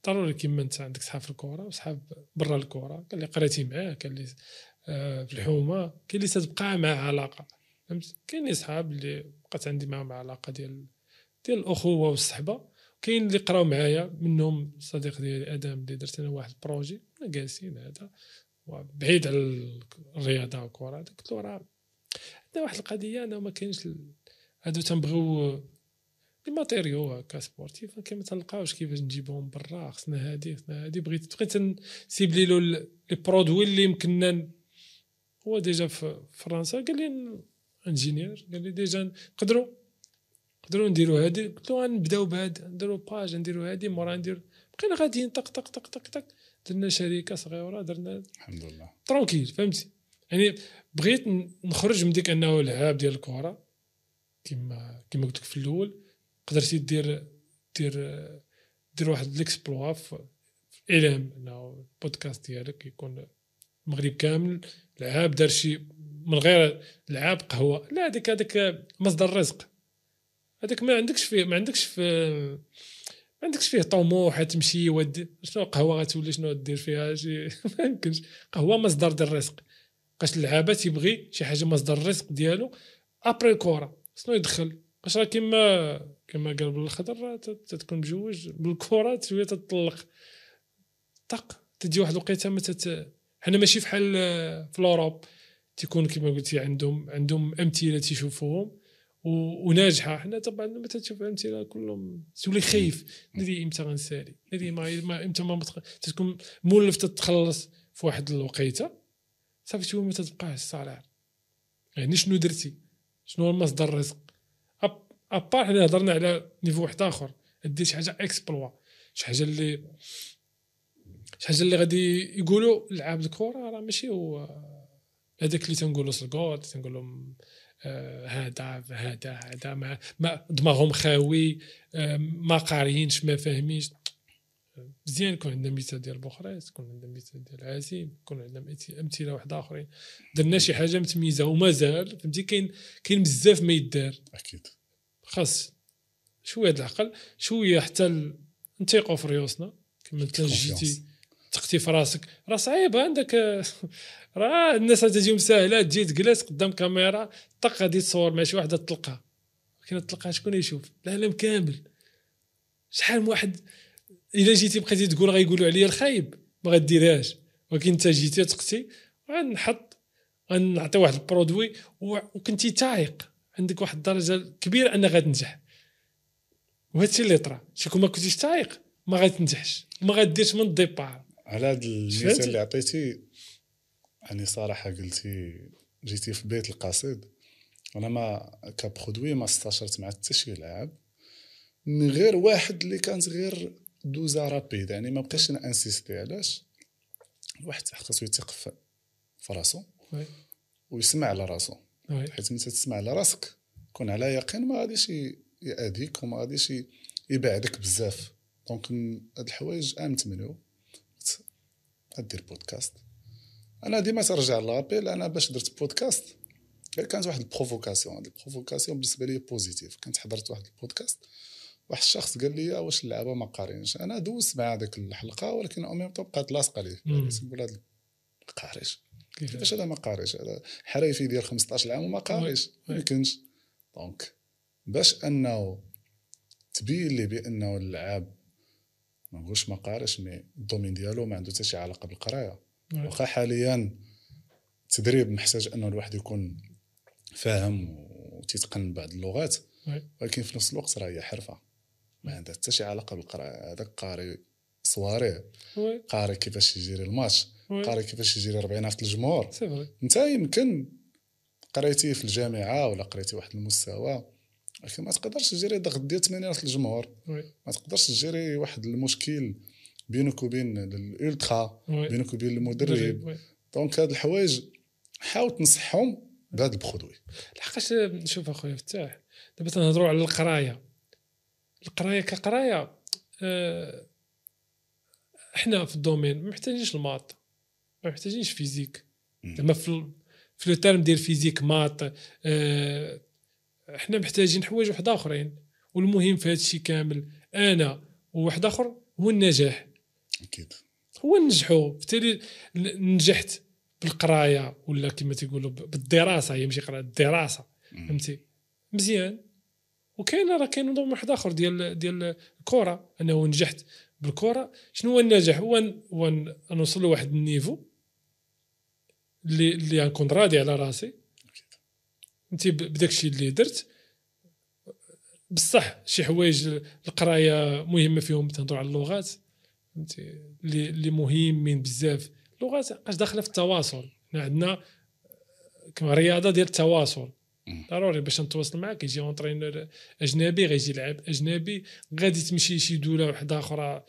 ضروري كيما انت عندك صحاب في الكره وصحاب برا الكره، كاين اللي قريتي معاه، كاين اللي آه في الحومه، كاين اللي تتبقى معاه علاقه، فهمت؟ كاين صحاب اللي بقات عندي معاهم علاقه ديال ديال الاخوه والصحبه، كاين اللي قراو معايا منهم صديق ديالي ادم اللي درت انا واحد البروجي جالسين هذا بعيد على الرياضه والكره، قلت له راه عندنا واحد القضيه انا ما كاينش هادو تنبغيو لي ماتيريو هكا سبورتيف كما تلقاوش كيفاش نجيبهم برا، خصنا هادي خصنا هادي، بغيت بغيت نسيب لي له لي برودوي اللي يمكننا. هو ديجا في فرنسا قال لي انجينير، قال لي ديجا نقدروا نقدروا نديروا هادي، قلت له غنبداو بهاد نديروا باج نديروا هادي مورا ندير بقينا غاديين طق طق طق طق طق درنا شركه صغيره درنا الحمد لله ترونكيل، فهمتي؟ يعني بغيت نخرج من ديك انه لعاب ديال الكره كما كما قلت لك في الاول، قدرتي دير دير دير واحد ليكسبلوا في اعلام انه البودكاست ديالك يكون المغرب كامل لعاب دار شي من غير لعاب قهوه، لا هذاك هذاك مصدر رزق، هذاك ما عندكش فيه ما عندكش في ما عندكش فيه طموح تمشي ود شنو قهوه غتولي شنو دير فيها شي ما يمكنش. قهوه مصدر ديال الرزق، باش اللعابه تيبغي شي حاجه مصدر الرزق ديالو ابري الكره شنو يدخل، باش راه كيما كما قال بالخضر تتكون مجوج بالكره شويه تطلق طق تجي واحد الوقيته ما تت... حنا ماشي فحال في الاوروب تيكون كما قلتي عندهم عندهم امثله تيشوفوهم وناجحه. حنا طبعا لما تشوف امثله كلهم تولي خايف ندير امتى غنسالي ندير ما امتى ما تكون مولف تتخلص في واحد الوقيته صافي شويه ما تتبقاش الصالح. يعني شنو درتي شنو المصدر الرزق ابار حنا هضرنا على نيفو واحد اخر دير شي حاجه اكسبلوا شي حاجه اللي شي حاجه اللي غادي يقولوا لعاب الكره راه ماشي هو هذاك اللي تنقولوا سلغوت تنقولوا هذا هذا هذا ما, ما دماغهم خاوي ما قاريينش ما فاهمينش. مزيان يكون عندنا مثال ديال بوخريس، يكون عندنا مثال ديال عزيم، يكون عندنا امثله واحد اخرين درنا شي حاجه متميزه ومازال فهمتي كاين كاين بزاف ما يدار. اكيد خاص شويه د العقل شويه حتى نتيقوا في ريوسنا كما انت جيتي تقتي في راسك راه صعيب عندك راه الناس تجيهم ساهله تجي تجلس قدام كاميرا طق غادي تصور مع شي وحده تلقى كاين تلقى شكون يشوف العالم كامل. شحال من واحد الا جيتي بقيتي تقول غيقولوا عليا الخايب ما غديرهاش، ولكن انت جيتي تقتي غنحط غنعطي واحد البرودوي وكنتي تايق عندك واحد الدرجه كبيره ان غتنجح. وهادشي اللي طرا شكون ما كنتيش تايق ما غتنجحش ما غديرش من الديبار. على هذا المثال اللي عطيتي يعني صراحه قلتي جيتي في بيت القصيد انا ما كبرودوي ما استشرت مع حتى شي لاعب من غير واحد اللي كانت غير دوزا رابيد يعني ما بقيتش انا انسيستي. علاش الواحد خاصو يثق في راسو ويسمع على راسو حيت ملي تسمع على راسك كون على يقين ما غاديش يأذيك وما غاديش يبعدك بزاف. دونك هاد الحوايج امنت منه ادير بودكاست. انا ديما ترجع لابيل انا باش درت بودكاست غير كانت واحد البروفوكاسيون. هاد البروفوكاسيون بالنسبه لي بوزيتيف. كنت حضرت واحد البودكاست واحد الشخص قال لي واش اللعابه ما قارينش. انا دوزت مع هذيك الحلقه ولكن امي بقات لاصقه ليه نقول هذا قاريش كيفاش هذا ما قاريش هذا حرايفي ديال خمسطاش عام وما قاريش ما يمكنش. دونك باش انه تبين لي بانه اللعاب ما نقولش ما قاريش مي الدومين ديالو ما عنده حتى شي علاقه بالقرايه. واخا حاليا التدريب محتاج انه الواحد يكون فاهم وتتقن بعض اللغات ولكن في نفس الوقت راه هي حرفه ما عندها حتى شي علاقه بالقرايه. هذاك قاري صواري قاري كيفاش يجري الماتش قاري كيفاش يجري ربعينات الجمهور. انت يمكن قريتي في الجامعه ولا قريتي واحد المستوى ولكن ما تقدرش تجري ضغط ديال ثمانينات الجمهور ما تقدرش تجري واحد المشكل بينك وبين الالترا بينك وبين المدرب. دونك هاد الحوايج حاول تنصحهم بهذا البرودوي. لحقاش نشوف اخويا فتاح دابا تنهضروا على القرايه القرايه كقرايه أه احنا في الدومين ما محتاجينش الماط ما محتاجينش فيزيك زعما في في لو تيرم ديال فيزيك ماط أه احنا محتاجين حوايج واحد اخرين والمهم في هذا الشيء كامل انا وواحد اخر هو النجاح. اكيد هو ننجحوا بالتالي نجحت بالقرايه ولا كما تيقولوا بالدراسه، هي ماشي قرايه الدراسه فهمتي مزيان. وكاين راه كاين نظام واحد اخر ديال ديال الكره، انه نجحت بالكره. شنو هو النجاح؟ هو هو نوصل لواحد النيفو اللي اللي نكون راضي على راسي فهمتي بداك الشيء اللي درت. بصح شي حوايج القرايه مهمه فيهم، تهضروا على اللغات فهمتي اللي اللي مهمين بزاف. اللغات اش داخله في التواصل، حنا عندنا كما رياضه ديال التواصل ضروري باش نتواصل معاك. يجي اونطرينور اجنبي غيجي يلعب اجنبي، غادي تمشي شي دوله واحده اخرى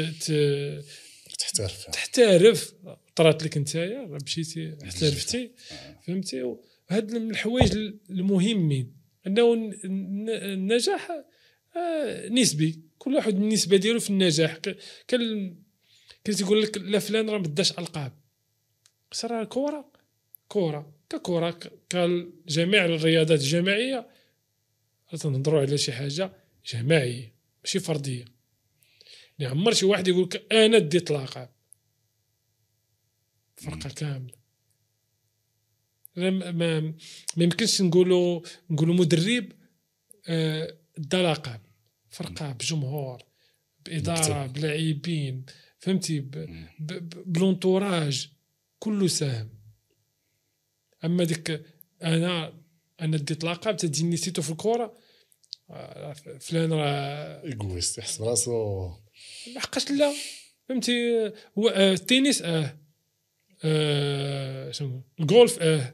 تحترف تحترف طرات لك نتايا مشيتي احترفتي فهمتي. هاد من الحوايج المهمين، انه النجاح نسبي، كل واحد النسبه ديالو في النجاح. كان كان تيقول لك لا فلان راه ما داش القاب، صرا الكره كره ككره كجميع الرياضات الجماعيه تنهضروا على شي حاجه جماعيه ماشي فرديه. يعني عمر شي واحد يقول لك انا ديت العقاب، فرقه كامله. ما ما يمكنش نقولوا نقولوا مدرب آه دا العقاب، فرقه بجمهور باداره بلاعبين فهمتي بلونطوراج كله ساهم. اما ديك انا انا ديت العقاب تجي نسيتو في الكره فلان راه ايغويست يحس براسو لحقاش لا فهمتي. هو آه التنس اه, آه شنو الجولف اه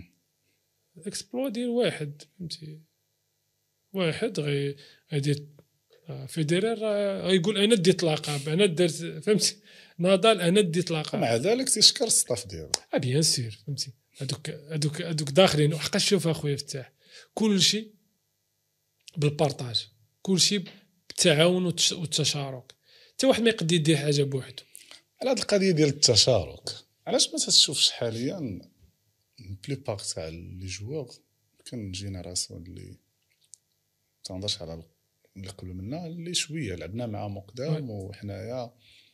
اكسبلو ديال واحد فهمتي، واحد غي غيدير فيدرر غيقول انا ديت العقاب انا درت فهمتي. نادال انا ديت العقاب، مع ذلك تيشكر الصطاف ديالو. اه بيان سير فهمتي. هذوك هذوك هذوك داخلين. وحقاش شوف اخويا فتاح، كل شيء بالبارطاج، كل شيء بالتعاون والتشارك. حتى واحد ما يقدر يدير حاجه بوحده. على هذه القضيه ديال التشارك، علاش ما تشوفش حاليا بلي باغ تاع لي جوور كان جينيراسيون اللي تنهضرش على اللي قبل منا اللي شويه لعبنا معاهم قدام وحنايا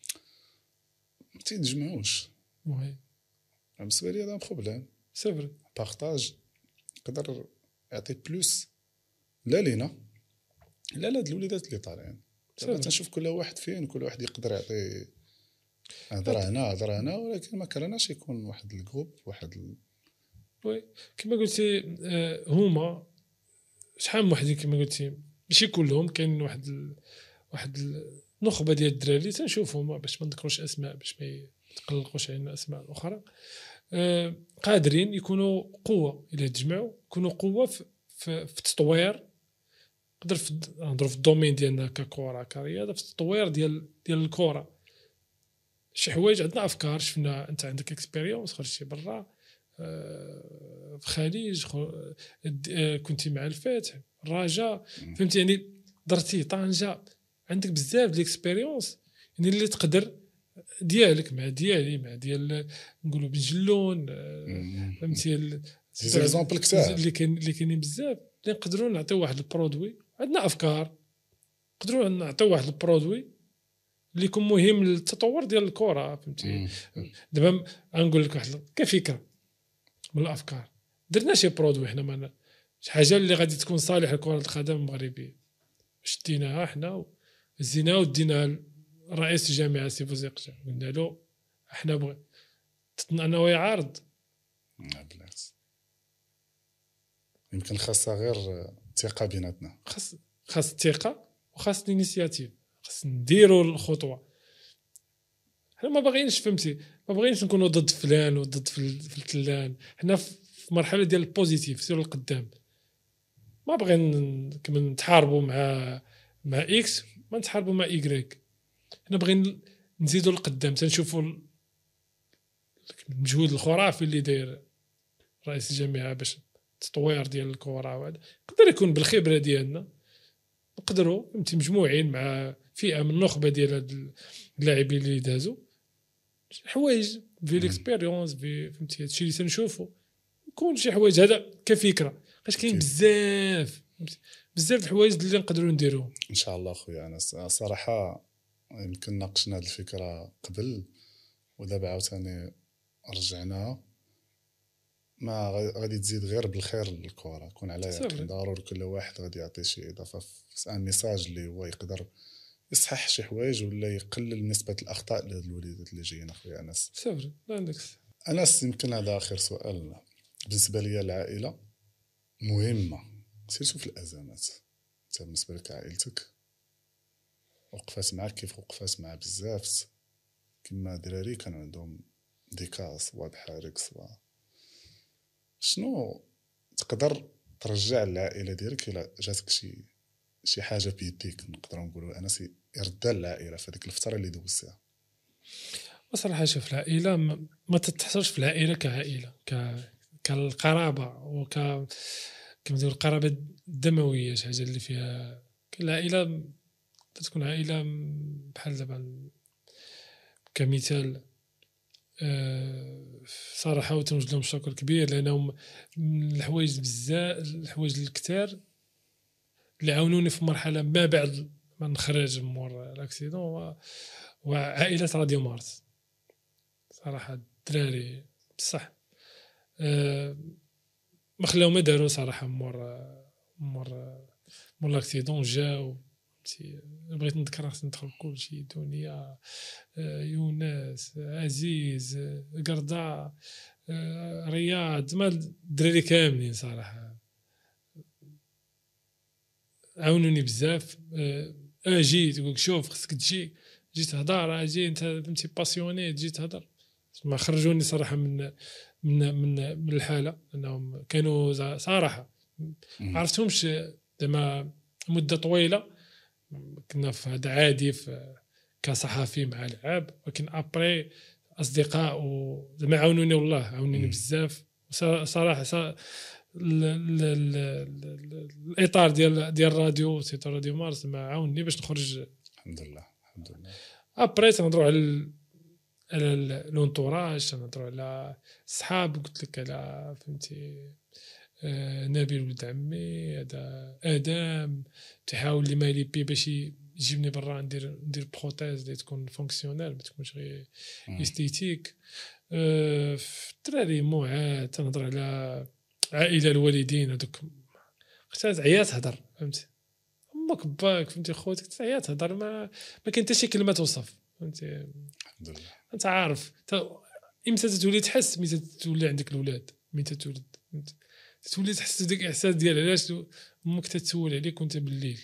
ما تينجمعوش. وي بالنسبه لي هذا بروبليم. سي فري بارطاج يقدر يعطي بلوس لا لينا لا لا الوليدات اللي طالعين. دابا تنشوف كل واحد فين، كل واحد يقدر يعطي هضر هنا هضر هنا، ولكن ما كرهناش يكون واحد الجروب واحد ال... وي كما قلتي آه هما شحال من وحدين كما قلتي ماشي كلهم، كاين واحد ال... واحد النخبه ديال الدراري تنشوفهم باش ما نذكروش اسماء باش ما يتقلقوش علينا الاسماء الاخرى. آه قادرين يكونوا قوه الا تجمعوا، يكونوا قوه في في, في التطوير. نقدر نهضروا في الدومين ديالنا ككره كرياضه، في التطوير ديال ديال الكره. شي حوايج عندنا افكار شفنا، انت عندك اكسبيريونس خرجتي برا آه في الخليج آه كنتي مع الفتح الرجاء فهمتي، يعني درتي طنجه، عندك بزاف ديال الاكسبيريونس يعني اللي تقدر ديالك مع ديالي مع ديال نقولوا بنجلون آه فهمتي زيكزامبل كثار اللي كاين اللي كاينين بزاف اللي نقدروا نعطيو واحد البرودوي. عندنا افكار نقدروا نعطيو واحد البرودوي اللي يكون مهم للتطور ديال الكره فهمتي. دابا غنقول لك واحد كفكره من الافكار، درنا شي برودوي حنا معنا شي حاجه اللي غادي تكون صالحه لكره القدم المغربيه، شديناها حنا وزيناها وديناها رئيس الجامعه سي فوزيقجا، قلنا له احنا بغي انه يعارض. بالعكس يمكن خاصها غير ثقه بيناتنا، خاص خاص الثقه وخاص الانيشياتيف، خاص نديروا الخطوه. حنا ما باغيينش فهمتي ما باغيينش نكونوا ضد فلان وضد في التلان. حنا في مرحله ديال البوزيتيف سيروا القدام، ما باغيين كما نتحاربوا مع مع اكس ما نتحاربوا مع ايغريك. حنا باغيين نزيدوا القدام تنشوفوا المجهود الخرافي اللي داير رئيس الجامعه باش التطوير ديال الكره، وهذا يقدر يكون بالخبره ديالنا نقدروا فهمتي مجموعين مع فئه من النخبه ديال هاد اللاعبين اللي دازوا حوايج في ليكسبيريونس في فهمتي هادشي اللي تنشوفوا يكون شي حوايج هذا كفكره. باش كاين بزاف بزاف الحوايج اللي نقدروا نديروهم ان شاء الله خويا. انا صراحه يمكن ناقشنا هذه الفكره قبل ودابا عاوتاني رجعناها. ما غادي تزيد غير بالخير للكره، كون على يقين ضروري كل واحد غادي يعطي شي اضافه في ان ميساج اللي هو يقدر يصحح شي حوايج ولا يقلل نسبه الاخطاء لهاد الوليدات اللي جايين. اخويا انس صفر لا عندك انس يمكن هذا اخر سؤال بالنسبه لي. العائله مهمه سيرتو في الازمات. انت بالنسبه لك عائلتك وقفات معك كيف وقفات مع بزاف كما دراري كانوا عندهم ديكاس واضحه ريكس و... شنو تقدر ترجع العائله ديالك الى جاتك شي شي حاجه بيديك نقدروا نقولوا انا سي يرد العائله في هذيك الفتره اللي دوزتها؟ بصراحه شوف العائله ما, ما تتحصلش في العائله كعائله ك كالقرابه وك كما تقول القرابه الدمويه شي حاجه اللي فيها. العائله تكون عائله بحال دابا كمثال أه صراحه وتنوجد لهم الشكر كبير لانهم من الحوايج بزاف الحوايج الكثار اللي عاونوني في مرحله ما بعد ما نخرج من مور الاكسيدون وعائله راديو مارس. صراحه الدراري بصح أه ما خلاو ما داروا صراحه مور مور مور الاكسيدون جاو. بغيت نذكر خصني ندخل كل شيء دنيا يونس عزيز قرضاء رياض ما الدراري كاملين صراحه عاونوني بزاف. اجي تقول شوف خصك تجي جيت تهضر اجي انت فهمتي باسيوني تجي تهضر. ما خرجوني صراحه من من من, من الحاله انهم كانوا صراحه ما عرفتهمش زعما مده طويله. كنا في هذا عادي في كصحفي مع العاب ولكن ابري اصدقاء وزعما عاونوني والله عاونوني بزاف صراحه صراحة الاطار ديال ديال الراديو سيت راديو مارس ما عاونني باش نخرج الحمد لله الحمد لله. ابري تنهضروا على على لونطوراج تنهضروا على الصحاب قلت لك على فهمتي آه نبيل ولد عمي هذا ادم تحاول لي مالي بي باش يجيبني برا ندير ندير بروتيز اللي تكون فونكسيونيل ما تكونش غير استيتيك. آه الدراري موعاد تنهضر على عائله الوالدين هذوك اختي عيات تهضر فهمتي امك باك فهمتي خوتك عيات تهضر ما ما كاين حتى شي كلمه توصف فهمتي. الحمد لله انت عارف امتى تولي تحس متى تولي عندك الاولاد متى تولد تولي تحس بداك الاحساس ديال علاش امك تتسول عليك وانت بالليل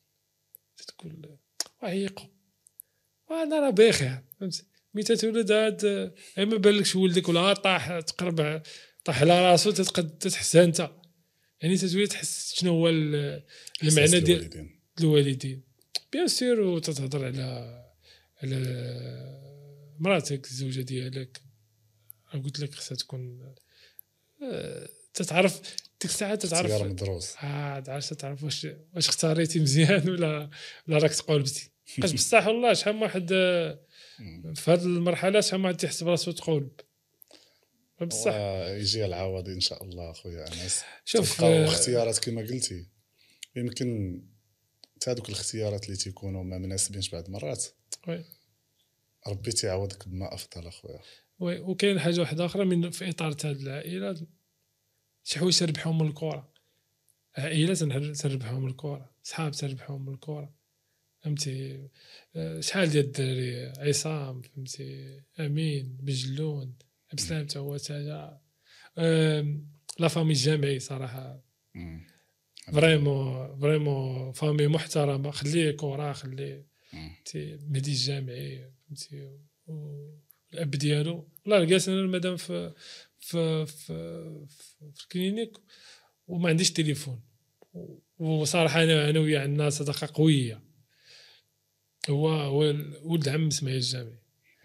تقول وعيقوا وانا راه بخير فهمتي. متى تولد هاد ما بالكش ولدك ولا طاح تقرب طاح على راسو تتقد تحس انت يعني تتولي تحس شنو هو المعنى ديال الوالدين بيان سير. وتتهضر على على مراتك الزوجه ديالك قلت لك خصها تكون تتعرف ديك الساعه تتعرف اختيار مدروس اه عرفت تعرف واش واش اختاريتي مزيان ولا ولا راك تقولبتي. بقاش بصح والله شحال واحد في هذه المرحله شحال واحد تيحسب راسو تقولب بصح يجي العوض ان شاء الله اخويا انس. شوف اختيارات كما قلتي يمكن حتى هذوك الاختيارات اللي تيكونوا ما مناسبينش بعض المرات وي ربي تيعوضك بما افضل اخويا. وي وكاين حاجه واحده اخرى من في اطار هذه العائله شي حوايج تربحهم من الكره. عائله تربحهم من الكره صحاب تربحهم من الكره فهمتي. شحال ديال الدراري عصام فهمتي امين بجلون بسلام حتى هو تاجا لا فامي الجامعي صراحه فريمون فريمون فامي محترمه. خليه كره خليه تي مهدي الجامعي فهمتي الاب ديالو والله جالس انا المدام في في في, في الكلينيك وما عنديش تليفون وصراحه انا انا وياه عندنا صداقه قويه. هو هو ولد عم اسماعيل الجامعي.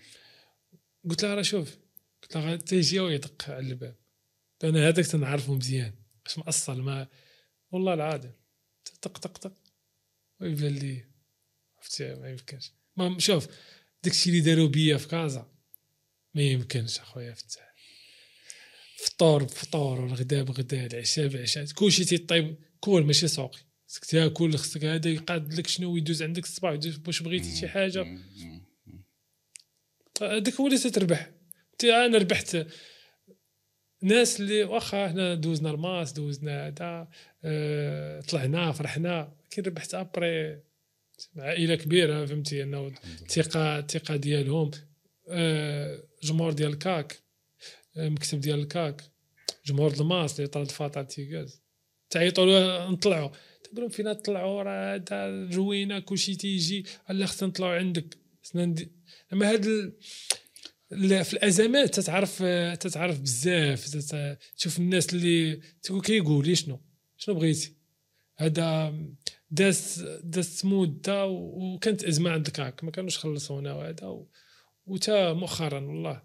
قلت له راه شوف قلت له تيجي ويدق على الباب انا هذاك تنعرفه مزيان باش مأصل ما والله العظيم طق طق طق ويبان لي عرفتي ما يمكنش. ما شوف داكشي اللي داروا بيا في كازا ما يمكنش اخويا فتح فطور بفطور والغدا بغدا العشاء بعشاء كلشي تيطيب كل ماشي سوقي خصك تاكل، خصك هذا يقاد لك شنو يدوز عندك الصباح واش بغيتي شي حاجه. هذاك هو اللي تتربح. انا ربحت ناس اللي واخا حنا دوزنا الماس دوزنا هذا أه طلعنا فرحنا، كي ربحت ابري عائله كبيره فهمتي انه الثقه الثقه ديالهم أه جمهور ديال الكاك أه مكتب ديال الكاك جمهور الماس اللي طرد فاطر تيغاز تعيطوا له نطلعوا تقولوا فينا طلعوا راه هذا روينا كلشي تيجي لا خصنا نطلعوا عندك ندي. اما هاد في الازمات تتعرف تتعرف بزاف تشوف الناس اللي تقول كيقول شنو شنو بغيتي هذا داس داس مده وكانت ازمه عند الكاك ما كانوش خلصونا وهذا وتا مؤخرا والله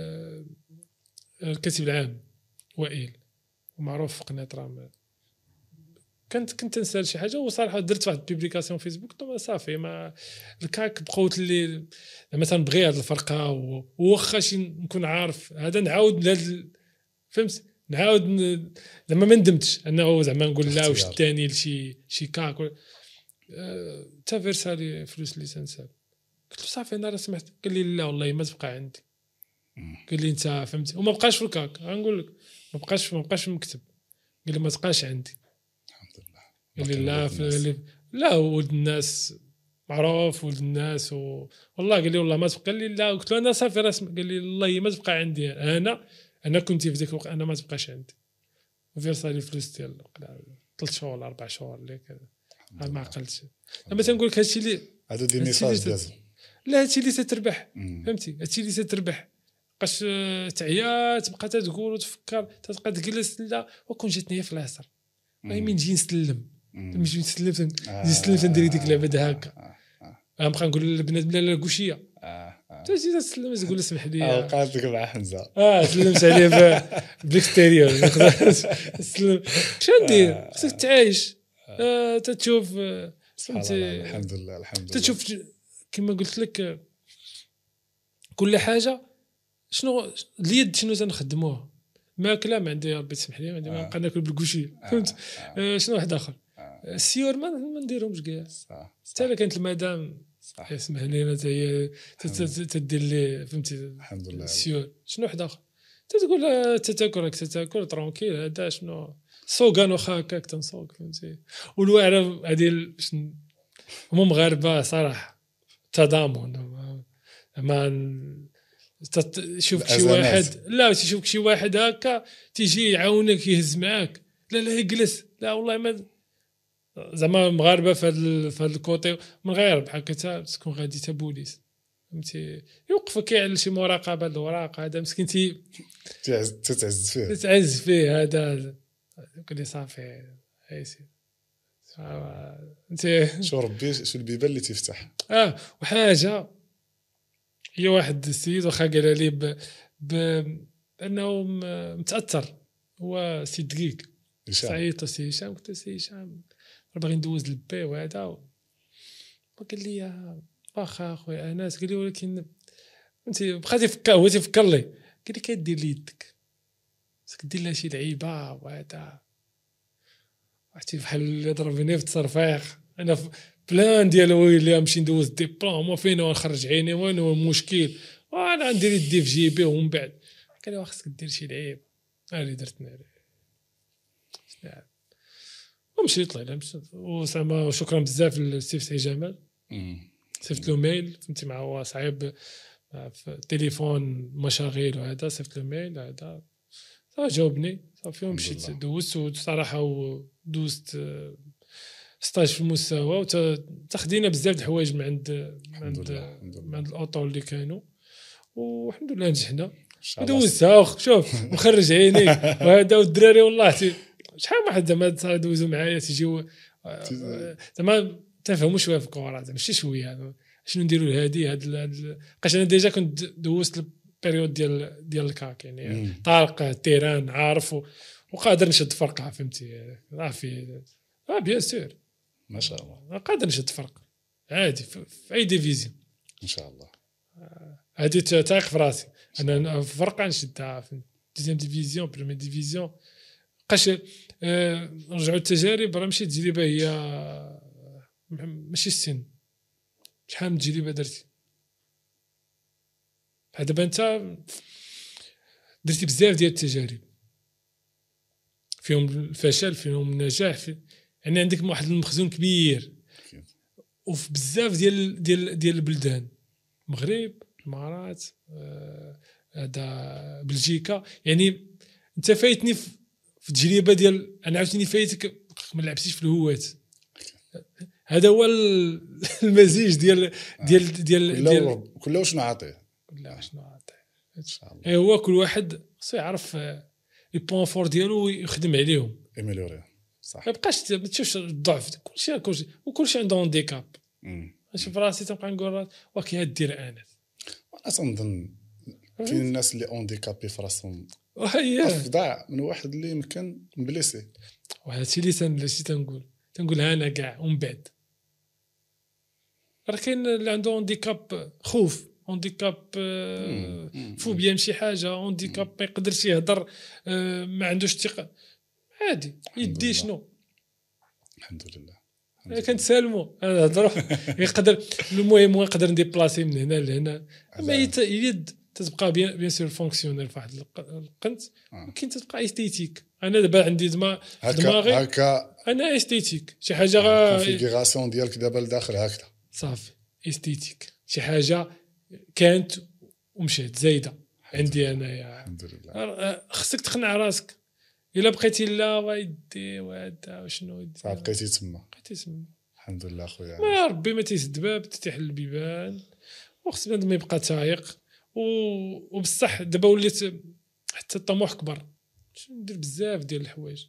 الكاتب العام وائل ومعروف في قناه رام كنت كنت نسال شي حاجه وصراحه درت واحد بيبليكاسيون فيسبوك ما صافي ما الكاك بقوت اللي مثلا بغي هذه الفرقه وواخا شي نكون عارف هذا نعاود لهاد فهمت نعاود زعما ما ندمتش انه زعما نقول لا واش الثاني لشي شي كاك تا أه فيرسالي فلوس اللي تنسال قلت له صافي انا راه سمحت قال لي لا والله ما تبقى عندي قال لي انت فهمتي وما بقاش في الكاك غنقول لك ما بقاش ما بقاش في المكتب قال لي ما تبقاش عندي قال لي لا في لا ولد الناس معروف ولد الناس و... والله قال لي والله ما تبقى لي لا قلت له انا صافي راس قال لي والله ما تبقى عندي انا انا كنت في ذاك الوقت انا ما تبقاش عندي وفيرسا لي فلوس ديال ثلاث شهور ولا اربع شهور اللي كذا ما عقلتش. اما تنقول لك هادشي اللي هادو دي ميساج دازو لا هادشي اللي تتربح فهمتي هادشي اللي تتربح بقاش تعيا تبقى تقول وتفكر تبقى تجلس لا وكون جاتني في العصر غير من نجي نسلم نجي نسلم نجي نسلم تندير ديك اللعبه هكا غنبقى نقول للبنات بلا لا كوشيه انت جيت تسلم تقول اسمح لي اه وقعت لك مع حمزه اه سلمت عليه بالاكستيريور سلم اش ندير خصك تعايش تتشوف فهمتي الحمد لله الحمد لله تتشوف كما قلت لك كل حاجه شنو اليد شنو تنخدموها ماكله ما عندي ربي تسمح لي ما عندي ما نبقى ناكل بالكوشيه فهمت شنو واحد اخر السيور ما ما نديرهمش كاع حتى الا كانت المدام صح اسمح لي حتى هي تدير لي فهمتي الحمد لله السيور شنو واحد اخر تتقول تتاكل راك تتاكل ترونكيل هذا شنو سوغان واخا هكاك تنسوق فهمتي والواعره هذه هما مغاربه صراحه تضامن ما تشوف شي واحد لا تشوف شي واحد هكا تيجي يعاونك يهز معاك لا لا يجلس لا والله ما زعما المغاربه في هذا في هذا الكوتي من غير بحال هكا تكون غادي تا بوليس فهمتي يوقفك على شي مراقبه الوراق هذا مسكين تي تتعز فيه تتعز فيه هذا قال لي صافي هايسي انت شو ربي شو البيبان اللي تفتح اه وحاجه هي واحد السيد واخا قال لي ب... بانه متاثر هو سي دقيق سعيط سي هشام قلت سي هشام باغي ندوز البي وهذا وقال لي واخا اخويا انس قال لي ولكن انت بقى تفكر هو تفكر لي قال لي كدير لي يدك خصك دير لها شي لعيبه وهذا عرفتي بحال اللي ضربني في التصرفيق انا بلان ديال ويلي نمشي ندوز ديبلوم وفين ونخرج عيني وين هو المشكل وانا ندير يدي في جيبي ومن بعد قال لي خصك دير شي لعيب انا اللي درت ناري ومشيت طلعنا وزعما وشكرا بزاف للسي فتحي جمال صيفط له ميل فهمتي مع هو صعيب في التليفون مشاغل وهذا صيفط له ميل هذا جاوبني صافي ومشيت دوزت وصراحه ودوزت ستاج في المستوى وتاخدينا بزاف د الحوايج من عند من عند من عند الاوطو اللي كانوا والحمد لله نجحنا دوزتها شوف مخرج عيني وهذا والدراري والله شحال واحد زعما دوزوا معايا تيجيو زعما تفهموا شويه في الكره ماشي شويه شنو نديروا لهادي هاد بقاش انا ديجا كنت دوزت البيريود ديال ديال الكاك يعني طارق التيران عارف وقادر نشد فرقه فهمتي صافي اه بيان سور ما شاء الله قادر نشد فرق عادي في اي ديفيزيون ان شاء الله هادي تايق في راسي انا فرقه نشدها في دوزيام ديفيزيون بريمير ديفيزيون بقاش آه رجعوا التجارب، راه ماشي تجربه هي ماشي السن. شحال من تجربه درتي دابا انت درتي بزاف ديال التجارب فيهم الفشل فيهم النجاح في... يعني عندك واحد المخزون كبير وفي بزاف ديال ديال ديال البلدان، المغرب، الامارات، هذا آه بلجيكا. يعني انت فايتني في التجربه ديال انا عاوتاني فايتك ما لعبتيش في الهوات. هذا هو المزيج ديال ديال ديال ديال كله شنو عاطيه لا شنو عاطيه ان شاء الله. اي هو كل واحد خصو يعرف لي بوين فور ديالو ويخدم عليهم ايميليوري صح. ما بقاش ما تشوفش الضعف، كلشي كلشي وكلشي عنده هانديكاب. ماشي في راسي تنبقى نقول واكي دير انا انا تنظن كاين الناس اللي هانديكابي في راسهم وهي افضع من واحد اللي يمكن مبليسي. وهادشي اللي تن اللي تنقول تنقولها انا كاع ومن بعد راه كاين اللي عنده هانديكاب خوف، هانديكاب فوبيا من شي حاجه، هانديكاب ما يقدرش يهضر، ما عندوش ثقه، عادي يدي شنو الحمد لله كنتسالموا نهضروا يقدر المهم يقدر نديبلاسي من هنا لهنا. اما يد تتبقى بيان بيان سور فونكسيونيل فواحد القنت، ولكن تتبقى استيتيك. انا دابا عندي دماغ دماغي هكا انا استيتيك شي حاجه كونفيغوراسيون ديالك دابا لداخل هكذا صافي استيتيك شي حاجه كانت ومشات زايده عندي انايا. الحمد لله. خصك تقنع راسك الا بقيتي لا ويدي وهذا وشنو بقيتي تما بقيتي تما. الحمد لله خويا ما ربي ما تيسد باب تفتح البيبان، وخص بنادم يبقى تايق وبصح. دابا وليت حتى الطموح كبر، ندير بزاف ديال الحوايج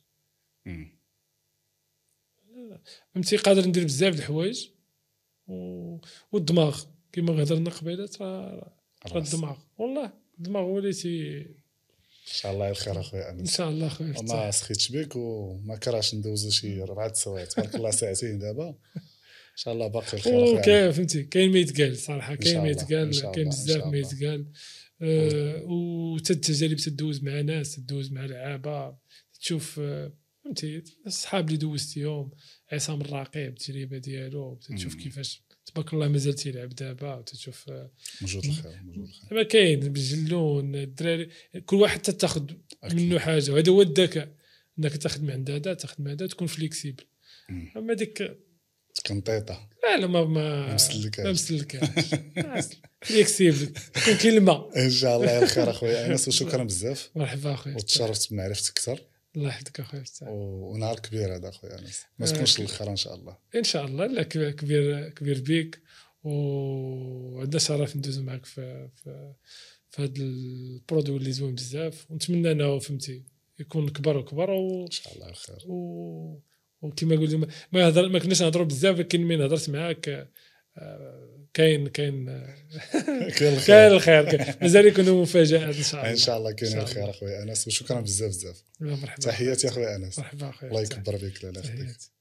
فهمتي، قادر ندير بزاف د الحوايج والدماغ كما هضرنا قبيله راه الدماغ والله الدماغ هو اللي تي ان شاء الله الخير اخويا ان شاء الله خير. ما سخيتش بك وما كراش ندوزو شي اربعه سوايع تبارك الله ساعتين دابا ان شاء الله باقي الخير اخويا. كاين فهمتي كاين ما يتقال صراحه، كاين ما يتقال، كاين بزاف ما يتقال. أه وتتجارب تدوز مع ناس، تدوز مع لعابه، تشوف فهمتي الصحاب اللي دوزتيهم. عصام الراقي بالتجربه ديالو تشوف كيفاش تبارك الله مازال تيلعب دابا، وتشوف موجود الخير موجود الخير. ما كاين بالجلون الدراري كل واحد تاخذ منه حاجه، وهذا هو الذكاء انك تاخذ من عند هذا تاخذ من هذا تكون فليكسيبل. اما ديك كنطيطه لا لا ما ما مسلكاش ما مسلكاش فليكسيبل تكون كلمه. ان شاء الله الخير اخويا انس وشكرا بزاف. مرحبا اخويا وتشرفت بمعرفتك اكثر. الله يحفظك اخويا ونهار كبير هذا اخويا انس ما تكونش الاخر ان شاء الله. ان شاء الله لا كبير كبير بيك، وعندنا شرف ندوز معك في في في هذا البرودوي اللي زوين بزاف، ونتمنى انه فهمتي يكون كبر وكبر و... ان شاء الله الخير. و... وكما قلت ما هضر ما كناش نهضروا بزاف، لكن من هضرت معاك كاين كاين كاين الخير مازال يكونوا مفاجآت ان شاء الله. ان شاء الله كاين الخير اخويا انس وشكرا بزاف بزاف. مرحبا تحياتي اخويا انس. مرحبا اخويا الله يكبر بك. لا لا